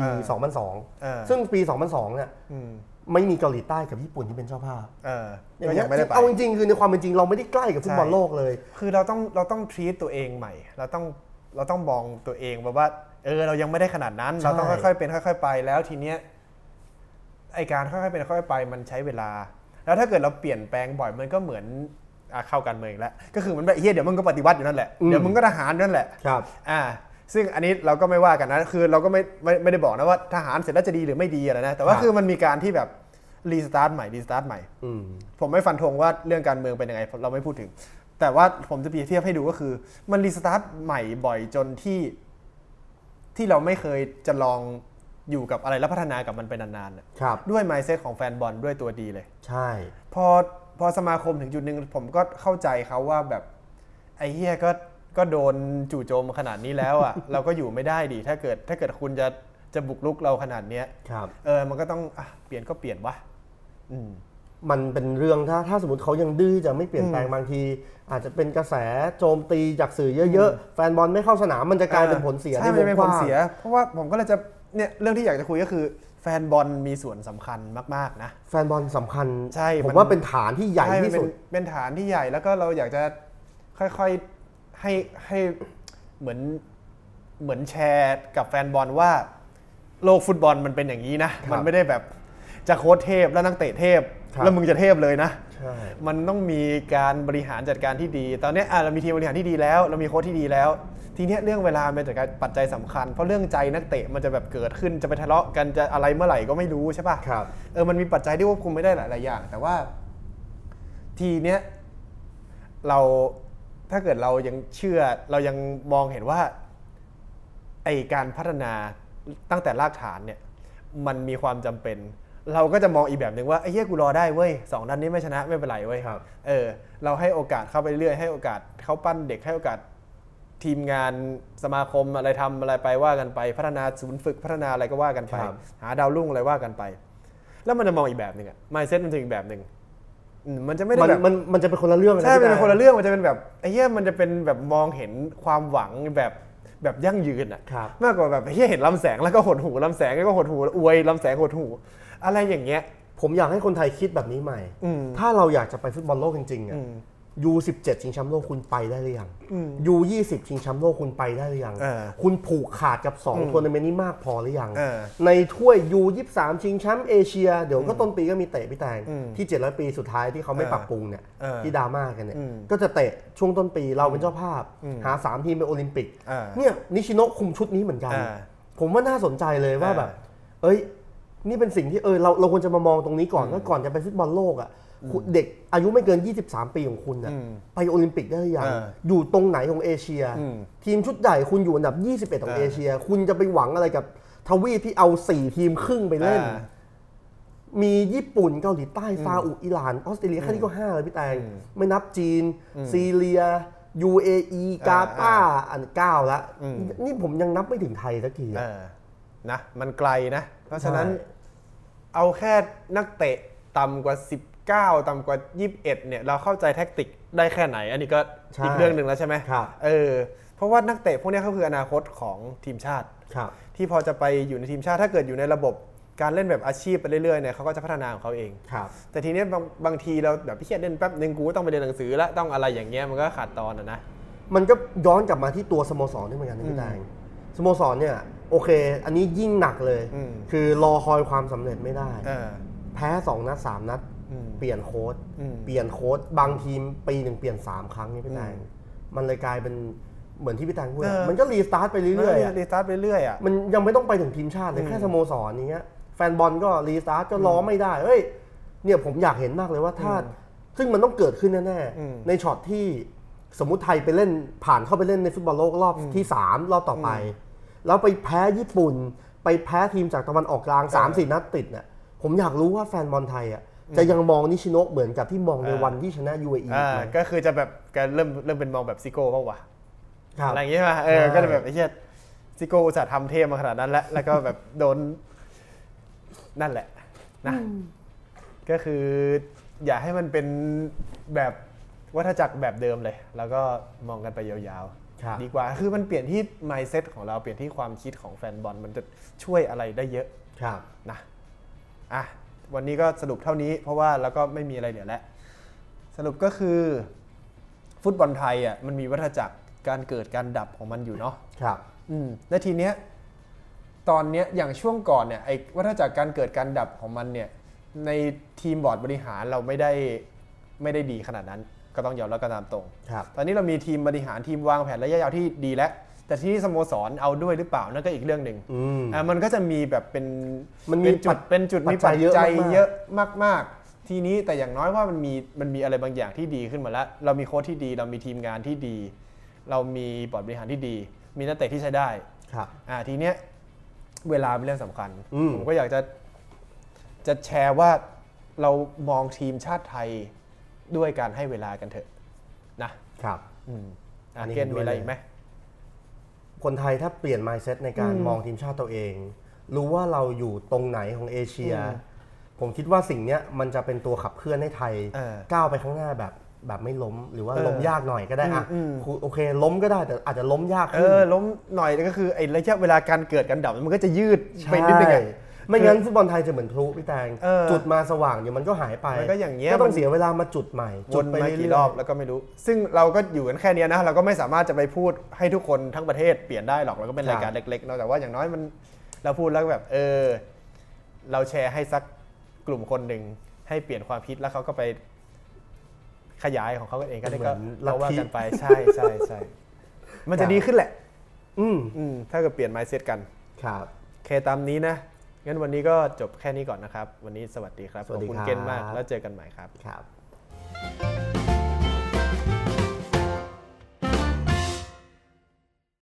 2002ซึ่งปี2002เนี่ยไม่มีเกาหลีใต้กับญี่ปุ่นที่เป็นเจ้าภาพก็ยังไม่ได้ไปเอาจริงๆคือในความเป็นจริงเราไม่ได้ใกล้กับฟุตบอลโลกเลยคือเราต้อง treat ตัวเองใหม่เราต้องมองตัวเองว่าเรายังไม่ได้ขนาดนั้นเราต้องค่อยๆเป็นค่อยๆไปแล้วทีเนี้ยไอการค่อยๆเป็นค่อยๆไปมันใช้เวลาแล้วถ้าเกิดเราเปลี่ยนแปลงบ่อยมันก็เหมือนเข้ากันเมืองแล้วก็คือมันแบบเดี๋ยวมึงก็ปฏิวัติอยู่นั่นแหละเดี๋ยวมึงก็ทหารนั่นแหละครับซึ่งอันนี้เราก็ไม่ว่ากันนะคือเราก็ไม่ได้บอกนะว่าทหารเสร็จแล้วจะดีหรือไม่ดีอะไรนะแต่ว่าคือมันมีการที่แบบรีสตาร์ทใหม่ผมไม่ฟันธงว่าเรื่องการเมืองเป็นยังไงเราไม่พูดถึงแต่ว่าผมจะเปรียบเทียบให้ดูก็คือมันรีสตาร์ทใหม่บ่อยจนที่เราไม่เคยจะลองอยู่กับอะไรแล้วพัฒนากับมันไปนานๆด้วย mindset ของแฟนบอลด้วยตัวดีเลยใช่พอสมาคมถึงจุดนึงผมก็เข้าใจเขาว่าแบบไอ้เหี้ยก็โดนจู่โจมขนาดนี้แล้วอ่ะ เราก็อยู่ไม่ได้ดิถ้าเกิดคุณจะบุกรุกเราขนาดเนี้ยมันก็ต้องเปลี่ยนก็เปลี่ยนวะมันเป็นเรื่องถ้าสมมติเขายังดื้อจะไม่เปลี่ยนแปลงบางทีอาจจะเป็นกระแสโจมตีจากสื่อเยอะๆแฟนบอลไม่เข้าสนามมันจะกลายเป็นผลเสียในวงกว้างเพราะว่าผมก็เลยจะเนี่ยเรื่องที่อยากจะคุยก็คือแฟนบอลมีส่วนสำคัญมากๆนะแฟนบอลสำคัญใช่ผมว่าเป็นฐานที่ใหญ่ที่สุดเป็นฐานที่ใหญ่แล้วก็เราอยากจะค่อยๆให้เหมือนแชร์กับแฟนบอลว่าโลกฟุตบอลมันเป็นอย่างนี้นะมันไม่ได้แบบจะโค้ชเทพแล้วนักเตะเทพแล้วมึงจะเทพเลยนะมันต้องมีการบริหารจัดการที่ดีตอนนี้เรามีทีมบริหารที่ดีแล้วเรามีโค้ชที่ดีแล้วทีนี้เรื่องเวลาเป็นปัจจัยสำคัญเพราะเรื่องใจนักเตะมันจะแบบเกิดขึ้นจะไปทะเลาะกันจะอะไรเมื่อไหร่ก็ไม่รู้ใช่ป่ะมันมีปัจจัยที่ควบคุมไม่ได้หลายอย่างแต่ว่าทีเนี้ยเราถ้าเกิดเรายังเชื่อเรายังมองเห็นว่าไอการพัฒนาตั้งแต่รากฐานเนี่ยมันมีความจำเป็นเราก็จะมองอีกแบบนึงว่าไอ้เหี้ยกูรอได้เว้ย2นัดนี้ไม่ชนะไม่เป็นไรเว้ยเราให้โอกาสเข้าไปเรื่อยให้โอกาสเขาปั้นเด็กให้โอกาสทีมงานสมาคมอะไรทำอะไรไปว่ากันไปพัฒนาศูนย์ฝึกพัฒนาอะไรก็ว่ากันไปหาดาวรุ่งอะไรว่ากันไปแล้วมันจะมองอีกแบบนึงmindset มันจะอีกแบบนึงมันจะไม่ได้แบบมันจะเป็นคนละเรื่องใช่เป็นคนละเรื่องมันจะเป็นแบบไอ้เหี้ยมันจะเป็นแบบมองเห็นความหวังแบบยั่งยืนมากกว่าแบบไอ้เหี้ยเห็นลำแสงแล้วก็หดหูลำแสงแล้วก็หดหูอวยลำแสงหดหูอะไรอย่างเงี้ยผมอยากให้คนไทยคิดแบบนี้ใหม่ถ้าเราอยากจะไปฟุตบอลโลกจริงๆU17 ชิงแชมป์โลกคุณไปได้หรือยังU20 ชิงแชมป์โลกคุณไปได้หรือยังคุณผูกขาดกับ2ทัวร์นาเมนต์นี้มากพอหรือยังในถ้วย U23 ชิงแชมป์เอเชียเดี๋ยวก็ต้นปีก็มีเตะพี่แตงที่700ปีสุดท้ายที่เขาไม่ปรับปรุงเนี่ยที่ดราม่ากันเนี่ยก็จะเตะช่วงต้นปีเราเป็นเจ้าภาพหา3ทีมไปโอลิมปิกเนี่ยนิชิโนะคุมชุดนี้เหมือนกันผมว่าน่าสนใจเลยว่าแบบนี่เป็นสิ่งที่เราควรจะมามองตรงนี้ก่อนว่าก่อนจะไปฟุตบอลโลกเด็กอายุไม่เกิน23ปีของคุณไปโอลิมปิกได้หรือยังอยู่ตรงไหนของเอเชียทีมชุดใหญ่คุณอยู่อันดับ21ของเอเชียคุณจะไปหวังอะไรกับทวีปที่เอา4ทีมครึ่งไปเล่นมีญี่ปุ่นเกาหลีใต้ซาอุอิหร่านออสเตรเลียแค่นี้ก็5เลยพี่แตงไม่นับจีนซีเรีย UAE กาตาร์อัน9แล้วนี่ผมยังนับไม่ถึงไทยสักทีนะมันไกลนะเพราะฉะนั้นเอาแค่นักเตะต่ำกว่า19ต่ำกว่า21เนี่ยเราเข้าใจแท็กติกได้แค่ไหนอันนี้ก็อีกเรื่องนึงแล้วใช่ไหมเพราะว่านักเตะพวกนี้เขาคืออนาคตของทีมชาติที่พอจะไปอยู่ในทีมชาติถ้าเกิดอยู่ในระบบการเล่นแบบอาชีพไปเรื่อยๆเนี่ยเขาก็จะพัฒนาของเขาเองแต่ทีนี้บางทีเราแบบพี่เขียนเล่นแป๊บนึงกูก็ต้องไปเรียนหนังสือแล้วต้องอะไรอย่างเงี้ยมันก็ขาดตอนนะมันก็ย้อนกลับมาที่ตัวสโมสรนี่เหมือนกันนะพี่แดงสโมสรเนี่ยโอเคอันนี้ยิ่งหนักเลยคือรอคอยความสำเร็จไม่ได้แพ้2 นัด 3 นัดเปลี่ยนโค้ชบางทีมปีหนึ่งเปลี่ยน3 ครั้งนี่พี่แดงมันเลยกลายเป็นเหมือนที่พี่แดงพูดมันก็รีสตาร์ทไปเรื่อยๆรีสตาร์ทไปเรื่อยอ่ะมันยังไม่ต้องไปถึงทีมชาติเลยแค่สโมสรอย่างเงี้ยแฟนบอลก็รีสตาร์ทก็ล้อไม่ได้เฮ้ยเนี่ยผมอยากเห็นมากเลยว่าถ้าซึ่งมันต้องเกิดขึ้นแน่ๆในช็อตที่สมมุติไทยไปเล่นผ่านเข้าไปเล่นในฟุตบอลโลกรอบที่3รอบต่อไปแล้วไปแพ้ญี่ปุ่นไปแพ้ทีมจากตะวันออกกลาง 3-4 นัดติดเนี่ยผมอยากรู้ว่าแฟนบอลไทยอ่ะจะยังมองนิชิโนะเหมือนกับที่มองในวันที่ชนะ UAE ก็คือจะแบบเริ่มเป็นมองแบบซิโก้ป่าววะอะไรอย่างเงี้ยใช่ไหมก็เลยแบบไอ้เหี้ยซิโก้อุตส่าห์ทำเทมาขนาดนั้นแล้วก็แบบโดนนั่นแหละนะก็คืออย่าให้มันเป็นแบบวัฏจักรแบบเดิมเลยแล้วก็มองกันไปยาวๆดีกว่าคือมันเปลี่ยนที่ mindset ของเราเปลี่ยนที่ความคิดของแฟนบอลมันจะช่วยอะไรได้เยอะนะวันนี้ก็สรุปเท่านี้เพราะว่าแล้วก็ไม่มีอะไรเหลือแล้วสรุปก็คือฟุตบอลไทยอ่ะมันมีวัฏจักรการเกิดการดับของมันอยู่เนาะและทีเนี้ยตอนเนี้ยอย่างช่วงก่อนเนี่ยไอ้วัฏจักรการเกิดการดับของมันเนี่ยในทีมบอร์ดบริหารเราไม่ได้ดีขนาดนั้นก็ต้องยอมรับกันตามตรงตอนนี้เรามีทีมบริหารทีมวางแผนระยะยาวที่ดีแล้วแต่ที่สโมสรเอาด้วยหรือเปล่านั่นก็อีกเรื่องหนึ่งมันก็จะมีแบบเป็นจุดมีปัจจัยเยอะมากๆทีนี้แต่อย่างน้อยว่ามันมีอะไรบางอย่างที่ดีขึ้นมาแล้วเรามีโค้ชที่ดีเรามีทีมงานที่ดีเรามีบอร์ดบริหารที่ดีมีนักเตะที่ใช้ได้ทีเนี้ยเวลาเป็นเรื่องสำคัญผมก็อยากจะแชร์ว่าเรามองทีมชาติไทยด้วยการให้เวลากันเถอะนะครับเกณฑ์มีอะไรอีกไหมคนไทยถ้าเปลี่ยน mindset ในการมองทีมชาติตัวเองรู้ว่าเราอยู่ตรงไหนของเอเชียผมคิดว่าสิ่งนี้มันจะเป็นตัวขับเคลื่อนให้ไทยก้าวไปข้างหน้าแบบไม่ล้มหรือว่าล้มยากหน่อยก็ได้โอเคล้มก็ได้แต่อาจจะล้มยากขึ้นล้มหน่อยก็คือไอ้ระยะเวลาการเกิดการดับมันก็จะยืดไปนิดนึงไม่งั้นฟุตบอลไทยจะเหมือนพลุพี่แตงจุดมาสว่างเดี๋ยวมันก็หายไปก็อย่างเงี้ยก็ต้องเสียเวลามาจุดใหม่จุดไปกี่รอบแล้วก็ไม่รู้ซึ่งเราก็อยู่กันแค่นี้นะเราก็ไม่สามารถจะไปพูดให้ทุกคนทั้งประเทศเปลี่ยนได้หรอกเราก็เป็นรายการเล็กๆเนาะแต่ว่าอย่างน้อยมันเราพูดแล้วแบบเราแชร์ให้สักกลุ่มคนหนึ่งให้เปลี่ยนความคิดแล้วเขาก็ไปขยายของเขาเองก็ได้ก็เราว่ากันไปใช่มันจะดีขึ้นแหละถ้าเกิดเปลี่ยน mindset กันครับเคตามนี้นะงั้นวันนี้ก็จบแค่นี้ก่อนนะครับวันนี้สวัสดีครับขอบคุณเกณฑ์มากแล้วเจอกันใหม่ครับ